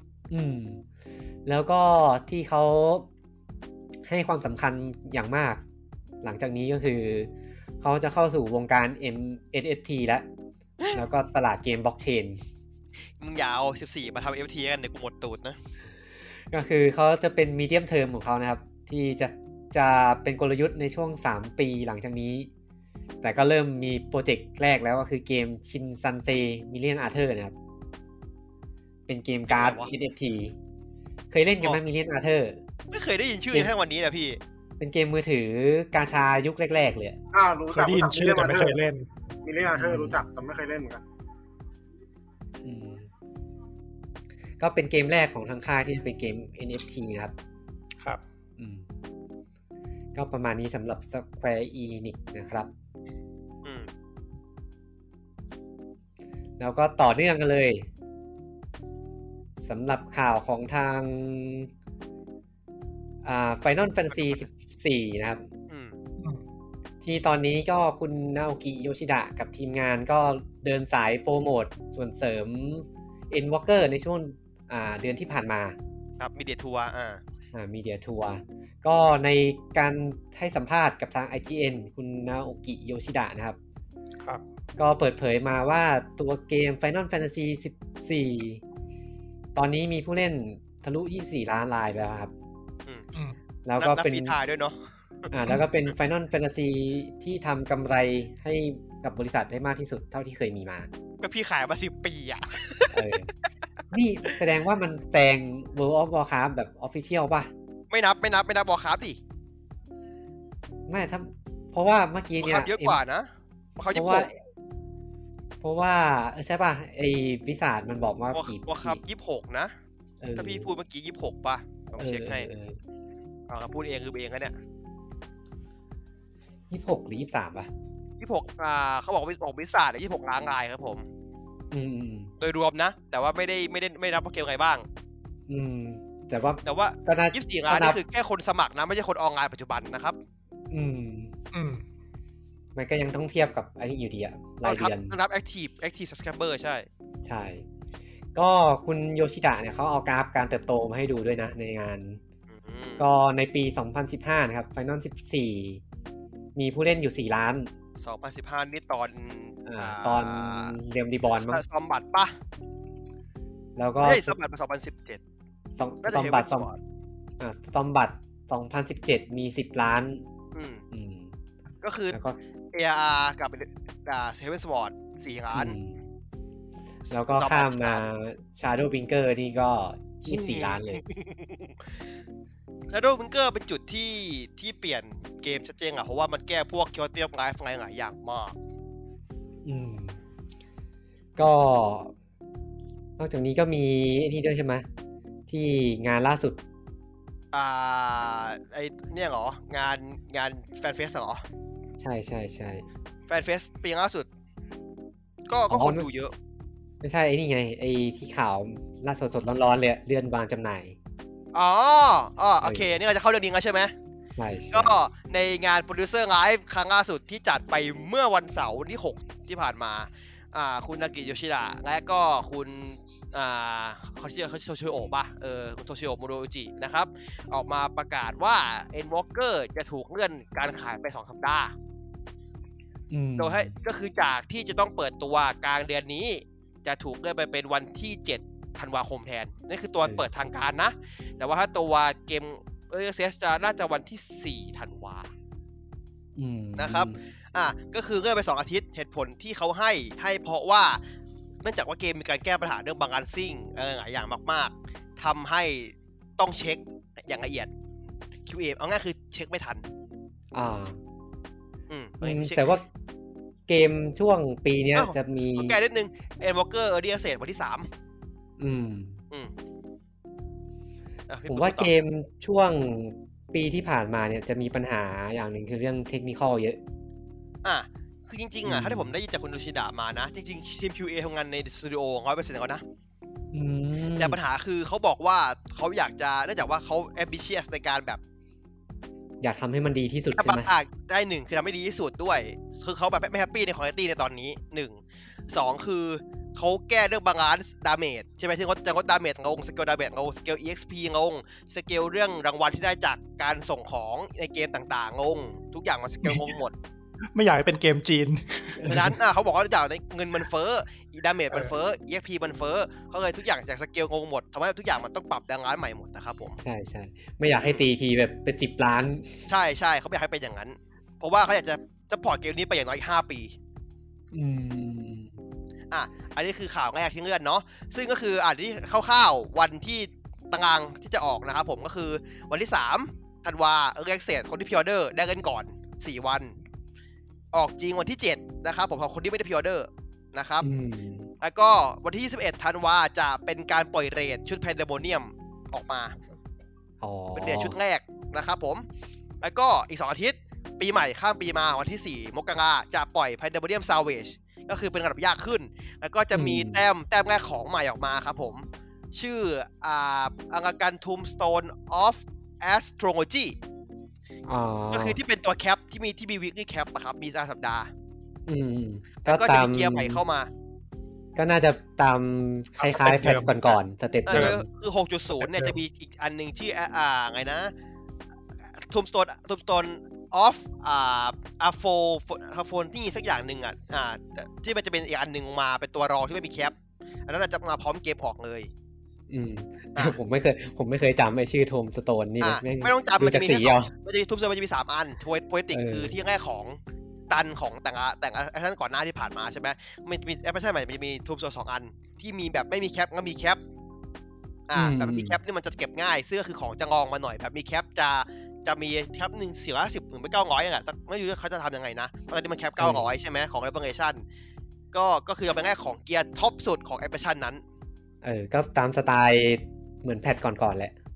แล้วก็ที่เขาให้ความสำคัญอย่างมากหลังจากนี้ก็คือเขาจะเข้าสู่วงการ NFT แล้วก็ตลาดเกมบล็อกเชน
มึงยาว14มาทำ NFT กันเดี๋ยวกูหมดตูดนะ
ก็คือเขาจะเป็นมีเดียมเทอมของเขานะครับที่จะเป็นกลยุทธ์ในช่วง3ปีหลังจากนี้แต่ก็เริ่มมีโปรเจกต์แรกแล้วก็คือเกมชินซันเซมิเลียนอาร์เธอร์นะครับเป็นเกมการ์ด NFT เคยเล่นกันไหมมิเลียนอาร์เธอร์
ไม่เคยได้ยินชื่อแค่วันนี้นะพี่
เป็นเกมมือถือกาชายุคแรกๆเลย
รู้จัก
ได้ยินชื่อแต่ไม่เคยเล่น
มิเลียนอาร์เธอร์รู้จักแต่ไม่เคยเล่นเหมือนกัน
ก็เป็นเกมแรกของทางค่ายที่เป็นเกม NFT นะครับ
ครับ
ก็ประมาณนี้สำหรับ Square Enix นะครับแล้วก็ต่อเนื่องกันเลยสำหรับข่าวของทางFinal Fantasy 14 นะครับที่ตอนนี้ก็คุณนาโอกิโยชิดะกับทีมงานก็เดินสายโปรโมทส่วนเสริม Endwalker ในช่วงเดือนที่ผ่านมา
ครับมีเดียทัวร์
มีเดียทัวร์ก็ในการให้สัมภาษณ์กับทาง IGN คุณนาโอกิโยชิดะนะครับก็เปิดเผยมาว่าตัวเกม Final Fantasy 14 ตอนนี้มีผู้เล่นทะลุ24 ล้านรายแล้วครับแล้วก็เป็น
ถ่ายด้วยเนาะ
แล้วก็เป็น Final Fantasy ที่ทำกำไรให้กับบริษัทได้มากที่สุดเท่าที่เคยมีมา
ก็พี่ขายมา10 ปี
นี่แสดงว่ามันแซง World of Warcraft แบบ Official ป่ะ
ไม่นับ Warcraft ดิ
ไม่ถ้าเพราะว่าเมื่อกี้เนี่ย
เยอะกว่านะเขา26
เพราะว่าใช่ป่ะไอ้วิสาทมันบอกว่า
Warcraft 26นะถ้าพี่พูดเมื่อกี้26ป่ะต้องเช็คให้พูดเองคือเองนะเนี่ย
26หรือ23ป่ะ
26เขาบอกว่าออกวิสาด26ล้างรายครับผมโดยรวมนะแต่ว่าไม่นับว่าเกมไงบ้าง
แต่ว่า
ก็น่า24รายนี่คือแค่คนสมัครนะไม่ใช่คนออนไลน์ปัจจุบันนะครับ
มันก็ยังต้องเทียบกับไอ้นี่อยู่ดีอะรายเดือน
นับ active subscriber ใช่
ก็คุณโยชิดะเนี่ยเขาเอากราฟการเติบโตมาให้ดูด้วยนะในงานก็ในปี2015นะครับ Final 14มีผู้เล่นอยู่4ล้าน
2015นี่ตอน
เรียมดีบอลมั้ง
ซอมบัตป่ะ
แล้วก็
ซอมบัต2017
ซอมบัต2017มี10ล้าน
ก็คือ ARR กับHeaven Sword 4ล้าน
แล้วก็ข้ามมา Shadow Bringer นี่ก็24ล้านเลย
Shadow Bringer เป็นจุดที่เปลี่ยนเกมชัดเจนอ่ะเพราะว่ามันแก้พวก Quality of Life หลายอย่างมาก
ก็นอกจากนี้ก็มีนี่ด้วยใช่ไหมที่งานล่าสุด
ไอเนี่ยเหรองานแฟนเฟสเหรอ
ใช่
แฟนเฟสปีล่าสุดก็คนดูเยอะ
ไม่ใช่ไอ้นี่ไงไอ้ที่ข่าวล่าสดร้อนๆเลยเลื่อนวางจำหน่าย
โอเคนี่เราจะเข้าเรื่องนี้แล้วใช่ไหม
ใช่
ก็ในงานโปรดิวเซอร์ไลฟ์ครั้งล่าสุดที่จัดไปเมื่อวันเสาร์ที่6ที่ผ่านมาคุณนากิโยชิดะและก็คุณเขาชื่อโทชิโอะป่ะคุณโทชิโอะโมโรอุจินะครับออกมาประกาศว่า Endwalker จะถูกเลื่อนการขายไป2 สัปดาห์โดยให้ก็คือจากที่จะต้องเปิดตัวกลางเดือนนี้จะถูกเลื่อนไปเป็นวันที่7 ธันวาคมแทนนี่คือตัวเปิดทางการนะแต่ว่าถ้าตัวเกมAccess จะน่าจะวันที่4 ธันวานะครับก็คือเลื่อนไป2 อาทิตย์เหตุผลที่เขาให้เพราะว่าเนื่องจากว่าเกมมีการแก้ปัญหาเรื่องบางการซิ่งหลายอย่างมากๆทำให้ต้องเช็คอย่างละเอียด QA เอาง่ายคือเช็คไม่ทัน
แต่ว่าเกมช่วงปีนี้จะมี
แก้นิดนึง Endwalker Early Access วันที่3
ผมว่าเกมช่วงปีที่ผ่านมาเนี่ยจะมีปัญหาอย่างหนึ่งคือเรื่องเทคนิคอลเยอะ
คือจริงๆถ้าที่ผมได้ยินจากคุณโยชิดะมานะจริงๆทีม QA ทำงานในสตูดิโอ 100% แล้วนะแต่ปัญหาคือเขาบอกว่าเขาอยากจะเนื่องจากว่าเขา ambitious ในการแบบ
อยากทำให้มันดีที่สุดใช่ไหม
ได้1คือทำให้ดีที่สุดด้วยคือเขาแบบไม่แฮปปี้ในคุณภาพในตอนนี้1 2คือเขาแก้เรื่องบาลานซ์ดาเมจใช่ไหมที่เขาจะลดดาเมจงงสเกลดาเมจงงสเกล EXP งงสเกลเรื่องรางวัลที่ได้จากการส่งของในเกมต่างๆงงทุกอย่างมันสเกลงงหมด
ไม่อยากให้เป็นเกมจีน
ดังนั้นเขาบอกว่าทุกอย่างเงินมันเฟ้อดาเมจมันเฟ้อ EXP มันเฟ้อเขาเลยทุกอย่างจากสเกลงงหมดทำให้ทุกอย่างมันต้องปรับดังร้านใหม่หมดนะครับผม
ใช่ไม่อยากให้ตีทีแบบเป็น10 ล้าน
ใช่เขาไม่อยากให้เป็นอย่างนั้นเพราะว่าเขาอยากจะพอร์ตเกมนี้ไปอย่างน้อย5 ปีอันนี้คือข่าวแรกที่เลื่อนเนาะซึ่งก็คือที่คร่าวๆวันที่ตารางที่จะออกนะครับผมก็คือวันที่3 ธันวาEarly Accessคนที่พรีออเดอร์ได้เล่นก่อน4 วันออกจริงวันที่7นะครับผมของคนที่ไม่ได้พรีออเดอร์นะครับแล้วก็วันที่21 ธันวาจะเป็นการปล่อยเรทชุด Pandemonium ออกมาเป็นเรทชุดแรกนะครับผมแล้วก็อีก2 อาทิตย์ปีใหม่ข้ามปีมาวันที่4 มกราจะปล่อย Pandemonium Salvage ก็คือเป็นระดับยากขึ้นแล้วก็จะมีแต้มแรกของใหม่ออกมาครับผมชื่อArakan Tombstone of Astrologyก็คือที่เป็นตัวแคปที่มี weekly cap อะครับมีสัปดาห์ก็จะมีเกียร์ใหม่เข้ามา
ก็น่าจะตามคล้ายๆแพทก่อนๆสเต็ปเดิม
คือ 6.0 เนี่ยจะมีอีกอันนึงที่ไงนะ Tombstone of Aphophony สักอย่างนึงที่มันจะเป็นอีกอันนึงมาเป็นตัวรองที่ไม่มีแคปอันนั้นจะมาพร้อมเกมออกเลย
ผมไม่เคยจำไอ้ชื่อโทมสโตนนี่เลย
ไม่ต้องจำมันจะมีทูมสโตนมันจะมี3 อันโพเอติกคือที่แรกของตันของแต่งแอคชั่นก่อนหน้าที่ผ่านมาใช่ไหมมันมีแอคชั่นใหม่มันจะมีทูมสโตน2 อันที่มีแบบไม่มีแคปก็มีแคปแบบมีแคปนี่มันจะเก็บง่ายซึ่งก็คือของจะงองมาหน่อยแบบมีแคปจะมีแคป1,450 ถึงไป900นี่แหละไม่รู้เขาจะทำยังไงนะตอนนี้มันแคป900ใช่ไหมของ Revelation ก็คือเป็นแรกของเกียร์ท็อปสุดของแอคชั่นนั้น
ก็ตามสไตล์เหมือนแพทก่อนๆแหละ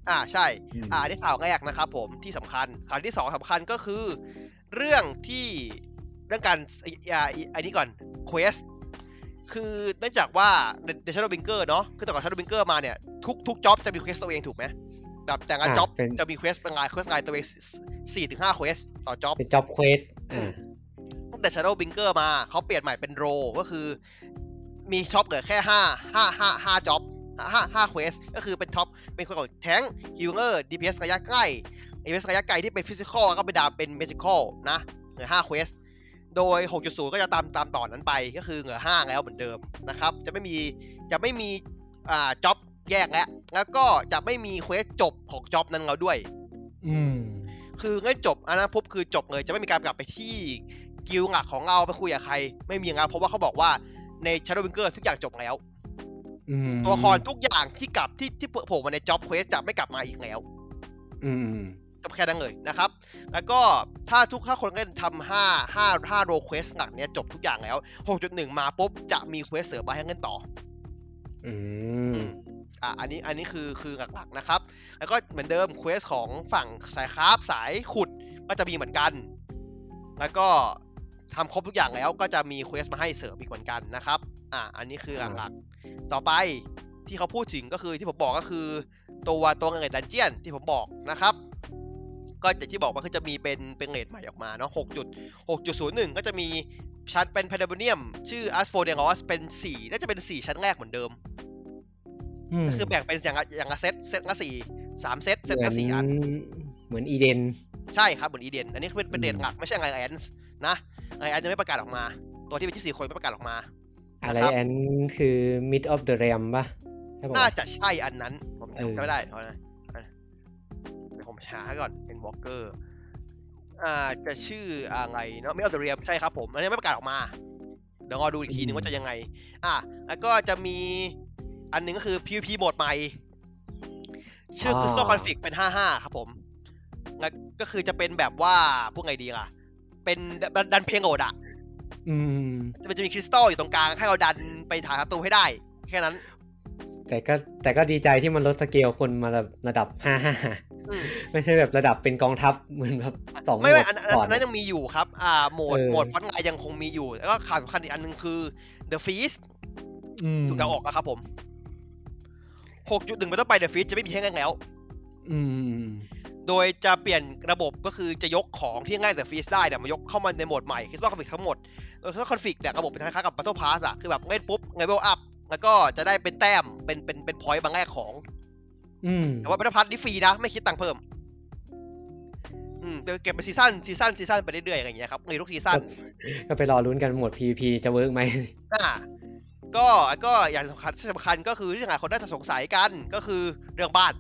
ใช่อันนี้ข่าวแรกนะครับผมที่สำคัญข่าวที่2สำคัญก็คือเรื่องการอันนี้ก่อน Quest คือเนื่องจากว่าใน Shadowbringer เนาะคือแต่ก่อน Shadowbringer มาเนี่ยทุกจ็อบจะมี Quest ตัวเองถูกไหมแต่ละจ็อบจะมี Quest เป็นไงตัวเอง 4-5 Quest ต่อจ็อบ
เป็นจ็อบ Quest
ตั้งแต่ Shadowbringer มาเขาเปลี่ยนใหม่เป็นโรก็คือมีช็อปเหลือแค่5จ็อบ5 Quest ก็คือเป็นท็อปเป็นคนของแทงค์ฮิลเลอร์ DPS ระยะใกล้ DPS ระยะไกลที่เป็นฟิสิคอลแล้วก็เป็นดาบเป็นเมจิคอลนะเหลือ5 Quest โดย 6.0 ก็จะตามต่อนั้นไปก็คือเหลือ5แล้วเหมือนเดิมนะครับจะไม่มีจ็อบแยกแล้วก็จะไม่มีเควสจบของจ็อบนั้นแล้วด้วยคืองั้นจบอันนั้นปุ๊บคือจบเลยจะไม่มีการกลับไปที่กิลด์หลักของเราไปคุยกับใครไม่มีแล้วเพราะว่าเขาบอกว่าใน Shadowbringer ทุกอย่างจบแล้วตัวละครทุกอย่างที่กลับที่โผล่มาในจ็อบเควสจะไม่กลับมาอีกแล้วจบแค่นั้นเลยนะครับแล้วก็ถ้าคนเล่นทำ5โรเควสหลักเนี้ยจบทุกอย่างแล้ว 6.1 มาปุ๊บจะมีเควสเสริมมาให้เล่นต่ออันนี้คือหลักๆนะครับแล้วก็เหมือนเดิมเควสของฝั่งสายคราฟสายขุดก็จะมีเหมือนกันแล้วก็ทำครบทุกอย่างแล้วก็จะมีเควสมาให้เสริมอีกเหมือนกันนะครับอันนี้คือหลักๆต่อไปที่เขาพูดถึงก็คือที่ผมบอกก็คือตัวเงินดันเจียนที่ผมบอกนะครับก็อย่างที่บอกว่าคือจะมีเป็นเรทใหม่ออกมาเนาะ 6.01 ก็จะมีชั้นเป็นพาราโบเนียมชื่อ Asphodel เป็น4น่าจะเป็น4ชั้นแรกเหมือนเดิมก็คือแบ่งเป็นอย่างละเซตละ3เซตละ4อัน
เหมือนอีเดน
ใช่ครับเหมือนอีเดนอันนี้เป็นเรทหลักไม่ใช่ไอแอนส์นะไอแอนส์ยังไม่ประกาศออกมาตัวที่เป็นที่4คนไม่ประกาศออกมา
อะไรแอนคือ Mid of the Realm ป่ะ
น่าจะใช่อันนั้นผมจำไม่ได้เดี๋ยวผมหาก่อนเป็นวอล์กเกอร์จะชื่ออะไรเนาะ Mid of the Realm ใช่ครับผมอันนี้ไม่ประกาศออกมาเดี๋ยวรอดูอีกทีนึงว่าจะยังไงแล้วก็จะมีอันนึงก็คือ PVP โหมดใหม่ชื่อ Crystal Conflict เป็น55ครับผมแล้วก็คือจะเป็นแบบว่าพวกไงดีล่ะเป็นดันเพลงโหดมันจะมีคริสตัลอยู่ตรงกลางให้เราดันไปหาศัตรูให้ได้แค่นั้น
แต่ก็ดีใจที่มันลดสเกลคนมาระดับ55ไม่ใช่แบบระดับเป็นกองทัพเหมือนแบบ2
ไม่อันนั้นยังมีอยู่ครับโหมดฟอนต์ไงยังคงมีอยู่แล้วก็ข่าวสำคัญอีกอันนึงคือ The Feast ถูกดาวออกแล้วครับผม 6.1 เป็นต้นไป The Feast จะไม่มีให้ง่ายแล้วโดยจะเปลี่ยนระบบก็คือจะยกของที่ง่ายแต่ Feast ได้เนี่ยมายกเข้ามาในโหมดใหม่คิดว่าคอนฟิกทั้งหมดถ้าคอนฟิกเนี่ยระบบเป็นคล้ายๆกับ Battle Pass คือแบบเล่นปุ๊บ level up แล้วก็จะได้เป็นแต้มเป็น point บางแรกของแต่ว่า Battle Pass นี่ฟรีนะไม่คิดตังค์เพิ่มเดี๋ยวเก็บเป็นซีซั่นไปเรื่อยๆอย่างเงี้ยครับในทุกซีซั่น
ก็ไปรอลุ้นกันหมด PVP จะเวิร์กไหม
ก็อย่างสำคัญก็คือที่หลายคนน่าจะสงสัยกันก็คือเรื่องบ้าน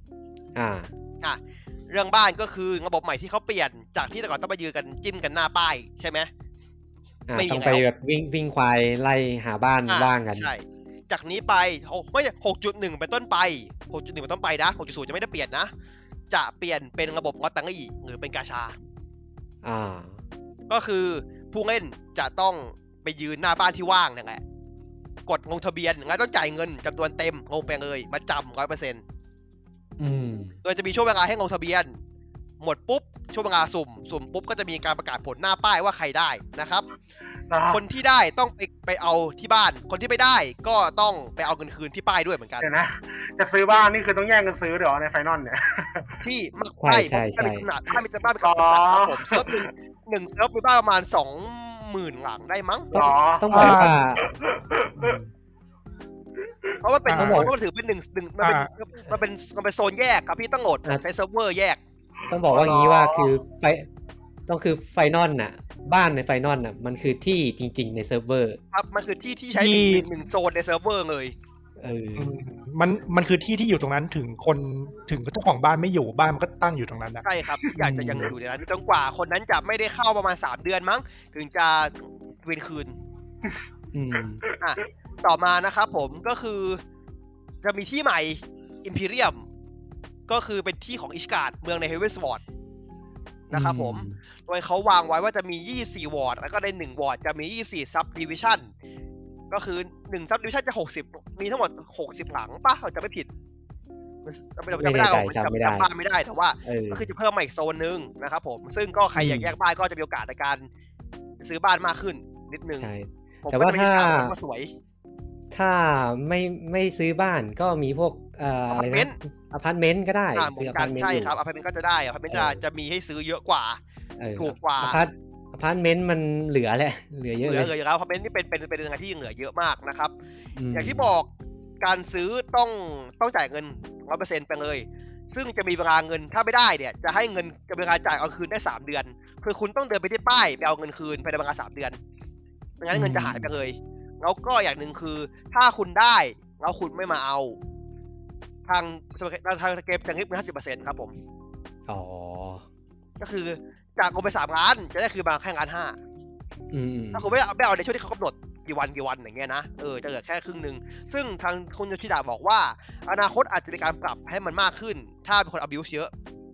เรื่องบ้านก็คือระบบใหม่ที่เขาเปลี่ยนจากที่แต่ก่อนต้องไปยืนกันจิ้มกันหน้าป้ายใช่ไหม
ไม่ต้องไปแบบวิ่งควายไล่หาบ้านว่างกัน
ใช่จากนี้ไปไม่ใช่ 6.1 เป็นต้นไป 6.1 เป็นต้นไปนะ 6.0 จะไม่ได้เปลี่ยนนะจะเปลี่ยนเป็นระบบลอตเตอรี่หรือเป็นกาชาก็คือผู้เล่นจะต้องไปยืนหน้าบ้านที่ว่างนั่นแหละกดลงทะเบียนงั้นต้องจ่ายเงินจำนวนเต็มลงไปเลยมาจำ 100% โดยจะมีช่วงเวลาให้ลงทะเบียนหมดปุ๊บช่วงเวลาสุ่มปุ๊บก็จะมีการประกาศผลหน้าป้ายว่าใครได้นะครับคนที่ได้ต้องไปเอาที่บ้านคนที่ไม่ได้ก็ต้องไปเอาเงินคืนที่ป้ายด้วยเหมือนกัน
เดี๋ยวนะจะซื้อบ้านนี่คือต้องแย่งกันซื้อเดี๋ยวในไฟนอลเนี่ย
ที่ไม่ขนาดถ้ามีบ้านเป็นกองผมเซิร์ฟหนึ่งเซิร์ฟมีบ้านประมาณ 20,000 หลังได้มั้ง
ต้องบอกว่า
เพราะว่าเป็นมันถือเป็นมันเป็นโซนแยกครับพี่ต้องโหลดใช้เซิร์ฟเวอร์แยก
ต้องบอกว่างี้ว่าคือไฟนอลน่ะบ้านในไฟนอลน่ะมันคือที่จริงๆในเซิร์ฟเวอร์
ครับมันคือที่ใช้หนึ่งโซนในเซิร์ฟเวอร์เลย
มันคือที่อยู่ตรงนั้นถึงเจ้าของบ้านไม่อยู่บ้านมันก็ตั้งอยู่ตรงนั้นนะ
ใช่ครับอยากจะยังอยู่ในนั้นจนกว่าคนนั้นจะไม่ได้เข้าประมาณ3 เดือนมั้งถึงจะเวียนคืนต่อมานะครับผมก็คือจะมีที่ใหม่ Imperium ก็คือเป็นที่ของอิชการ์ดเมืองในเฮเวนสวอร์ดนะครับผมโดยเขาวางไว้ว่าจะมี24วอร์ดแล้วก็ใน1วอร์ดจะมี24ซับดิวิชั่นก็คือ1ซับดิวิชั่นจะ60มีทั้งหมด60หลังป่ะจะไม่ผิดจำไม่ได้บ้านไม่ได้แต่ว่าก็คือจะเพิ่มมาอีกโซนนึงนะครับผมซึ่งก็ใครอยากแยกบ้านก็จะมีโอกาสในการซื้อบ้านมากขึ้นนิดนึง
แต่ว่าถ้าไม่ซื้อบ้านก็มีพวกอะไรนะอพาร์ตเมนต์ก็ได้
ซื้ออพาร์ตเมนต์ใช่ครับอพาร์ตเมนต์ก็จะได้อพาร์ตเมนต์จะมีให้ซื้อเยอะกว่าถูกกว่า
อพาร์ตเมนต์มันเหลือแหละเหลือเยอะเลย
เหลือครับอพาร์ตเมนต์นี่เป็นยังไงที่ยังเหลือเยอะมากนะครับอย่างที่บอกการซื้อต้องจ่ายเงิน 100% ไปเลยซึ่งจะมีเวลาเงินถ้าไม่ได้เนี่ยจะให้เงินจะมีเวลาจ่ายเอาคืนได้3 เดือนคือคุณต้องเดินไปที่ป้ายไปเอาเงินคืนภายในเวลา3 เดือนไม่งั้นเงินจะหายไปเลยแล้วก็อย่างหนึ่งคือถ้าคุณได้แล้วคุณไม่มาเอาทางเกมจะคิดเป็น 50% ครับผม
อ๋อ
ก็คือจากลงไป3 ล้านจะได้คือมาแค่1.5 ล้านถ้าคุณไม่เอาในช่วงที่เขากำหนดกี่วันอย่างเงี้ยนะจะเหลือแค่ครึ่งนึงซึ่งทางคุณโยชิดะบอกว่าอนาคตอาจจะมีการปรับให้มันมากขึ้นถ้าเป็นคน abuse เยอะ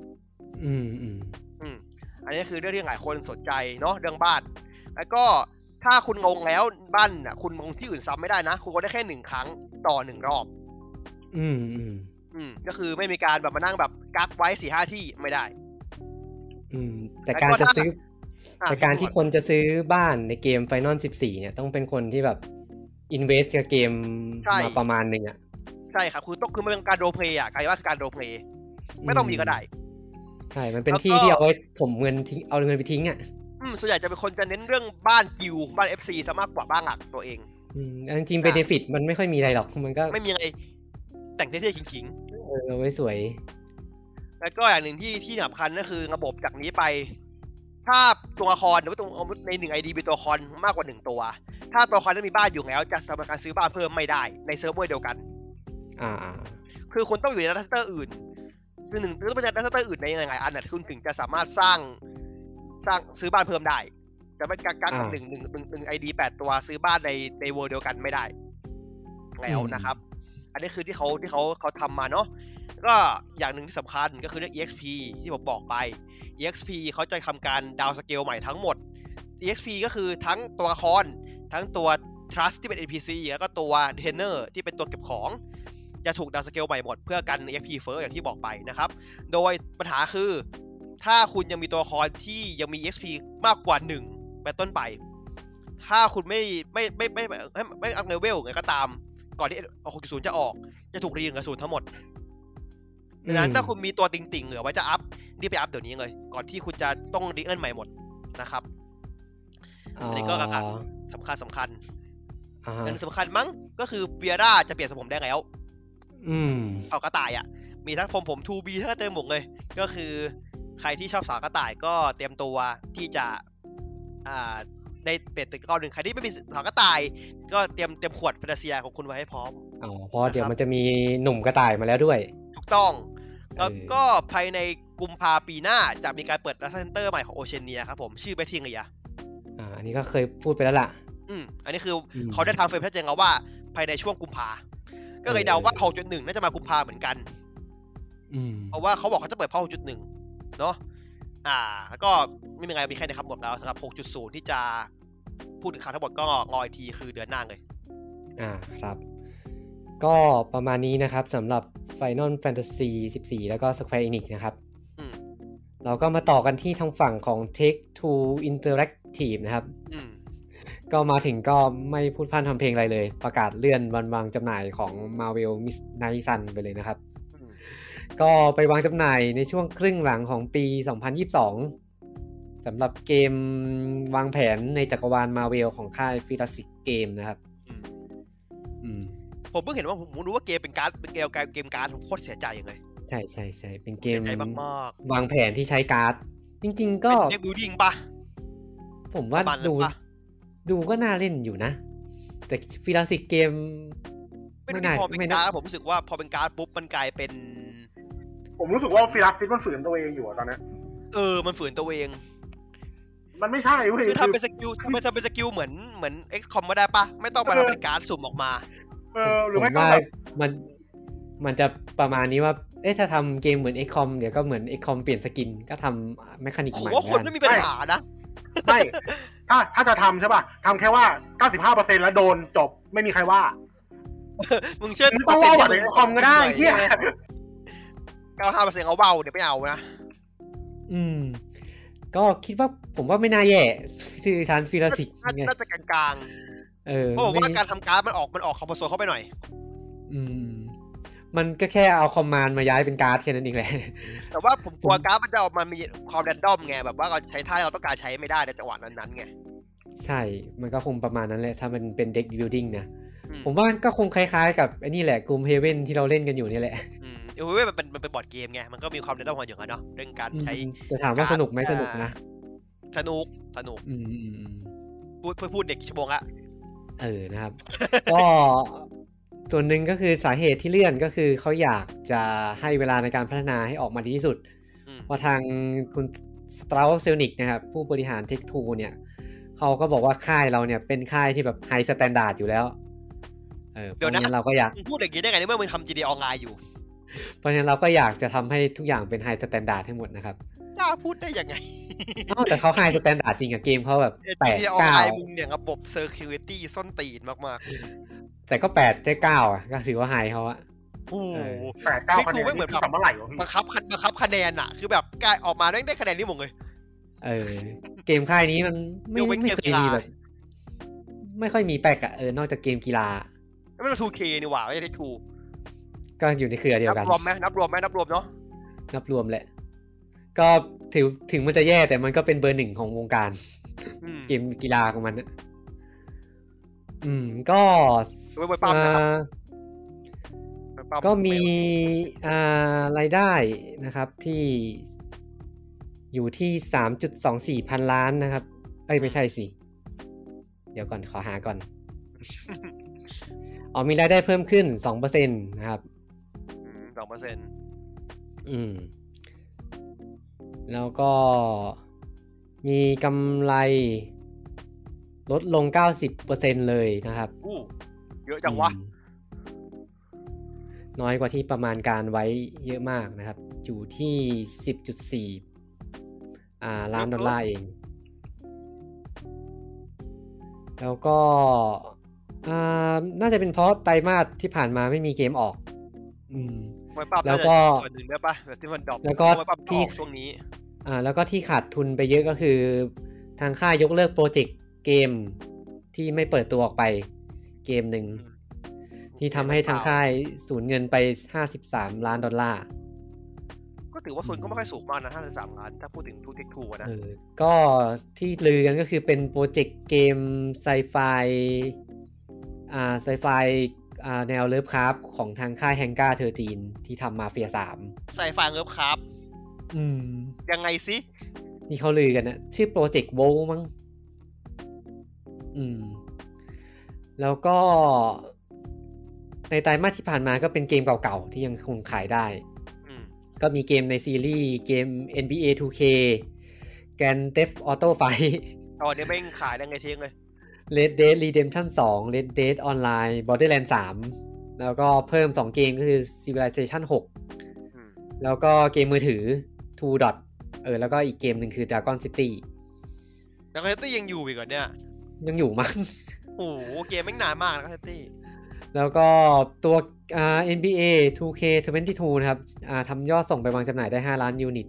อันนี้คือเรื่องที่หลายคนสนใจเนาะเรื่องบ้านแล้วก็ถ้าคุณลงแล้วบ้านน่ะคุณลงที่อื่นซ้ำไม่ได้นะคุณก็ได้แค่1 ครั้งต่อ1 รอบก็คือไม่มีการแบบมานั่งแบบกักไว้ 4-5 ที่ไม่ได้
แต่การที่คนจะซื้อบ้านในเกม Final 14เนี่ยต้องเป็นคนที่แบบ invest กับเกมมาประมาณนึงอ่ะ
ใช่ครับคือมันเป็นการโรลเพลย์อ่ะกลายว่าการโรลเพลย์ไม่ต้องมีก็ได้
ใช่มันเป็นที่ที่เอาไว้ผมเงินทิ้งเอาเงินไปทิ้งอ่ะ
ส่วนใหญ่จะเป็นคนจะเน้นเรื่องบ้านกิลบ้าน FC ซะมากกว่าบ้านหลักตัวเอง
จริงๆ benefit มันไม่ค่อยมีอะไรหรอกมันก็
ไม่มีอะไรแต่งเท่ๆขิง
ๆเอาไว้สวย
แล้วก็อย่างหนึ่งที่สำคัญก็คือระบบจากนี้ไปถ้าตัวละครหรือว่าใน1 ID มีตัวละครมากกว่า1 ตัวถ้าตัวละครที่มีบ้านอยู่แล้วจะสามารถซื้อบ้านเพิ่มไม่ได้ในเซิร์ฟเวอร์เดียวกันคือคุณต้องอยู่ในดัสเตอร์อื่นคือ1ต้องเป็นดัสเตอร์อื่นในหลายๆอันคุณถึงจะสามารถสร้างซื้อบ้านเพิ่มได้จะไม่กัก1 ID 8 ตัวซื้อบ้านในเวอร์เดียวกันไม่ได้แล้วนะครับอันนี้คือที่เขาทำมาเนาะก็อย่างหนึ่งที่สำคัญก็คือเรื่อง EXP ที่ผมบอกไป EXP เขาจะทำการดาวสเกลใหม่ทั้งหมด EXP ก็คือทั้งตัวละครทั้งตัว Trust ที่เป็น NPC แล้วก็ตัว Trainer ที่เป็นตัวเก็บของจะถูกดาวสเกลใหม่หมดเพื่อกัน EXP First อย่างที่บอกไปนะครับโดยปัญหาคือถ้าคุณยังมีตัวละครที่ยังมี EXP มากกว่า1เป็นต้นไปถ้าคุณไม่อัพเลเวลไงก็ตามก่อนที่ 6.0 จะออกจะถูกรีกับ0ทั้งหมดดังนั้นถ้าคุณมีตัวติ่งๆเหลือไว้จะอัพรีบไปอัพเดี๋ยวนี้เลยก่อนที่คุณจะต้องรีเอิร์นใหม่หมดนะครับอันนี้ก็สำคัญอย่างสำคัญมั้งก็คือเวียร่าจะเปลี่ยนทรงผมได้แล้วเอากระต่ายอ่ะมีทั้งผม 2B ทั้งเต็มหมดเลยก็คือใครที่ชอบสาวกระต่ายก็เตรียมตัวที่จะได้เปลี่ยนตัวหนึ่งใครที่ไม่มีสาวกระต่ายก็เตรียมขวดแฟนตาเซียของคุณไว้ให้พร้อม
เพราะเดี๋ยวมันจะมีหนุ่มกระต่ายมาแล้วด้วย
ถูกต้องแล้วก็ภายในกุมภาพันธ์ปีหน้าจะมีการเปิดดัตต้าเซ็นเตอร์ใหม่ของโอเชียเนียครับผมชื่อเบททิงเลีย
อันนี้ก็เคยพูดไปแล้วล่ะ
อันนี้คือเขาได้ทำเฟรมชัดเจนแล้วว่าภายในช่วงกุมภาก็เลยเดาว่า 6.1 น่าจะมากุมภาเหมือนกันเพราะว่าเขาบอกเขาจะเปิด 6.1 เนาะแล้วก็ไม่มีอะไรมีแค่ในคำบอกแล้วสำหรับ 6.0 ที่จะพูดถึงข่าวทั้งหมดก็รออีกทีคือเดือนหน้าเลย
ครับก็ประมาณนี้นะครับสำหรับ Final Fantasy 14 แล้วก็ Square Enix นะครับเราก็มาต่อกันที่ทางฝั่งของ Take-Two Interactive นะครับก็มาถึงก็ไม่พูดพร่ำทำเพลงอะไรเลยประกาศเลื่อนวันวางจำหน่ายของ Marvel Midnight Sun ไปเลยนะครับก็ไปวางจำหน่ายในช่วงครึ่งหลังของปี 2022 สำหรับเกมวางแผนในจักรวาล Marvel ของค่าย Firaxis Game นะครับ
ผมเพิ่งเห็นว่าผมรู้ว่าเกมเป็นการ์ดเป็นเกมการ์ดผมโคตรเสียใจยังไง
ใช่เป็นเกม
เสียใจมาก
ๆวางแผนที่ใช้การ์ดจริงๆก็
เป็นเกมบิลดิ้งปะ
ผมว่าดูก็น่าเล่นอยู่นะแต่Firaxis Game
ไม่น่าเป็นการ์ดผมรู้สึกว่าพอเป็นการ์ดปุ๊บมันกลายเป็น
ผมรู้สึกว่าFiraxisมันฝืนตัวเองอยู่ตอนนี้
มันฝืนตัวเอง
มันไม่ใช่เว้ย
คือทำเป็นสกิลเหมือน XCOM ไม่ได้ปะไม่ต้องมาทำเป็นการ์ดสุ่มออกมา
หรือไม่ก็แบบ
มันจะประมาณนี้ว่าถ้าทำเกมเหมือน XCOM เดี๋ยวก็เหมือน XCOM เปลี่ยนสกินก็ทำแมคานิกใหม่
ผมว่าคนไม่มีปัญหานะ
ไม่ถ้าจะทำใช่ป่ะทำแค่ว่า 95% แล้วโดนจบไม่มีใครว่า
มึงเชื่อ
ต้องว่าแบบ XCOM ก็ได้เหี้ย
95%เอาเบาเดี๋ยวไม่เอานะ
ก็คิดว่าผมว่าไม่น่าแย่ชื่อชานฟิลาสิก
น่าจะกลางๆเพราะว่าการทำการ์ดมันออกคอมโพโซเข้าไปหน่อย
มันก็แค่เอาคอมมานด์มาย้ายเป็นการ์ดแค่นั้นเองแหละ
แต่ว่าผมกลัวการ์ดมันจะออกมามีความแรนดอมไงแบบว่าเราใช้ท่าเราต้องการใช้ไม่ได้ในจังหวะนั้นๆไง
ใช่มันก็คงประมาณนั้นแหละถ้ามันเป็นเด็กบิลดิ้งนะผมว่าก็คงคล้ายๆกับไอ้นี่แหละกลุ่มเฮเว่นที่เราเล่นกันอยู่นี่แหละ
เฮเว่นมันเป็นบอร์ดเกมไงมันก็มีความแรนดอมของอย่างนั้นเนาะเรื่องการใช้
จะถามว่าสนุกไหมสนุกนะ
สนุกพูดเด็กชั่วโมงละ
นะครับ ก็ส่วนหนึ่งก็คือสาเหตุที่เลื่อนก็คือเขาอยากจะให้เวลาในการพัฒนาให้ออกมาดีที่สุดเพราะทางคุณสตราเซลนิกนะครับผู้บริหารเทคทูเนี่ยเขาก็บอกว่าค่ายเราเนี่ยเป็นค่ายที่แบบไฮสแตนดาร์ดอยู่แล้วเพราะฉะนั้นเราก็อยาก
พูดอย่างนี้ได้ไงเมื่อมึงทำ GD ออนไลน์อยู่
เพราะฉะนั้นเราก็อยากจะทำให้ทุกอย่างเป็นไฮสแตนดาร์ดให้หมดนะครับ
กล้าพูดได้ยังไง
แต่เขาไฮสแตนดาร์ดจริงอะเกมเขาแบบ
8-9มึงเนี่ยระบบ security ส้นตีนมาก
ๆแต่ก็8 ได้ 9อ่ะก็ถือว่าไฮเขาอะ
โอ้
8-9คะแนน
ไม่เหมือนแบบเมื่อไหร่บังคับคะแนนอะคือแบบกล้าออกมาได้คะแนนนี้หมดเลย
เกมค่ายนี้มันไม่เคยมีแบบไม่ค่อยมีแปลกอะนอกจากเกมกีฬา
แล้วมัน 2K นี่หว่าไม่ใช่2
ก็อยู่ในเครือเดียวกัน
นับรวมไหมนับรวมเนาะ
นับรวมแหละก็ถึงมันจะแย่แต่มันก็เป็นเบอร์1ของวงการเกมกีฬาของมันก็ก็มีรายได้นะครับที่อยู่ที่ 3.24 พันล้านนะครับไม่ใช่สิเดี๋ยวก่อนขอหาก่อนมีรายได้เพิ่มขึ้น 2% นะครับ
2%
แล้วก็มีกำไรลดลง 90% เลยนะครับ
เยอะจังวะ
น้อยกว่าที่ประมาณการไว้เยอะมากนะครับอยู่ที่ 10.4 ล้านดอลลาร์เองแล้วก็น่าจะเป็นเพราะไตรมาสที่ผ่านมาไม่มีเกมออก
แล้วก็ส่วนหนึ่งด้วยป่ะแบบที่มันดรอป
แล้วก็ที่
ช่วงนี้
แล้วก็ที่ขาดทุนไปเยอะก็คือทางค่ายยกเลิกโปรเจกต์เกมที่ไม่เปิดตัวออกไปเกมหนึ่งที่ทำให้ทางค่ายสูญเงินไป$53 ล้าน
ก็ถือว่าส่วนก็ไม่ค่อยสูงมากนะ$53 ล้านถ้าพูดถึงทูเทคทูนะ
ก็ที่ลือกันก็คือเป็นโปรเจกต์เกมไซไฟแนวเลิฟคราฟของทางค่ายแฮงก้าเทอร์จีนที่ทำมาเฟีย3
ไซไฟเลิฟคราฟยังไงสิ
นี่เขาลือกันนะชื่อโปรเจกต์โวมั้งแล้วก็ในไตรมาสที่ผ่านมาก็เป็นเกมเก่าๆที่ยังคงขายได้ก็มีเกมในซีรีส์เกม NBA 2K Grand Theft Auto 5
ตอนนี้ไม่ขายได้ไงทิ้งเลย
Red Dead Redemption 2 Red Dead Online Borderlands 3แล้วก็เพิ่ม2เกมก็คือ Civilization 6แล้วก็เกมมือถือ Two Dot แล้วก็อีกเกมนึงคือ Dragon City
Dragon City ยังอยู่อีกเหรอเนี่ย
ยังอยู่มั้ง
โอ้โหเกมไม่นานมากนะ Dragon City
แล้วก็ตัวNBA 2K22 นะครับทำยอดส่งไปวางจำหน่ายได้5 ล้านยูนิต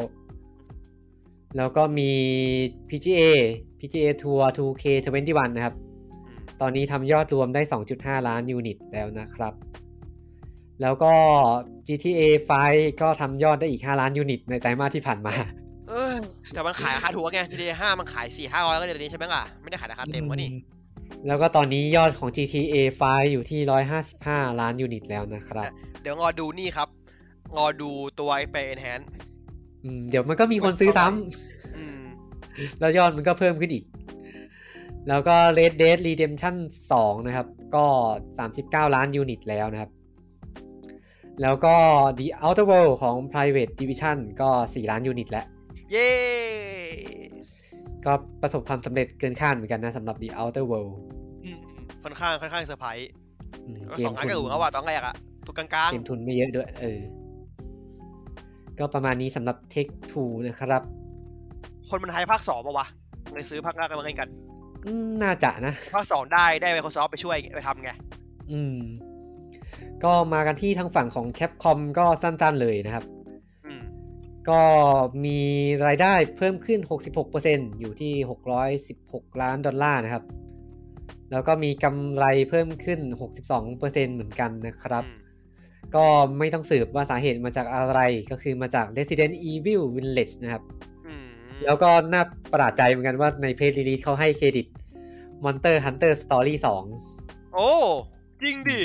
แล้วก็มี PGA Tour 2K21 นะครับตอนนี้ทำยอดรวมได้ 2.5 ล้านยูนิตแล้วนะครับแล้วก็ GTA 5 ก็ทำยอดได้อีก5 ล้านยูนิตในไตรมาสที่ผ่านมา
แต่มันขายราคาถูกไง GTA 5 มันขาย 400-500 ก็เดือนนี้ใช่ไหมล่ะไม่ได้ขายราคาเต็มวะนี่
แล้วก็ตอนนี้ยอดของ GTA 5 อยู่ที่155 ล้านยูนิตแล้วนะครับ
เดี๋ยวรอดูนี่ครับรอดูตัว Xperia Enhance
เดี๋ยวมันก็มีคนซื้อซ้ำแล้วยอดมันก็เพิ่มขึ้นอีกแล้วก็ Red Dead Redemption 2 นะครับก็39 ล้านยูนิตแล้วนะครับแล้วก็ The Outer Worlds ของ Private Division ก็4 ล้านยูนิตแล้ว
เย้
ก็ประสบความสำเร็จเกินคาดเหมือนกันนะสำหรับ The Outer World
ค่อนข้างเซอร์ไพรส์2 ล้านก็ถูกแล้วว่ะตอนแรกอะถูกกลางๆ
เกมทุนไม่เยอะด้วยก็ประมาณนี้สำหรับ Take-2 นะครับ
คนมันไฮภาค2ป่ะวะเลยซื้อภาคแรกกันมาเล่นกัน
น่าจะนะ
ภาค2ได้ Microsoft ไปช่วยไปทำไง
ก็มากันที่ทางฝั่งของ Capcom ก็สั้นๆเลยนะครับก็มีรายได้เพิ่มขึ้น 66% อยู่ที่$616 ล้านนะครับแล้วก็มีกำไรเพิ่มขึ้น 62% เหมือนกันนะครับก็ไม่ต้องสืบว่าสาเหตุมาจากอะไรก็คือมาจาก Resident Evil Village นะครับแล้วก็น่าประหลาดใจเหมือนกันว่าในเพจรีลีสเขาให้เครดิต Monster Hunter Story 2
โอ้จริงดิ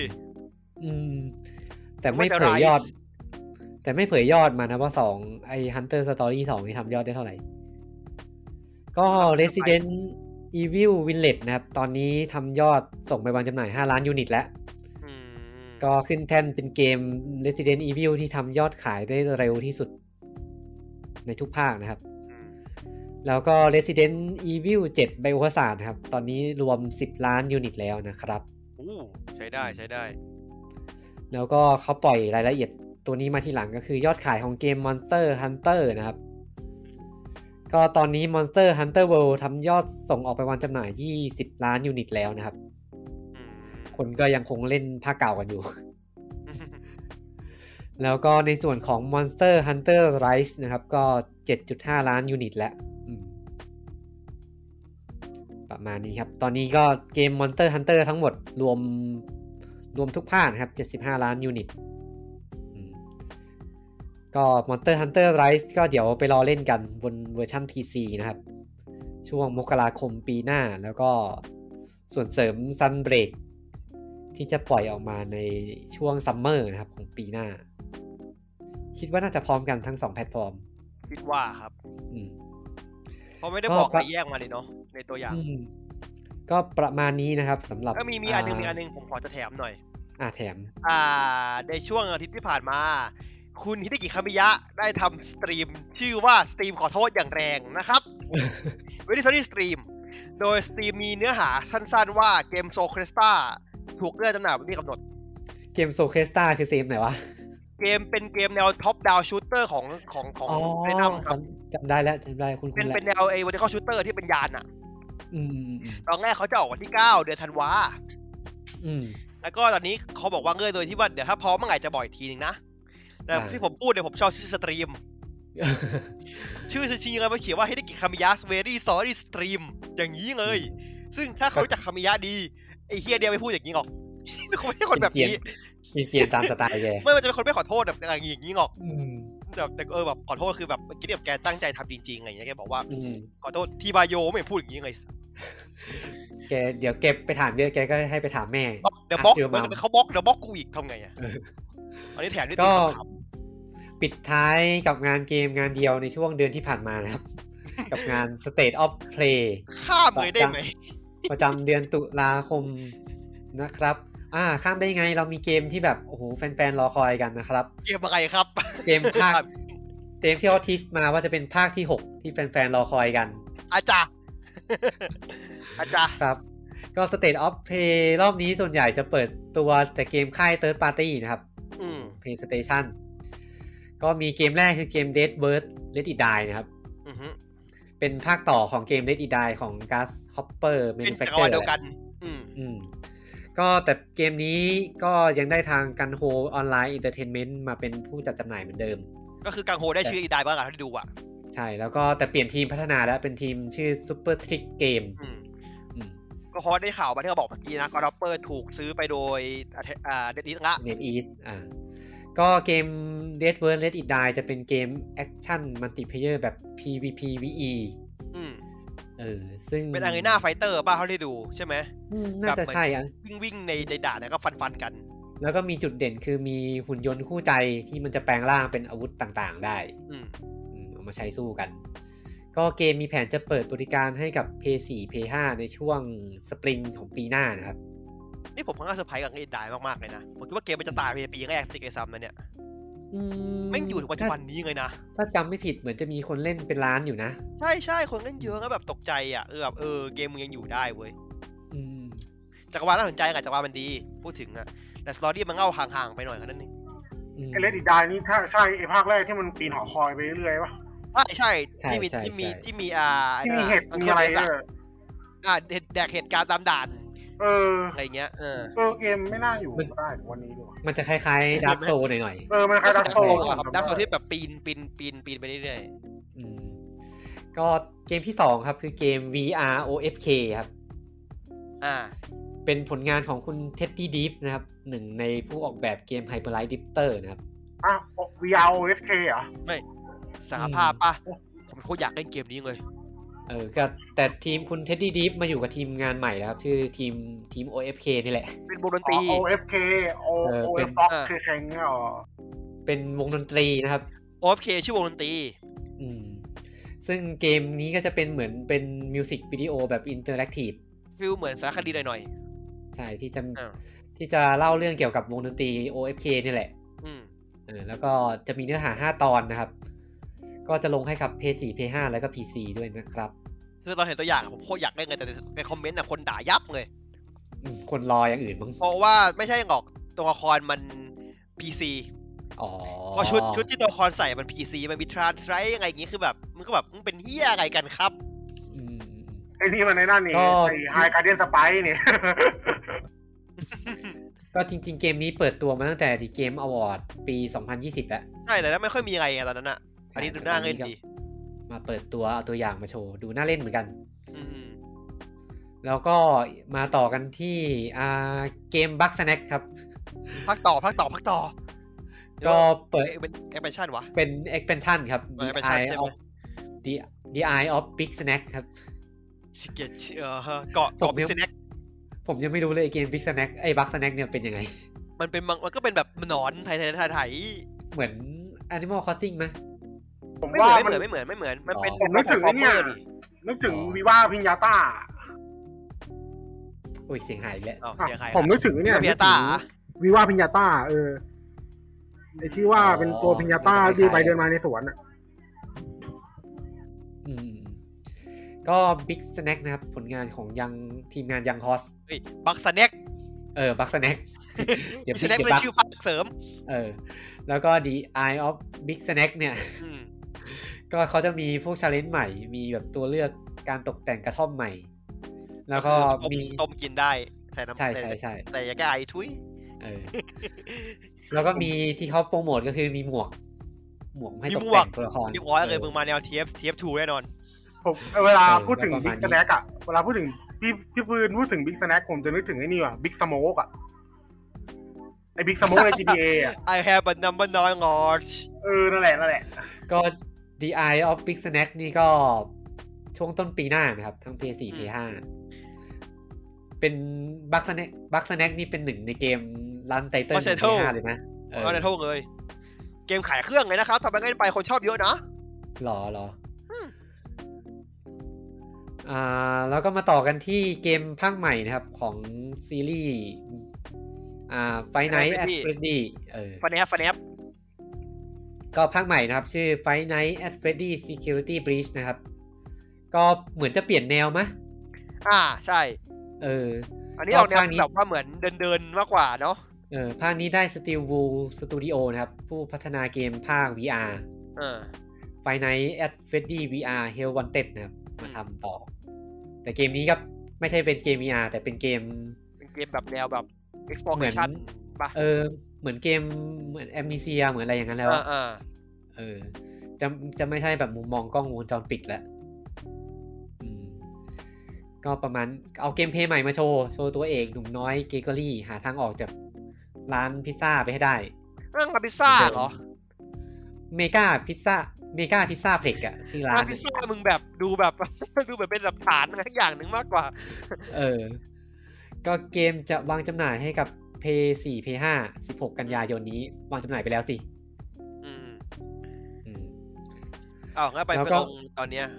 แต่ไม่เผยยอดมานะว่า2ไอ้ Hunter Story 2นี่ทำยอดได้เท่าไหร่ก็ Resident Evil Village นะครับตอนนี้ทำยอดส่งไปวางจำหน่าย5ล้านยูนิตแล้วก็ขึ้นแท่นเป็นเกม Resident Evil ที่ทำยอดขายได้เร็วที่สุดในทุกภาคนะครับแล้วก็ Resident Evil 7 Biohazard นะครับตอนนี้รวม10ล้านยูนิตแล้วนะครับ
ใช้ได้
แล้วก็เขาปล่อยรายละเอียดตัวนี้มาทีหลังก็คือยอดขายของเกม Monster Hunter นะครับก็ตอนนี้ Monster Hunter World ทำยอดส่งออกไปวางจำหน่าย20ล้านยูนิตแล้วนะครับคนก็ยังคงเล่นภาคเก่ากันอยู่ แล้วก็ในส่วนของ Monster Hunter Rise นะครับก็ 7.5 ล้านยูนิตแล้วประมาณนี้ครับตอนนี้ก็เกม Monster Hunter ทั้งหมดรวมทุกภาคนะครับ75ล้านยูนิตก็ Monster Hunter Rise ก็เดี๋ยวไปรอเล่นกันบนเวอร์ชัน PC นะครับช่วงมกราคมปีหน้าแล้วก็ส่วนเสริม Sunbreak ที่จะปล่อยออกมาในช่วงซัมเมอร์นะครับของปีหน้าคิดว่าน่าจะพร้อมกันทั้ง2แพลตฟอร์ม
คิดว่าครับเพราะไม่ได้บอกอะไรแยกมาเลยเนาะในตัวอย่าง
ก็ประมาณนี้นะครับสำหรับ
ก็มีอันนึงผมขอจะแถมหน่อย
แถม
ในช่วงอาทิตย์ที่ผ่านมาคุณฮิเดกิคามิยะได้ทำสตรีมชื่อว่าสตรีมขอโทษอย่างแรงนะครับ Very Sorry Stream โดยสตรีมมีเนื้อหาสั้นๆว่าเกมโซเครสตาถูกเลื่อนจำหน่ายวันที่กำหนด
เกมโซเครสตาคือเกมไหนวะ
เป็นเกมแนวท็อปดาวชูตเตอร์ของเรนัมครับ
จำได้แล้วคุณ
เป็นแนวvertical shooter ที่เป็นยานตอนแรกเขาจะออกวันที่9เดือนธันวาแล้วก็ตอนนี้เขาบอกว่าเงื่อนโดยที่ว่าเดี๋ยวถ้าพร้อมเมื่อไหร่จะบอกอีกทีนึงนะแต่ที่ผมพูดเนี่ยผมชอบชื่อสตรีมชื่อจริงๆเลยมันเขียนว่าฮิเดกิคามิยะ Very Sorry Stream อย่างนี้เลยซึ่งถ้าเขาจากคามิยะดีไอ้เฮียเดียวไม่พูดอย่างนี้หรอกเขาไม่ใช่คนแบบนี้
เกลียดตามสไตล์แก
ไม่มันจะเป็นคนไม่ขอโทษแบบอย่างนี้หรอกแต่แบบขอโทษคือแบบเมื่อกี้แบบแกตั้งใจทำจริงๆอะไรอย่างเงี้ยแกบอกว่าขอโทษทีบาโยไม่พูดอย่างนี้เลย
แกเดี๋ยวแกไปถามเยอะแกก็ให้ไปถามแม่
เดี๋ยวบล็อกเขาบล็อกกูอีกทำไงอ่ะอันนี้แถมด้วย
ก็ปิดท้ายกับงานเกมงานเดียวในช่วงเดือนที่ผ่านมานะครับ กับงาน State of Play
ข้ามเลยได้ไหม
ประจำเดือนตุลาคมนะครับข้ามได้ไงเรามีเกมที่แบบโอ้โหแฟนๆรอคอยกันนะครับ
เกมอะไรครับ
เกมภาคเกมที่เขาทีสมาว่าจะเป็นภาคที่6ที่แฟนๆรอคอยกัน
อาจารย์
ครับก็ State of Play รอบนี้ส่วนใหญ่จะเปิดตัวแต่เกมค่าย Third Party นะครับPlayStation ก็มีเกมแรกคือเกม Dead Bird Let It Die นะครับเป็นภาคต่อของเกม Let It Die ของ Grasshopper Manufacturer
เดียวกัน
ก็แต่เกมนี้ก็ยังได้ทางกันโฮออนไลน์เอนเตอร์เทนเมนต์มาเป็นผู้จัดจำหน่ายเหมือนเดิม
ก็คือกังโฮได้ชื่อ It Die บ้างที่ดูอ่ะ
ใช่แล้วก็แต่เปลี่ยนทีมพัฒนาแล้วเป็นทีมชื่อ Super Trick Game
ก็เพราะได้ข่าวมาที่เขาบอกเมื่อกี้นะ Grasshopper ถูกซื้อไปโดย
NetEase ก็เกม Dead Bird Let It Die จะเป็นเกมแอคชั่นมัลติเพลเยอร์แบบ PVPVE ซึ่ง
เป็นArena Fighter ป่ะเขาได้ดูใช่ไหม
น่าจะใช่
วิ่งในด่านแล้วก็ฟันกัน
แล้วก็มีจุดเด่นคือมีหุ่นยนต์คู่ใจที่มันจะแปลงร่างเป็นอาวุธต่างๆได้เอามาใช้สู้กันก็เกมมีแผนจะเปิดบริการให้กับ PS4 PS5 ในช่วงสปริงของปีหน้านะครับ
นี่ผมค่อนข้างเซอร์ไพรส์กับIt Dieมากๆเลยนะผมคิดว่าเกมมันจะตายในปีแรกที่เกซัมนะเนี่ยไม่อยู่ถึงปัจจุบันนี้เลยนะ
ถ้าจำไม่ผิดเหมือนจะมีคนเล่นเป็นล้านอยู่นะ
ใช่คนเล่นเยอะก็แบบตกใจอ่ะแบบเกมมึงยังอยู่ได้เว้ยจักรวาลน่าสนใจกับจักรวาลมันดีพูดถึงอ่ะแต่สตอรี่มันเง่าห่างๆไปหน่อยแค่นั้นเอง
Let It Dieนี่ถ้าใช่ไอ้ภาคแรกที่มันปีนหอคอยไปเรื่อยๆป่ะ
ใช่ที่มี
เหตุมีอะไร
แดกเหตุการณ์ตามด่านอะไรเงี้ย
เกมไม่น่าอยู่ได้วันนี้ด้วย
มันจะคล้ายๆ Dark Souls หน่อย
ๆมันคล้ายๆ Dark Souls
ครับ Dark Souls ที่แบบปีนไปเรื่อย
ๆก็เกมที่2ครับคือเกม VR OFK ครับเป็นผลงานของคุณ Teddy Deep นะครับหนึ่งในผู้ออกแบบเกม Hyperlight Drifter นะครับ
VR OFK เหรอ
ไม่สารภาพป่ะผมโคตรอยากเล่นเกมนี้เลย
ก็แต่ทีมคุณ Teddy Deep มาอยู่กับทีมงานใหม่แล้วครับชื่อทีม OFK นี่แหละ
เป็นวงดนตรี
OFK OFK คือแข่งเนี่ย
เป็นวงดนตรีนะครับ
OFK ชื่อวงดนตรี
ซึ่งเกมนี้ก็จะเป็นเหมือนเป็นมิวสิกวิดีโอแบบอินเตอร์แอคทีฟ
ฟีลเหมือนสารคดีหน่อย
ใช่ที่จะเล่าเรื่องเกี่ยวกับวงดนตรี OFK นี่แหละแล้วก็จะมีเนื้อหา5ตอนนะครับก็จะลงให้กับ PS4 PS5 แล้วก็ PC ด้วยนะครับ
คือตอนเห็นตัวอย่างผมโคตรอยากเล่นเลยแต่ในคอมเมนต์คนด่ายับเลย
คนรออย่างอื่นมั้ง
เพราะว่าไม่ใช่หรอกตัวละครมัน PC เพราะชุดที่ตัวละครใส่มัน PC มันมีทรานสไลด์ยังไงอย่างงี้คือแบบมันก็แบบมึงเป็นเหี้ยอะไรกันครับ
ไอ้นี่มันในนั่นนี่ไอ้ High Guardian Spy นี่
ก็จริงๆเกมนี้เปิดตัวมาตั้งแต่ที่ Game Award ปี 2020 แล้ว
ใช่แต่ไม่ค่อยมีอะไรตอนนั้นอ่ะอันนี้ดูน่าเล่นดี
มาเปิดตัวเอาตัวอย่างมาโชว์ดูน่าเล่นเหมือนกันแล้วก็มาต่อกันที่เกม Bug Snack ครับ
พักต่อ
ก็เปิด
เป็น expansion วะ
เป็น expansion ครับ The Eye of Big Snack ครับ
สิเกตเกาะ Big Snack
ผมยังไม่รู้เลยเกม Big Snack ไอ้ Bug Snack เนี่ยเป็นยังไง
มันก็เป็นแบบหนอนไถ
เหมือน Animal Crossing มั้ย
ผมว่าไม่เหมือนมันเป็น
ผมนึกถึงเนี่ยนึกถึงวิว่าพิญญาต้า
โอ้ยเสียงหายแล้ว
ผมนึกถึงเนี่ย
พิญญาต้า
วิว่าพิญญาต้าไอ้ที่ว่าเป็นตัวพิญญาต้าที่ไปเดินมาในสวน
ก็ Big Snack นะครับผลงานของทีมงานยังฮอส
Bug Snack
Bug Snack
เดี๋ยว Snack เป็นชื่อพักเสริม
แล้วก็ The Eye of Big Snack เนี่ยก็เขาจะมีพวก challenge ใหม่มีแบบตัวเลือกการตกแต่งกระท่อมใหม่แล้วก็มี
ต้มกินได้ใส่น้ำ
ใช่
แต่อย่าแก้ไอทุย
แล้วก็มีที่เขาโปรโมทก็คือมีหมวกให้ตกแต่งตัวละคร
เรียบร้อยเลยมึงมาแนว TF2 แน่นอน
ผมเวลาพูดถึง Big Snack อ่ะเวลาพูดถึงพี่ปืนพูดถึง Big Snack ผมจะนึกถึงไอ้นี่ว่ะ Big Smoke อ่ะไอ้ Big Smoke ใน GTA อ่ะ
I have a number 9 large
นั่นแหละ
ก็ The Eye of Big Snack นี่ก็ช่วงต้นปีหน้านะครับทั้ง PS4 PS5 เป็น Bug Snack นี่เป็นหนึ่งในเกมรันไตเติ้ล PS5 เลยนะ
รันไตเติ้ลเลยเกมขายเครื่องเลยนะครับทำไปเล่นไปคนชอบเยอะนะ
หรอแล้วก็มาต่อกันที่เกมภาคใหม่นะครับของซีรีส์Five Nights at Freddy's
FNAF
ก็ภาคใหม่นะครับชื่อ Five Nights at Freddy's Security Breach นะครับก็เหมือนจะเปลี่ยนแนวมั้ย
ใช่อันนี้ออกแนวแบบว่าเหมือนเดินมากกว่าเนาะ
ภาคนี้ได้ Steelwool Studio นะครับผู้พัฒนาเกมภาค VR Five Nights at Freddy's VR Hell Wanted นะครับมาทำต่อแต่เกมนี้ก็ไม่ใช่เป็นเกม VR แต่เป็นเกม
แบบแนวแบบ exploration ป่ะ
เหมือนเกมเหมือน Amnesia เหมือนอะไรอย่างนั้นแล้วจะไม่ใช่แบบมุมมองกล้องวงจรปิดแล้วก็ประมาณเอาเกมเพลย์ใหม่มาโชว์ตัวเอกหนุ่มน้อยเกเกอรี่หาทางออกจากร้านพิซซ่าไปให้ได้
ร้านพิซซ่าเหรอ
เมกาพิซซ่าเพล็กอะชื่อร้าน
พิซซ่ามึงแบบดูแบบเป็นหลักฐานอะไรทุกอย่างหนึ่งมากกว่า
ก็เกมจะวางจำหน่ายให้กับ PS4 PS5 16 กันยายนนี้วางจำหน่ายไปแล้วสิ
งั้นไปลงตอนเนี้ย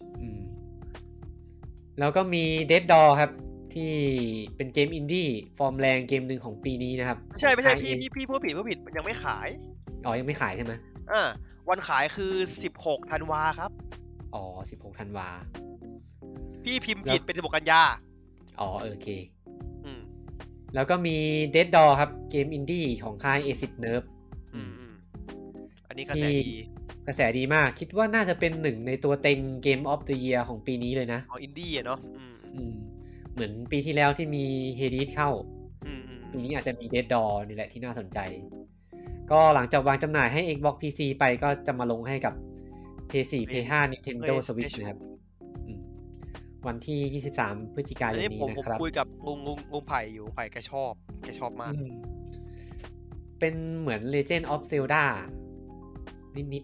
แล้วก็มี Dead Door ครับที่เป็นเกมอินดี้ฟอร์มแรงเกมหนึ่งของปีนี้นะครับ
ไม่ใช่พี่พูดผิดมันยังไม่ขาย
ยังไม่ขายใช่ไหม
วันขายคือ16ธันวาครับ
16ธันวา
พี่พิมพ์ผิดเป็น16กันยา
โอเคแล้วก็มี Dead Door ครับเกมอินดี้ของค่าย Acid Nerve
อันนี้กระ
แสดีมากคิดว่าน่าจะเป็นหนึ่งในตัวเต็ง Game of the Year ของปีนี้เลยนะ
อินดี้เนาะ
เหมือนปีที่แล้วที่มี Hades เข้าปีนี้อาจจะมี Dead Door นี่แหละที่น่าสนใจก็หลังจากวางจำหน่ายให้ Xbox PC ไปก็จะมาลงให้กับ PS4 PS5 Nintendo Switch นะครับวันที่23พฤศจิกายนนี้นะครับ
ผมคุยกับลุงไผ่อยู่ไผ่แกชอบมาก
เป็นเหมือน Legend of Zelda นิด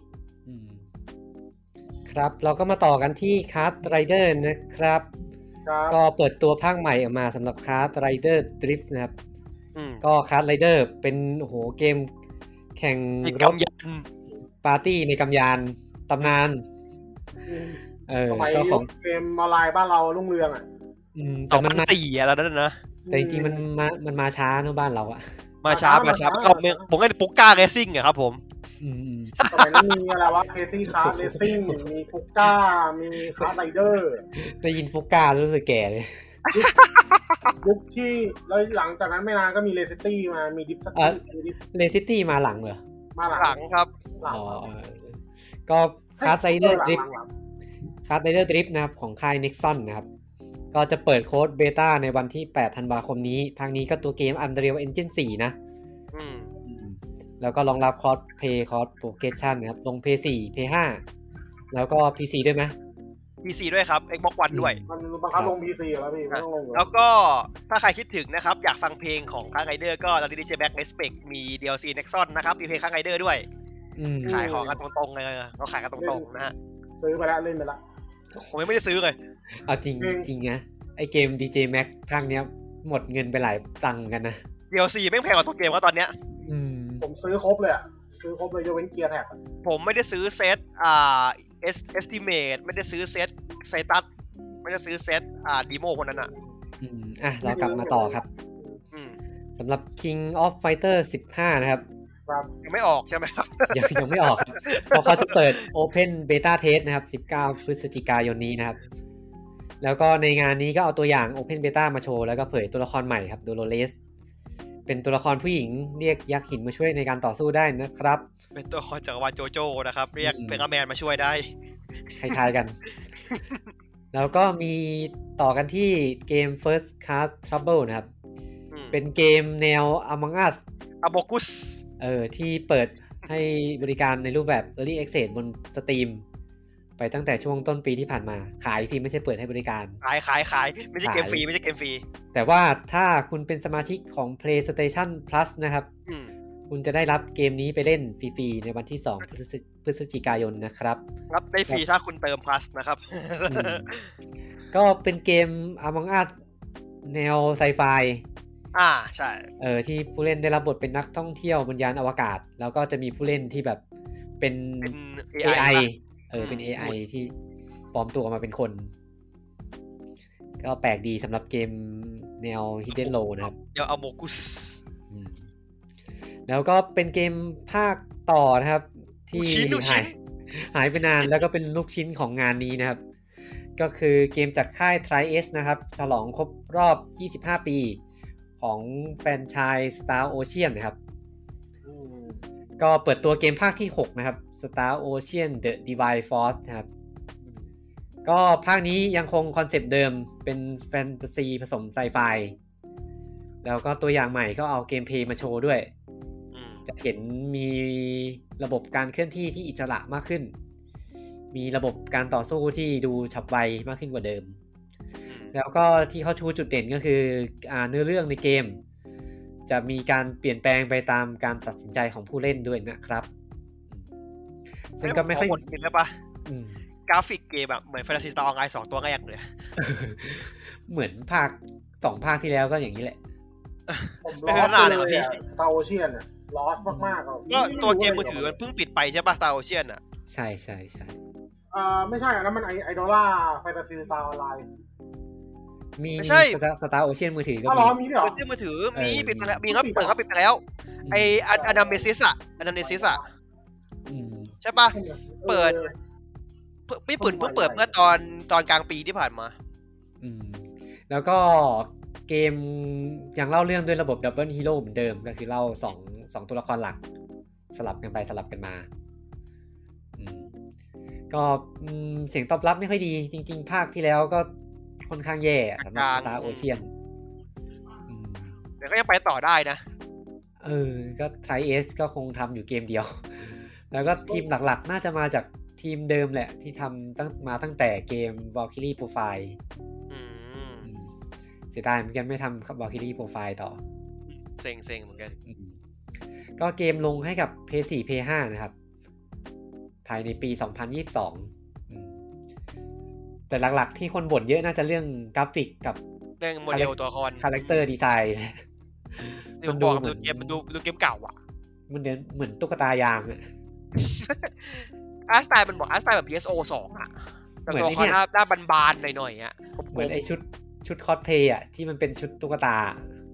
ๆครับเราก็มาต่อกันที่ Kart Rider นะครับก็เปิดตัวภาคใหม่ออกมาสำหรับ Kart Rider Drift นะครับก็ Kart Rider เป็นเกมแข่งรถปาร์ตี้ในกำยานตำนาน
ก็ของเกมออนไลน์บ้านเรารุ่งเรือง
แต่มัน4แล้วนั่นนะ
แต่จริงๆมันมาช้าเนอะบ้านเราอะ
มาช้าก็ผมก็ปุกก้าเรซิ่งอะครับผม
สมัยนั้นมีอะไรวะเคซี่คาร์เรซิ่งมีปุกก้ามีคาร์ไรเดอร์
ได้ยินปุกก้ารู้สึกแก่เลย
ยุคที่แล้วหลังจากนั้นไม่นานก็มีเรซิตี้มามีดิฟสตี้
เรซิตี้มาหลังเหรอ
มาหลัง
ครับ
ก็คาร์ไรเดอร์ดริฟต์Kart Rider Drift นะครับของค่าย Nexon นะครับก็จะเปิดโค้ดเบต้าในวันที่8ธันวาคมนี้ภาคนี้ก็ตัวเกม Unreal Engine 4 นะแล้วก็รองรับ Cross Play Cross Progression นะครับลง PS4 PS5 แล้วก็ PC ด้วยไหม
PC ด้วยครับ Xbox One ด้วย
มันบังคับลง PC แล้วพี่ไม่ต้องลง
แล้วก็ถ้าใครคิดถึงนะครับอยากฟังเพลงของ Kart Rider ก็ตอนนี้ DJ Back Respect มี DLC Nexon นะครับมีเพลง Kart Rider ด้วยขายของกันตรงๆเลยเขาขายกันตรงๆนะฮะ
ซื้อไปแล้วเล่นไปแล้ว
ผมยังไม่ได้ซื้อเลย
เอาจริงนะไอเกม DJ Max ภาคเนี้ยหมดเงินไปหลายตังค์กันนะ
DLC แม่งแพงกว่าตัวเกมว่าตอนเนี้ย
ผมซื้อครบเลยอ่ะซื้อครบเลยยกเว้นเกียร์แท็ก
ผมไม่ได้ซื้อเซตestimate ไม่ได้ซื้อเซตไซตัสไม่ได้ซื้อเซตดีโมคนนั้นอ่ะ
เรากลับมาต่อครับสำหรับ King of Fighter 15 นะครับ
ยังไม่ออกใช่ไหมครับ
ยังไม่ออกเพราะเขาจะเปิด Open Beta Test นะครับ19พฤศจิกายนนี้นะครับแล้วก็ในงานนี้ก็เอาตัวอย่าง Open Beta มาโชว์แล้วก็เผยตัวละครใหม่ครับโดโลเรสเป็นตัวละครผู้หญิงเรียกยักษ์หินมาช่วยในการต่อสู้ได้นะครับ
เป็นตัวละครจักรวาลโจโจ้นะครับเรียกเพกาแมนมาช่วยได้
คล้ายๆกันแล้วก็มีต่อกันที่เกม First Class Trouble นะครับเป็นเกมแนว Among Us
Amogus
ที่เปิดให้บริการในรูปแบบ Early Access บน Steam ไปตั้งแต่ช่วงต้นปีที่ผ่านมาขายที่ไม่ใช่เปิดให้บริการ
ขายไม่ใช่เกมฟรีไม่ใช่เกมฟรี
แต่ว่าถ้าคุณเป็นสมาชิกของ PlayStation Plus นะครับคุณจะได้รับเกมนี้ไปเล่นฟรีๆในวันที่2พฤศจิกายนนะครับ
รับได้ฟรีถ้าคุณเติม Plus นะครับ
ก็เป็นเกม Among Us แนวไซไฟ
ใช่
ที่ผู้เล่นได้รับบทเป็นนักท่องเที่ยวบนยานอวกาศแล้วก็จะมีผู้เล่นที่แบบเป็น AI เป็น AI ที่ปลอมตัวมาเป็นคนก็แปลกดีสำหรับเกมแนว Hidden Row นะครับ
เดี๋ยวAmogus
แล้วก็เป็นเกมภาคต่อนะครับที่หายไปนานแล้วก็เป็นลูกชิ้นของงานนี้นะครับก็คือเกมจากค่าย Tri-S นะครับฉลองครบรอบ25ปีของแฟรนไชส์ Star Ocean นะครับก็เปิดตัวเกมภาคที่6นะครับ Star Ocean The Divine Force นะครับก็ภาคนี้ยังคงคอนเซปต์เดิมเป็นแฟนตาซีผสมไซไฟแล้วก็ตัวอย่างใหม่ก็เอาเกมเพลย์มาโชว์ด้วยจะเห็นมีระบบการเคลื่อนที่ที่อิสระมากขึ้นมีระบบการต่อสู้ที่ดูฉับไวมากขึ้นกว่าเดิมแล้วก็ที่เขาชูจุดเด่นก็คือเนื้อเรื่องในเกมจะมีการเปลี่ยนแปลงไปตามการตัดสินใจของผู้เล่นด้วยนะครับซึ่งก็ไม่ค่อย
เห็นแล้วปะกราฟิกเกมแบบเหมือน Fantasy Star Online 2ตัวแรกเลย
เหมือนภาค2ภาคที่แล้วก็อย่างนี้แหละ
ผมรอมากเลยพี่ Star Ocean อ่ะลอสมากๆ
ก็ตัวเกมมือถือมันเพิ่งปิดไปใช่ป่ะ Star Ocean อ่ะ
ใช่
ไม่ใช่นะมันไอดอลล่า Fantasy Star Online
มีStar Ocean มือถือก็
มีเหรอ
มือถือมีปิดไปแล้วมีครับเปิดครับปิดไปแล้วไอAnamesis อ่ะใช่ป่ะเปิดไม่เพิ่งเปิดเมื่อตอนกลางปีที่ผ่านมา
แล้วก็เกมยังเล่าเรื่องด้วยระบบ Double Hero เหมือนเดิมก็คือเล่า2ตัวละครหลักสลับกันไปสลับกันมาก็เสียงตอบรับไม่ค่อยดีจริงๆภาคที่แล้วก็ค่อนข้างแย่สำหรับ Star Ocean
แต่ก็ยังไปต่อได้นะ
ก็ไทเอสก็คงทำอยู่เกมเดียวแล้วก็ทีมหลักๆน่าจะมาจากทีมเดิมแหละที่ทำตั้งแต่เกม Valkyrie Profile เสียดายเหมือนกันไม่ทำ Valkyrie Profile ต่อ
เซ็งเหมือนกัน
ก็เกมลงให้กับ PS4 PS5 นะครับภายในปี 2022แต่หลักๆที่คนบ่นเยอะน่าจะเรื่องกราฟิกกับ
เรื่องโมเดลตัวละคร
คาแรคเตอร์ดีไซน์
มันดูเหมือนเกมเก่าอ่ะ
มันเหมือนตุ๊กตายางอ่ะ
อาร์ตสไตล์มันบอกอาร์ตสไตล์แบบ PSO 2อ่ะแต่ตัวละครหน้าบานๆหน่อยๆอ่ะ
เหมือนไอชุดคอสเพลย์อ่ะที่มันเป็นชุดตุ๊กตา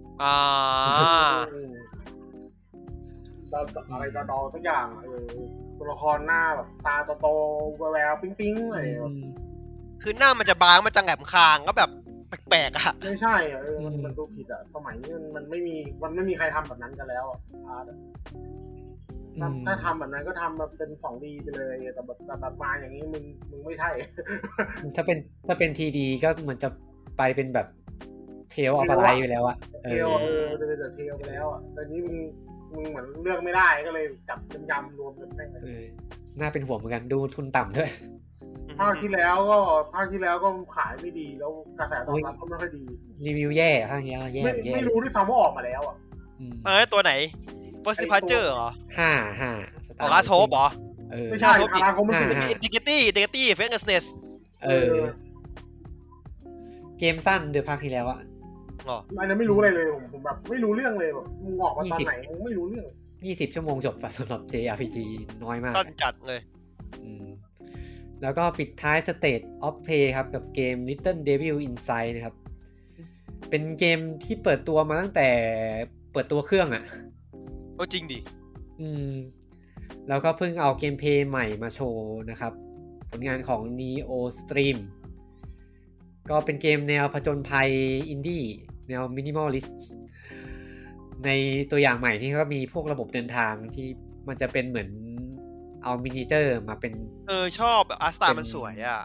อะไรดอสักอย่างตัวละครหน้าแบบตาโตๆแววๆปิ๊งๆอะไร
คือหน้ามันจะบางมันจะแหลมคางก็แบบแปลกๆอ่ะ
ไม่ใช่มันดูผิดอ่ะสมัยนี้มันไม่มีใครทำแบบนั้นกันแล้วถ้าทำแบบนั้นก็ทำมาเป็น 2D ไปเลยแต่แบบมาอย่างนี้มึงไม่ใช่
ถ้าเป็น 3D ก็มันจะไปเป็นแบบเทลออฟไลท์ไปแล้วอ่ะ
เทลจะเป็นเทลไปแล้วอ่ะแต่นี้มึงเหมือนเลือกไม่ได้ก็เลยจับยำรวมกันแม่งเลย
น่าเป็นห่วงเหมือนกันดูทุนต่ำด้วย
ภาคที่แล้วก็ขายไม่ดีแล้วกระแสตอบรับก็ไม่ค่อยดี
รีวิวแย่ภาคนี้แย่
ไม่รู้ด้วยซ้ำว่าออกมาแล้วอ่ะ
ตัวไหน First Departure เหรอ
5
Last Hope เหรอ
ไม่ใช่Last Hope ไม่ใช่
Integrity Fairness
เกมสั้นเดือนภาคที่แล้วอะ
อันนั้นไม่รู้อะไรเลยผมแบบไม่รู้เรื่องเลยแบบมึงออกมาตอนไหนมึงไม่รู้เรื่อง
20 ชั่วโมงจบสำหรับ JRPG น้อยมาก
ต้นจัดเลย
แล้วก็ปิดท้าย State of Play ครับกับเกม Little Devil Inside นะครับเป็นเกมที่เปิดตัวมาตั้งแต่เปิดตัวเครื่องอะ
จริงดิ
แล้วก็เพิ่งเอาเกมเพลย์ใหม่มาโชว์นะครับผลงานของ Neo Stream ก็เป็นเกมแนวผจญภัยอินดี้แนวมินิมอลลิสต์ในตัวอย่างใหม่ที่ก็มีพวกระบบเดินทางที่มันจะเป็นเหมือนเอามินิเจอร์มาเป็น
ชอบแบบอาร์ตสไตล์มันสวยอ่ะ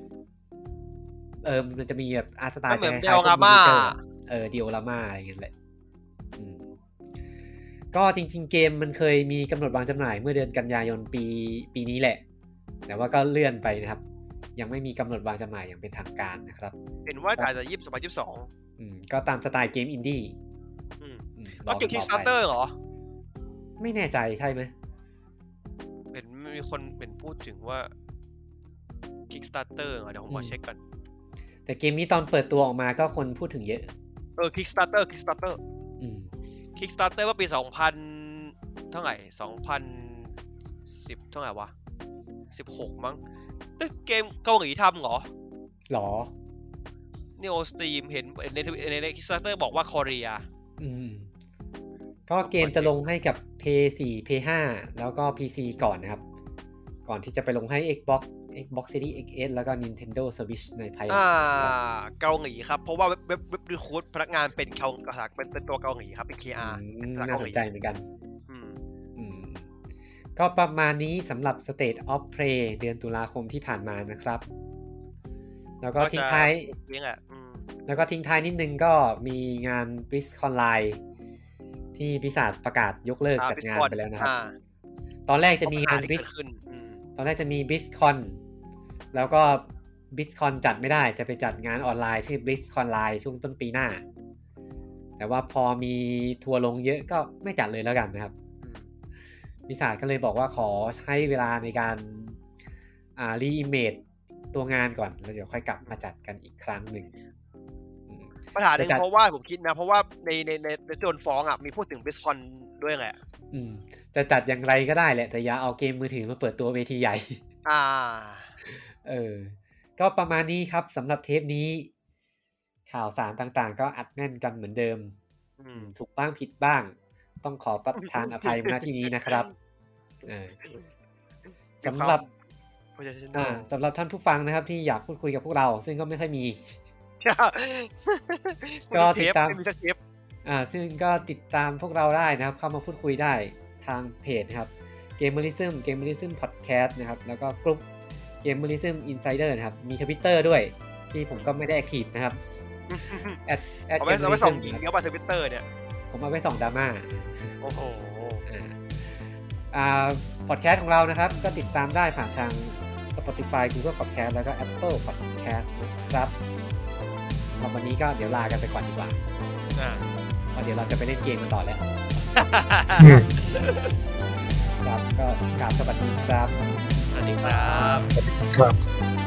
มันจะมีแบบอาร์ตสไตล์
เหมือนเดียวราม่า
เดียวราม่าอะไรอย่างเงี้ยแหละก็จริงๆเกมมันเคยมีกำหนดวางจำหน่ายเมื่อเดือนกันยายนปีนี้แหละแต่ว่าก็เลื่อนไปนะครับยังไม่มีกำหนดวางจำหน่ายอย่างเป็นทางการนะครับ
เห็นว่าอาจจะ2022
ก็ตามสไตล์เกมอินดี้
ก็เกี่ยวกับ Kickstarter เหรอ
ไม่แน่ใจใช่ไหม
เห็นมีคนเป็นพูดถึงว่า Kickstarter เดี๋ยวผมขอเช็คก่อน
แต่เกมนี้ตอนเปิดตัวออกมาก็คนพูดถึงเยอะ
Kickstarter Kickstarter ว่าปี2000เท่าไหร่2010เท่าไหร่วะ16มั้งเกมเกาหลีทำเหรอNeo Stream เห็นใน Kickstarter บอกว่า Korea
ก็เกมจะลงให้กับ PS4 PS5 แล้วก็ PC ก่อนนะครับก่อนที่จะไปลงให้ Xbox Series XS แล้วก็ Nintendo Switch ในภายหลัง
เกาหลีครับเพราะว่าเว็บรีคูดพนักงานเป็นตัวเกาหลีครับเป็น KR
น่าสนใจเหมือนกันก็ประมาณนี้สำหรับ State of Play เดือนตุลาคมที่ผ่านมานะครับแล้วก็ทิ้งท้ายนิดนึงก็มีงาน BlizzCon Live ที่ปีศาจประกาศยกเลิกจัดงานไปแล้วนะครับตอนแรกจะมีงาน BlizzCon แล้วก็ BlizzCon จัดไม่ได้จะไปจัดงานออนไลน์ชื่อ BlizzCon Live ช่วงต้นปีหน้าแต่ว่าพอมีทัวร์ลงเยอะก็ไม่จัดเลยแล้วกันนะครับปีศาจก็เลยบอกว่าขอใช้เวลาในการรีอิมเมจตัวงานก่อนแล้วเดี๋ยวค่อยกลับมาจัดกันอีกครั้งหนึ่ง
ปัญหาหนึ่งเพราะว่าผมคิดนะเพราะว่าในโดนฟ้องมีพูดถึง BlizzCon ด้วยแหละ
จะจัดอย่างไรก็ได้แหละแต่อย่าเอาเกมมือถือมาเปิดตัวเวทีใหญ่ก็ประมาณนี้ครับสำหรับเทปนี้ข่าวสารต่างๆก็อัดแน่นกันเหมือนเดิมถูกบ้างผิดบ้างต้องขอประทานอภัยมาที่นี้นะครับสำหรับท่านผู้ฟังนะครับที่อยากพูดคุยกับพวกเราซึ่งก็ไม่ค่อยมีก็ติดตามซึ่งก็ติดตามพวกเราได้นะครับเข้ามาพูดคุยได้ทางเพจนะครับ Gamerism Podcast นะครับแล้วก็กลุ่ม Gamerism Insider นะครับมี Twitter ด้วยที่ผมก็ไม่ได้แอคทีฟนะครับ
เอาไว้ส่องหญิงเยอะป่ะ Twitter เนี่ย
ผมเอาไว้ส่องดราม่า
โอ้โห
พอดแคสต์ของเรานะครับก็ติดตามได้ผ่านทาง Spotify Google Podcast แล้วก็ Apple Podcast นะครับวันนี้ก็เดี๋ยวลากันไปก่อนดีกว่าเพราะเดี๋ยวเราจะไปเล่นเกมกันต่อแล้วครับก็กราบสวัสดีครับ
สวัสดีครับ